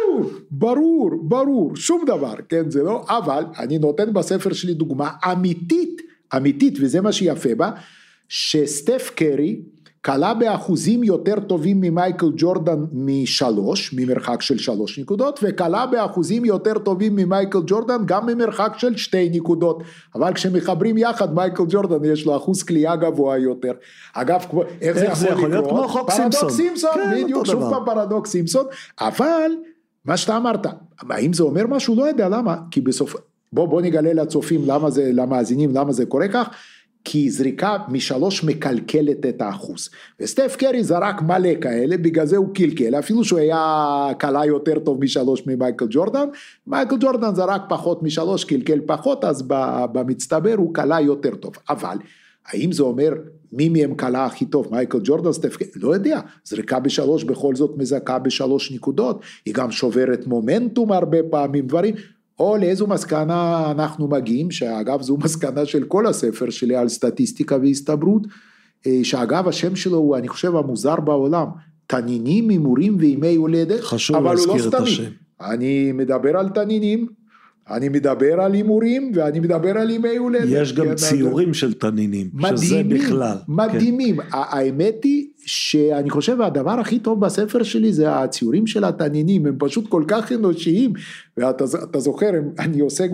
ברור, שום דבר, כן, זה לא, אבל אני נותן בספר שלי דוגמה אמיתית, וזה מה שיפה בה, שסטף קרי, קלה באחוזים יותר טובים ממייקל ג'ורדן ממרחק של 3 נקודות, וקלה באחוזים יותר טובים ממייקל ג'ורדן גם ממרחק של 2 נקודות, אבל כשמחברים יחד מייקל ג'ורדן יש לו אחוז קליעה גבוה יותר. אגב, איך זה יכול להיות? כמו חוק פרדוקס סימפסון, כן, בדיוק, שוב פעם פרדוקס סימפסון, אבל מה שאתה אמרת, האם זה אומר משהו? לא יודע למה, כי בסוף, בוא נגלה לצופים למאזינים למה זה קורה כך, כי זריקה מ3 מקלקלת את האחוז, וסטף קרי זרק מלא כאלה, בגלל זה הוא קלקל, אפילו שהוא היה קלה יותר טוב מ3 ממייקל ג'ורדן, מייקל ג'ורדן זרק פחות מ3, קלקל פחות, אז במצטבר הוא קלה יותר טוב, אבל האם זה אומר מי מהם קלה הכי טוב, מייקל ג'ורדן, סטף קרי? לא יודע, זריקה ב3 בכל זאת מזכה ב3 נקודות, היא גם שוברת מומנטום הרבה פעמים, דברים, או לאיזו מסקנה אנחנו מגיעים, שאגב זו מסקנה של כל הספר שלי על סטטיסטיקה והסתברות, שאגב השם שלו הוא אני חושב המוזר בעולם, תנינים, הימורים וימי הולדת, חשוב להזכיר את השם. אני מדבר על תנינים, אני מדבר על הימורים, ואני מדבר על ימי הולדת. יש גם ציורים של תנינים, שזה בכלל. מדהימים, האמת היא שאני חושב הדבר הכי טוב בספר שלי זה הציורים של התנינים, הם פשוט כל כך אנושיים, ואתה זוכר, אני עוסק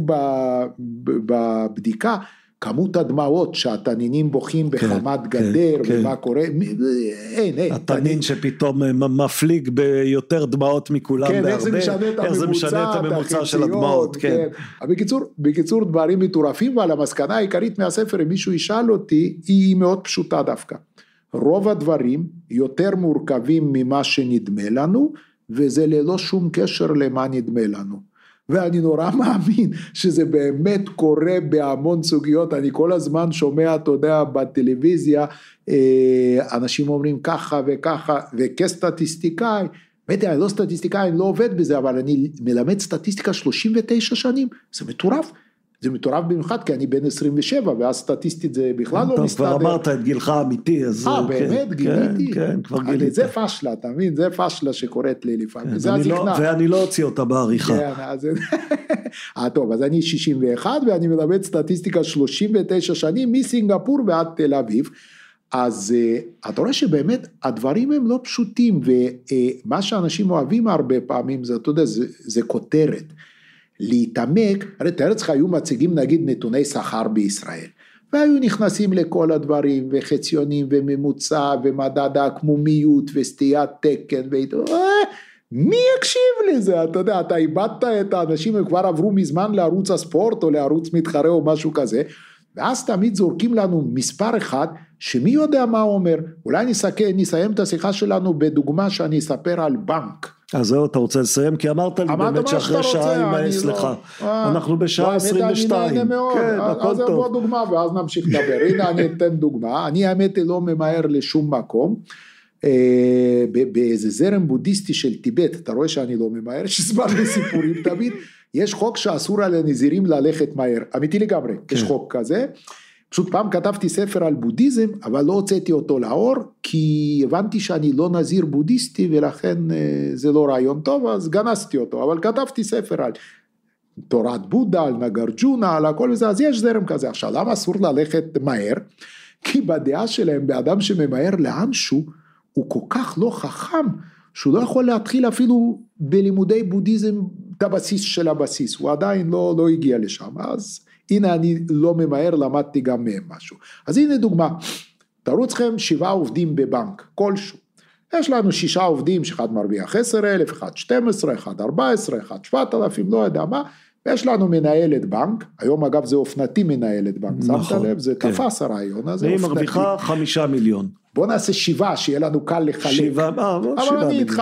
בבדיקה, כמות הדמעות שהתנינים בוכים בחמת גדר, ומה קורה, אין. התנין שפתאום מפליג ביותר דמעות מכולם בהרבה, איך זה משנה את הממוצע של הדמעות, כן. בקיצור דברים מטורפים, ועל המסקנה העיקרית מהספר, אם מישהו ישאל אותי, היא מאוד פשוטה דווקא. רוב הדברים יותר מורכבים ממה שנדמה לנו, וזה ללא שום קשר למה נדמה לנו. ואני נורא מאמין שזה באמת קורה בהמון סוגיות, אני כל הזמן שומע, אתה יודע, בטלוויזיה, אנשים אומרים ככה וככה, וכסטטיסטיקאי, אני לא סטטיסטיקאי, אני לא עובד בזה, אבל אני מלמד סטטיסטיקה 39 שנים, זה מטורף. זה מטורף במיוחד, כי אני בן 27, ואז סטטיסטית זה בכלל לא מסתדר. כבר אמרת את גילך האמיתי, אז... באמת, גיליתי. כן, כבר גילית. זה פשלה, אתה מבין? זה פשלה שקורית לי לפעמים. ואני לא אוציא אותה בעריכה. טוב, אז אני 61, ואני מלמד סטטיסטיקה 39 שנים, מסינגפור ועד תל אביב. אז אתה רואה שבאמת הדברים הם לא פשוטים, ומה שאנשים אוהבים הרבה פעמים, זה, אתה יודע, זה כותרת. להתעמק, הרי תאר לך היו מציגים נגיד נתוני שכר בישראל, והיו נכנסים לכל הדברים, וחציונים וממוצע, ומדד העקמומיות, וסטיית תקן, מי יקשיב לזה? אתה יודע, אתה איבדת את האנשים, הם כבר עברו מזמן לערוץ הספורט, או לערוץ מתחרה, או משהו כזה, ואז תמיד זורקים לנו מספר אחד, שמי יודע מה הוא אומר, אולי נסיים את השיחה שלנו, בדוגמה שאני אספר על בנק, אז זהו, אתה רוצה לסיים? כי אמרת לי באמת שאחרי שעה ימאס לך. אנחנו בשעה 22. כן, הכל טוב. אז בוא דוגמה, ואז נמשיך לדבר. הנה אני אתן דוגמה. אני האמת לא ממהר לשום מקום. באיזה זרם בודהיסטי של טיבט, אתה רואה שאני לא ממהר, שזמן לסיפורים תמיד. יש חוק שאסור על הנזירים ללכת מהר. אמיתי לגמרי, יש חוק כזה. פשוט פעם כתבתי ספר על בודהיזם, אבל לא הוצאתי אותו לאור, כי הבנתי שאני לא נזיר בודהיסטי, ולכן זה לא רעיון טוב, אז גנסתי אותו, אבל כתבתי ספר על תורת בודה, על נגרג'ונה, על הכל וזה, אז יש זרם כזה. עכשיו, למה אסור ללכת מהר? כי בדעה שלהם, באדם שממהר לאנשהו, הוא כל כך לא חכם, שהוא לא יכול להתחיל אפילו בלימודי בודהיזם, את הבסיס של הבסיס, הוא עדיין לא הגיע לשם, אז הנה אני לא ממהר, למדתי גם מהם משהו. אז הנה דוגמה, תראו אתכם 7 עובדים בבנק, כלשהו. יש לנו 6 עובדים, שאחד מרוויח 10,000, אחד 12, אחד 14, אחד 7,000, לא יודע מה, ויש לנו מנהלת בנק, היום אגב זה אופנתי מנהלת בנק, שמת לב, זה תפס הרעיון הזה, והיא מרוויחה 5 מיליון. בוא נעשה 7, שיהיה לנו קל לחלק. 7 אבל אני איתך,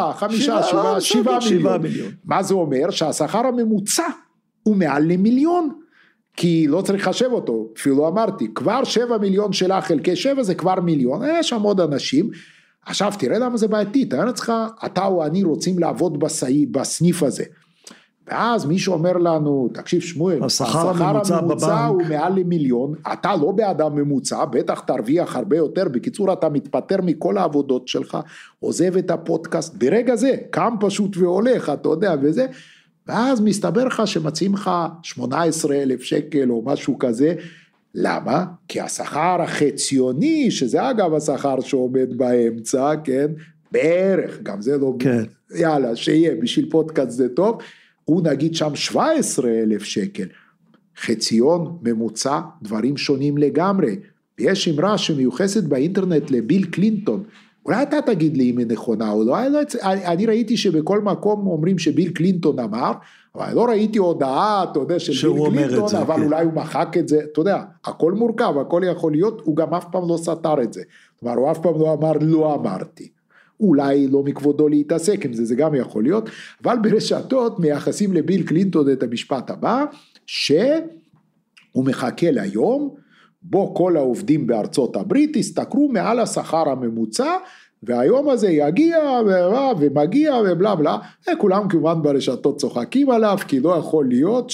7 מיליון. מה זה אומר? שהשכר הממוצע הוא מעל למיליון, כי לא צריך לחשב אותו, אפילו אמרתי, כבר 7 מיליון שלה חלקי 7 זה כבר מיליון, יש שם עוד אנשים, עכשיו תראה למה זה בעייתי, אתה או אני רוצים לעבוד בסניף הזה, ואז מישהו אומר לנו, תקשיב שמואל, השכר הממוצע הוא מעל למיליון, אתה לא באדם ממוצע, בטח תרוויח הרבה יותר, בקיצור אתה מתפטר מכל העבודות שלך, עוזב את הפודקאסט, ברגע זה, קם פשוט והולך, אתה יודע, וזה, ואז מסתבר לך שמציעים לך 18,000 שקל או משהו כזה, למה? כי השכר החציוני, שזה אגב השכר שעומד באמצע, כן, בערך, גם זה לא, כן. יאללה, שיהיה, בשביל פודקאסט זה טוב, הוא נגיד שם 17,000 שקל, חציון, ממוצע, דברים שונים לגמרי, יש אמרה שמיוחסת באינטרנט לביל קלינטון, אולי אתה תגיד לי אם היא נכונה או לא, אני ראיתי שבכל מקום אומרים שביל קלינטון אמר, אבל לא ראיתי הודעה, אתה יודע, של ביל קלינטון, אבל כן. אולי הוא מחק את זה, אתה יודע, הכל מורכב, הכל יכול להיות, הוא גם אף פעם לא סתר את זה, זאת אומרת, הוא אף פעם לא אמר, לא אמרתי, אולי לא מכבודו להתעסק עם זה, זה גם יכול להיות, אבל ברשתות מייחסים לביל קלינטון את המשפט הבא, שהוא מחכה ליום, בו כל העובדים בארצות הברית הסתכרו מעל השכר הממוצע, והיום הזה יגיע ומגיע ובלה בלה, כולם כמובן ברשתות צוחקים עליו, כי לא יכול להיות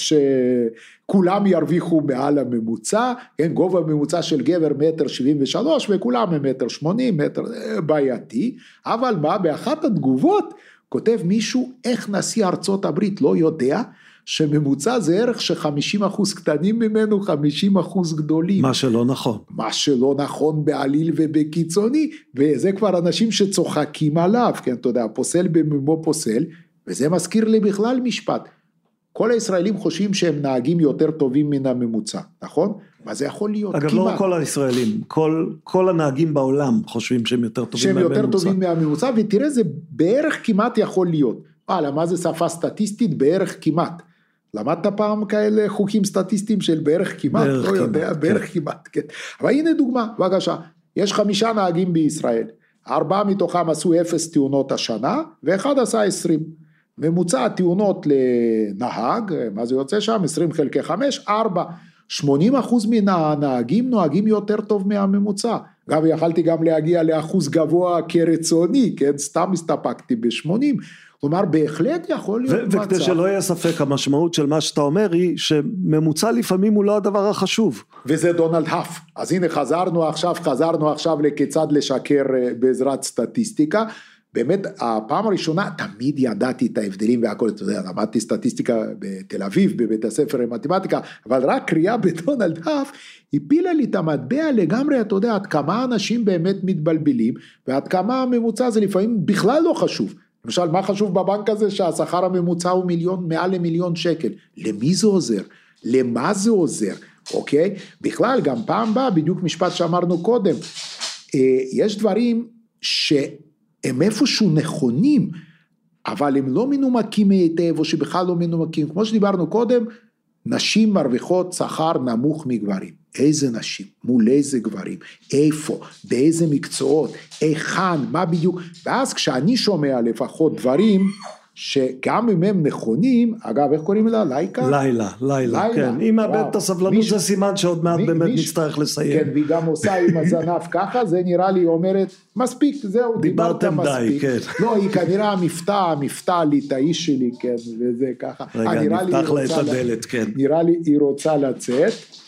שכולם ירוויחו מעל הממוצע, כן, גובה ממוצע של גבר 1.73 וכולם 1.80 מטר, בעייתי, אבל מה, באחת התגובות כותב מישהו, איך נשיא ארצות הברית לא יודע, שממוצע זה ערך ש50% קטנים ממנו, 50% גדולים. מה שלא נכון. מה שלא נכון בעליל ובקיצוני, וזה כבר אנשים שצוחקים עליו, כן, אתה יודע, פוסל בממו פוסל, וזה מזכיר לי בכלל משפט. כל הישראלים חושבים שהם נהגים יותר טובים מן הממוצע, נכון? מה זה יכול להיות? אגב, כמעט. לא כל הישראלים, כל הנהגים בעולם חושבים שהם יותר טובים מהממוצע. שהם יותר טובים מהממוצע, ותראה, זה בערך כמעט יכול להיות. מה זה שפה סטטיסטית? בערך כמעט. למדת פעם כאלה חוקים סטטיסטיים של בערך כמעט, לא יודע, בערך כמעט, כן. אבל הנה דוגמה, בבקשה, יש 5 נהגים בישראל, 4 מתוכם עשו 0 תאונות השנה, ואחד עשה 20. ממוצע התאונות לנהג, מה זה יוצא שם? 20 חלקי 5, 4. 80% מן הנהגים נוהגים יותר טוב מהממוצע. גם יכלתי גם להגיע לאחוז גבוה כרצוני, כן, סתם הסתפקתי ב-80. כלומר, בהחלט יכול להיות וכדי שלא יהיה ספק, המשמעות של מה שאתה אומר היא, שממוצע לפעמים הוא לא הדבר החשוב. וזה דונלד האף. אז הנה, חזרנו עכשיו לכיצד לשקר בעזרת סטטיסטיקה. באמת, הפעם הראשונה, תמיד ידעתי את ההבדלים והכל, אתה יודע, למדתי סטטיסטיקה בתל אביב, בבית הספר למתמטיקה, אבל רק קריאה בדונלד האף, הפילה לי את המטבע לגמרי, אתה יודע, עד כמה אנשים באמת מתבלבלים, ועד כמה הממוצע זה לפעמים בכלל לא חשוב. למשל, מה חשוב בבנק הזה? שהשכר הממוצע הוא מעל ל1,000,000 שקל. למי זה עוזר? למה זה עוזר? אוקיי? בכלל, גם פעם באה, בדיוק משפט שאמרנו קודם, יש דברים שהם איפשהו נכונים, אבל הם לא מנומקים היטב, או שבכלל לא מנומקים. כמו שדיברנו קודם, נשים מרוויחות שכר נמוך מגברים. איזה נשים, מול איזה גברים, איפה, באיזה מקצועות, היכן, מה בדיוק, ואז כשאני שומע לפחות דברים, שגם אם הם נכונים, אגב, איך קוראים לה? לילה, כן, אם מאבד את הסבלנות זה סימן שעוד מעט באמת נצטרך לסיים. כן, והיא גם עושה עם הזנב ככה, זה נראה לי אומרת, מספיק, זהו, דיברתם די, כן. לא, היא כנראה המפתע ליטאי שלי, כן, וזה ככה. רגע, נפתח לה את הדלת, כן. נראה לי היא רוצה לצאת,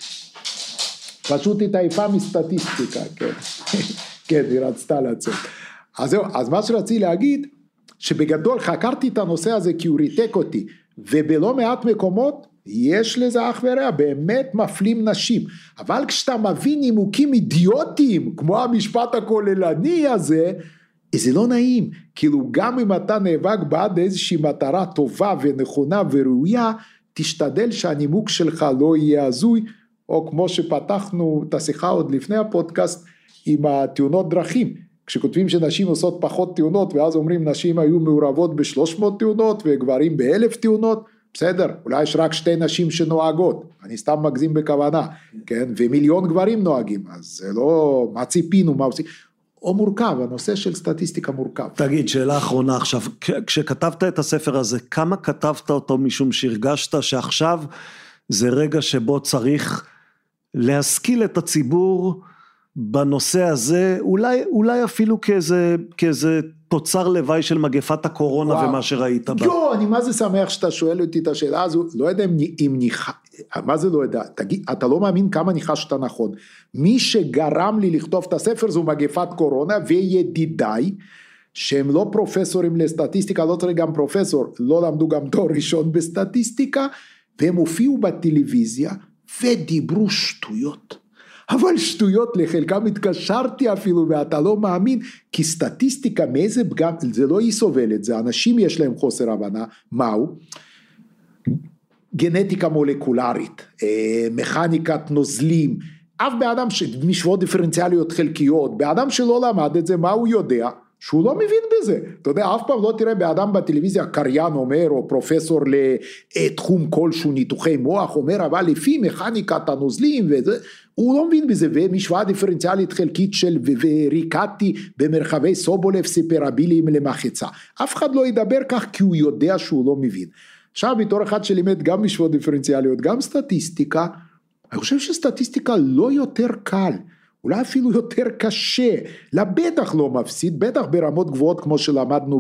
פשוט התעייפה מסטטיסטיקה, כן, כן, היא רצתה לצאת. אז זהו, אז מה שרציתי להגיד, שבגדול חקרתי את הנושא הזה כי הוא ריתק אותי, ובלא מעט מקומות יש לזה אח ורע, באמת מפלים נשים, אבל כשאתה מבין נימוקים אידיוטיים, כמו המשפט הכוללני הזה, זה לא נעים, כאילו גם אם אתה נאבק בעד איזושהי מטרה טובה ונכונה וראויה, תשתדל שהנימוק שלך לא יהיה הזוי, או כמו שפתחנו את השיחה עוד לפני הפודקאסט, עם התאונות דרכים, כשכותבים שנשים עושות פחות תאונות, ואז אומרים נשים היו מעורבות ב300 תאונות, וגברים ב1000 תאונות, בסדר, אולי יש רק 2 נשים שנוהגות, אני סתם מגזים בכוונה, כן, ו1,000,000 גברים נוהגים, אז זה לא, מה ציפינו, מה עושים, או מורכב, הנושא של סטטיסטיקה מורכב. תגיד, שאלה אחרונה עכשיו, כשכתבת את הספר הזה, כמה כתבת אותו משום שהרגשת שעכשיו זה רגע שבו צריך להשכיל את הציבור בנושא הזה, אולי אפילו כאיזה תוצר לוואי של מגפת הקורונה ומה שראית בה. אני מה זה שמח שאתה שואל אותי את השאלה הזו, לא יודע אם מה זה לא יודע, תגיד, אתה לא מאמין כמה ניחשת נכון, מי שגרם לי לכתוב את הספר זו מגפת קורונה, וידידיי, שהם לא פרופסורים לסטטיסטיקה, לא צריך גם פרופסור, לא למדו גם תואר ראשון בסטטיסטיקה, והם הופיעו בטלוויזיה, ודיברו שטויות, אבל שטויות לחלקם התקשרתי אפילו, ואתה לא מאמין, כי סטטיסטיקה מאיזה פגם, זה לא היא סובלת, זה אנשים יש להם חוסר הבנה, מהו? גנטיקה מולקולרית, מכניקת נוזלים, אף באדם משוואות דיפרנציאליות חלקיות, באדם שלא למד את זה, מה הוא יודע? שהוא לא מבין בזה, אתה יודע, אף פעם לא תראה באדם בטלוויזיה, קריין אומר, או פרופסור לתחום כלשהו ניתוחי מוח, אומר, אבל לפי מכניקת הנוזלים, וזה, הוא לא מבין בזה, ומשוואה דיפרנציאלית חלקית של וריקטי, במרחבי סובולב ספרביליים למחצה, אף אחד לא ידבר כך, כי הוא יודע שהוא לא מבין. עכשיו, בתור אחד שלימד גם משוואות דיפרנציאליות, גם סטטיסטיקה, אני חושב שסטטיסטיקה לא יותר קל, אולי אפילו יותר קשה, לבטח לא מפסיד, בטח ברמות גבוהות כמו שלמדנו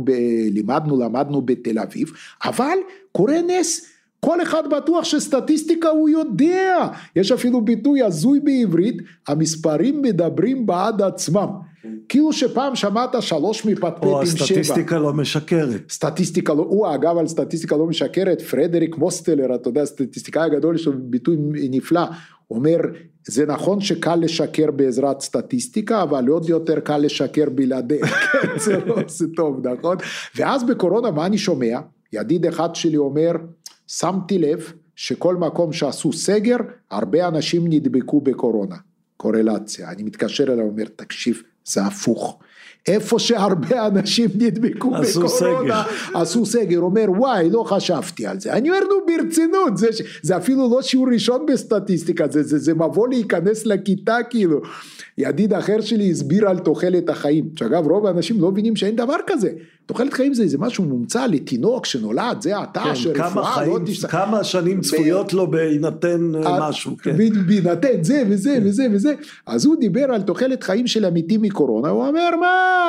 בתל אביב, אבל קורה נס, כל אחד בטוח שסטטיסטיקה הוא יודע, יש אפילו ביטוי הזוי בעברית, המספרים מדברים בעד עצמם, כאילו שפעם שמעת 3 מפטפט עם 7. או הסטטיסטיקה לא משקרת. סטטיסטיקה לא, הוא אגב על סטטיסטיקה לא משקרת, פרדריק מוסטלר, אתה יודע, סטטיסטיקאי הגדול, יש לו ביטוי נפלא, אומר, זה נכון שקל לשקר בעזרת סטטיסטיקה, אבל עוד יותר קל לשקר בלעדי, זה לא עושה טוב, נכון? ואז בקורונה, מה אני שומע? ידיד אחד שלי אומר, שמתי לב שכל מקום שעשו סגר, הרבה אנשים נדבקו בקורונה, קורלציה, אני מתקשר אליו, אומר, תקשיב, זה הפוך, איפה שהרבה אנשים נדבקו בקורונה, עשו סגר, אומר, וואי, לא חשבתי על זה, אני אומר, נו, ברצינות, זה אפילו לא שיעור ראשון בסטטיסטיקה, זה מבוא להיכנס לכיתה, כאילו, ידיד אחר שלי הסביר על תוחלת החיים, שאגב, רוב האנשים לא מבינים שאין דבר כזה, תוחלת חיים זה משהו מומצא לתינוק שנולד, זה אתה שרפואה, לא תשתע... כמה שנים צפויות לו בהינתן משהו, כן. בהינתן זה וזה וזה וזה, אז הוא דיבר על תוחלת חיים של עמיתים מקורונה, הוא אומר, מה,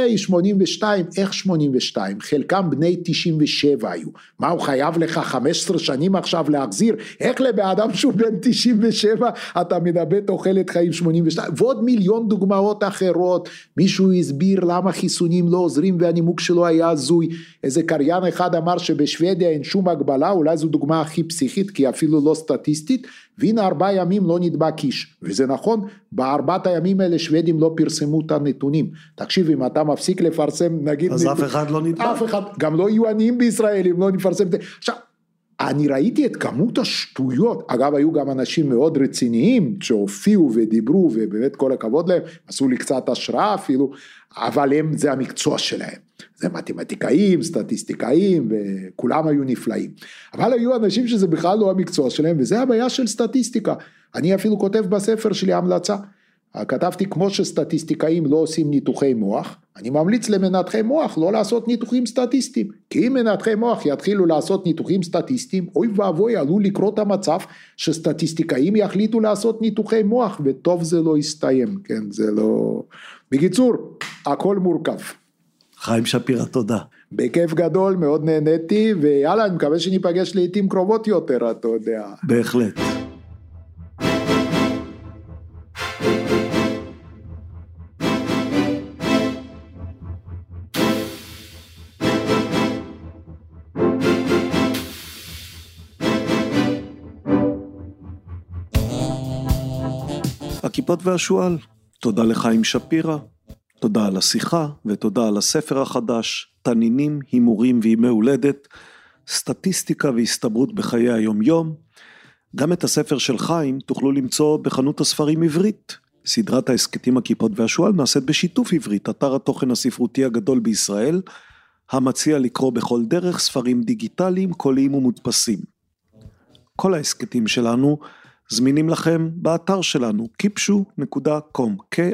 82, איך 82? חלקם בני 97 היו, מה הוא חייב לך 15 שנים עכשיו להחזיר, איך לבאדם שהוא בן 97, אתה מדבר תוחלת חיים 82, ועוד מיליון דוגמאות אחרות, מישהו הסביר למה חיסונים לא עוזרים, והנימוק שלו היה הזוי, איזה קריין אחד אמר שבשוודיה אין שום הגבלה, אולי זו דוגמה הכי פסיכית, כי אפילו לא סטטיסטית, והנה 4 ימים לא נדבק איש, וזה נכון, ב4 הימים האלה שוודים לא פרסמו את הנתונים, תקשיב, אם אתה מפסיק לפרסם, נגיד... אז אף אחד לא נדבק. אף אחד, גם לא יהיו עניים בישראל, אם לא נפרסם... עכשיו, אני ראיתי את כמות השטויות, אגב היו גם אנשים מאוד רציניים שהופיעו ודיברו ובאמת כל הכבוד להם, עשו לי קצת השראה אפילו, אבל הם, זה המקצוע שלהם, זה מתמטיקאים, סטטיסטיקאים וכולם היו נפלאים, אבל היו אנשים שזה בכלל לא המקצוע שלהם וזה הבעיה של סטטיסטיקה, אני אפילו כותב בספר שלי המלצה, כתבתי כמו שסטטיסטיקאים לא עושים ניתוחי מוח, אני ממליץ למנתחי מוח לא לעשות ניתוחים סטטיסטיים, כי אם מנתחי מוח יתחילו לעשות ניתוחים סטטיסטיים, אוי ואבוי עלול לקרות המצב שסטטיסטיקאים יחליטו לעשות ניתוחי מוח, וטוב זה לא יסתיים, כן, זה לא... בקיצור, הכל מורכב. חיים שפירא, תודה. בכיף גדול, מאוד נהניתי, ויאללה, אני מקווה שניפגש לעתים קרובות יותר, אתה יודע. בהחלט. הכיפות והשואל, תודה לחיים שפירא, תודה על השיחה ותודה על הספר החדש, תנינים, הימורים וימי הולדת, סטטיסטיקה והסתברות בחיי היום יום. גם את הספר של חיים תוכלו למצוא בחנות הספרים עברית. סדרת ההסכתים הכיפות והשואל נעשית בשיתוף עברית, אתר התוכן הספרותי הגדול בישראל, המציע לקרוא בכל דרך ספרים דיגיטליים, קוליים ומודפסים. כל ההסכתים שלנו זמינים לכם באתר שלנו, kipshu.com,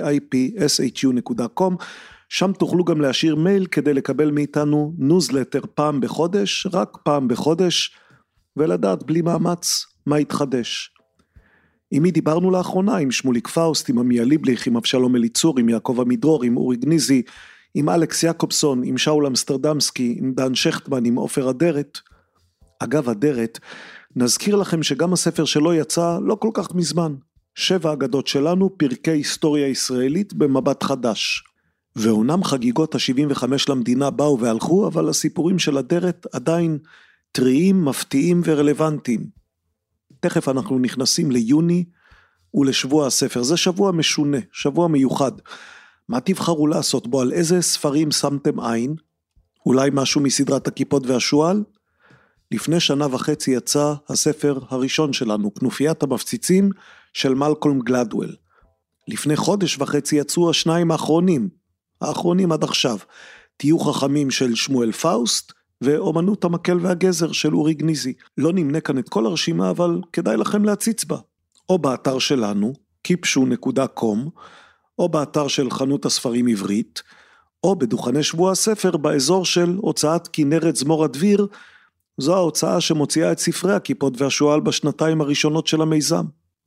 kipshu.com, שם תוכלו גם להשאיר מייל כדי לקבל מאיתנו ניוזלטר פעם בחודש, רק פעם בחודש, ולדעת בלי מאמץ מה יתחדש. עם מי דיברנו לאחרונה? עם שמוליק פאוסט, עם עמיה ליבליך, עם אבשלום אליצור, עם יעקב עמידרור, עם אורי גניזי, עם אלכס יעקובסון, עם שאול אמסטרדמסקי, עם דן שכטמן, עם עופר אדרת. אגב אדרת, נזכיר לכם שגם הספר שלו יצא לא כל כך מזמן. 7 אגדות שלנו, פרקי היסטוריה ישראלית במבט חדש. ואונם חגיגות ה-75 למדינה באו והלכו, אבל הסיפורים של אדרת עדיין טריים, מפתיעים ורלוונטיים. תכף אנחנו נכנסים ליוני ולשבוע הספר. זה שבוע משונה, שבוע מיוחד. מה תבחרו לעשות בו? על איזה ספרים שמתם עין? אולי משהו מסדרת הכיפות והשואל? לפני 1.5 שנה יצא הספר הראשון שלנו, כנופיית המפציצים של מלקולם גלדוול. לפני 1.5 חודש יצאו 2 האחרונים עד עכשיו. תהיו חכמים של שמואל פאוסט, ואומנות המקל והגזר של אורי גניזי. לא נמנה כאן את כל הרשימה, אבל כדאי לכם להציץ בה. או באתר שלנו, kipshu.com, או באתר של חנות הספרים עברית, או בדוכני שבוע הספר באזור של הוצאת כנרת זמור הדביר, זו ההוצאה שמוציאה את ספרי הכיפות והשואל בשנתיים הראשונות של המיזם.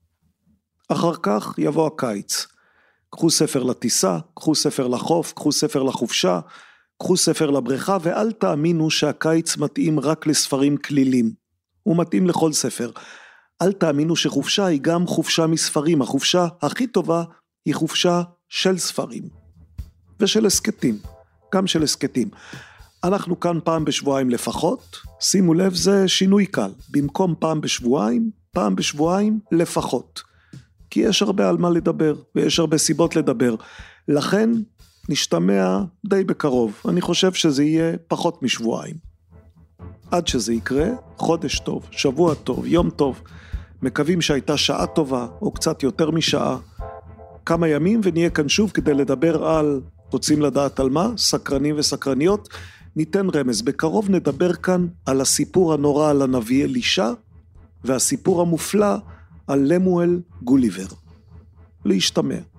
אחר כך יבוא הקיץ. קחו ספר לטיסה, קחו ספר לחוף, קחו ספר לחופשה, קחו ספר לבריכה, ואל תאמינו שהקיץ מתאים רק לספרים כלילים. הוא מתאים לכל ספר. אל תאמינו שחופשה היא גם חופשה מספרים. החופשה הכי טובה היא חופשה של ספרים. ושל הסקטים. גם של הסקטים. אנחנו כאן פעם בשבועיים לפחות. שימו לב, זה שינוי קל. במקום פעם בשבועיים לפחות. כי יש הרבה על מה לדבר, ויש הרבה סיבות לדבר. לכן נשתמע די בקרוב. אני חושב שזה יהיה פחות משבועיים. עד שזה יקרה, חודש טוב, שבוע טוב, יום טוב. מקווים שהייתה שעה טובה, או קצת יותר משעה. כמה ימים ונהיה כאן שוב כדי לדבר על, רוצים לדעת על מה? סקרנים וסקרניות. ניתן רמז, בקרוב נדבר כאן על הסיפור הנורא על הנביא אלישע, והסיפור המופלא על למואל גוליבר. להשתמע.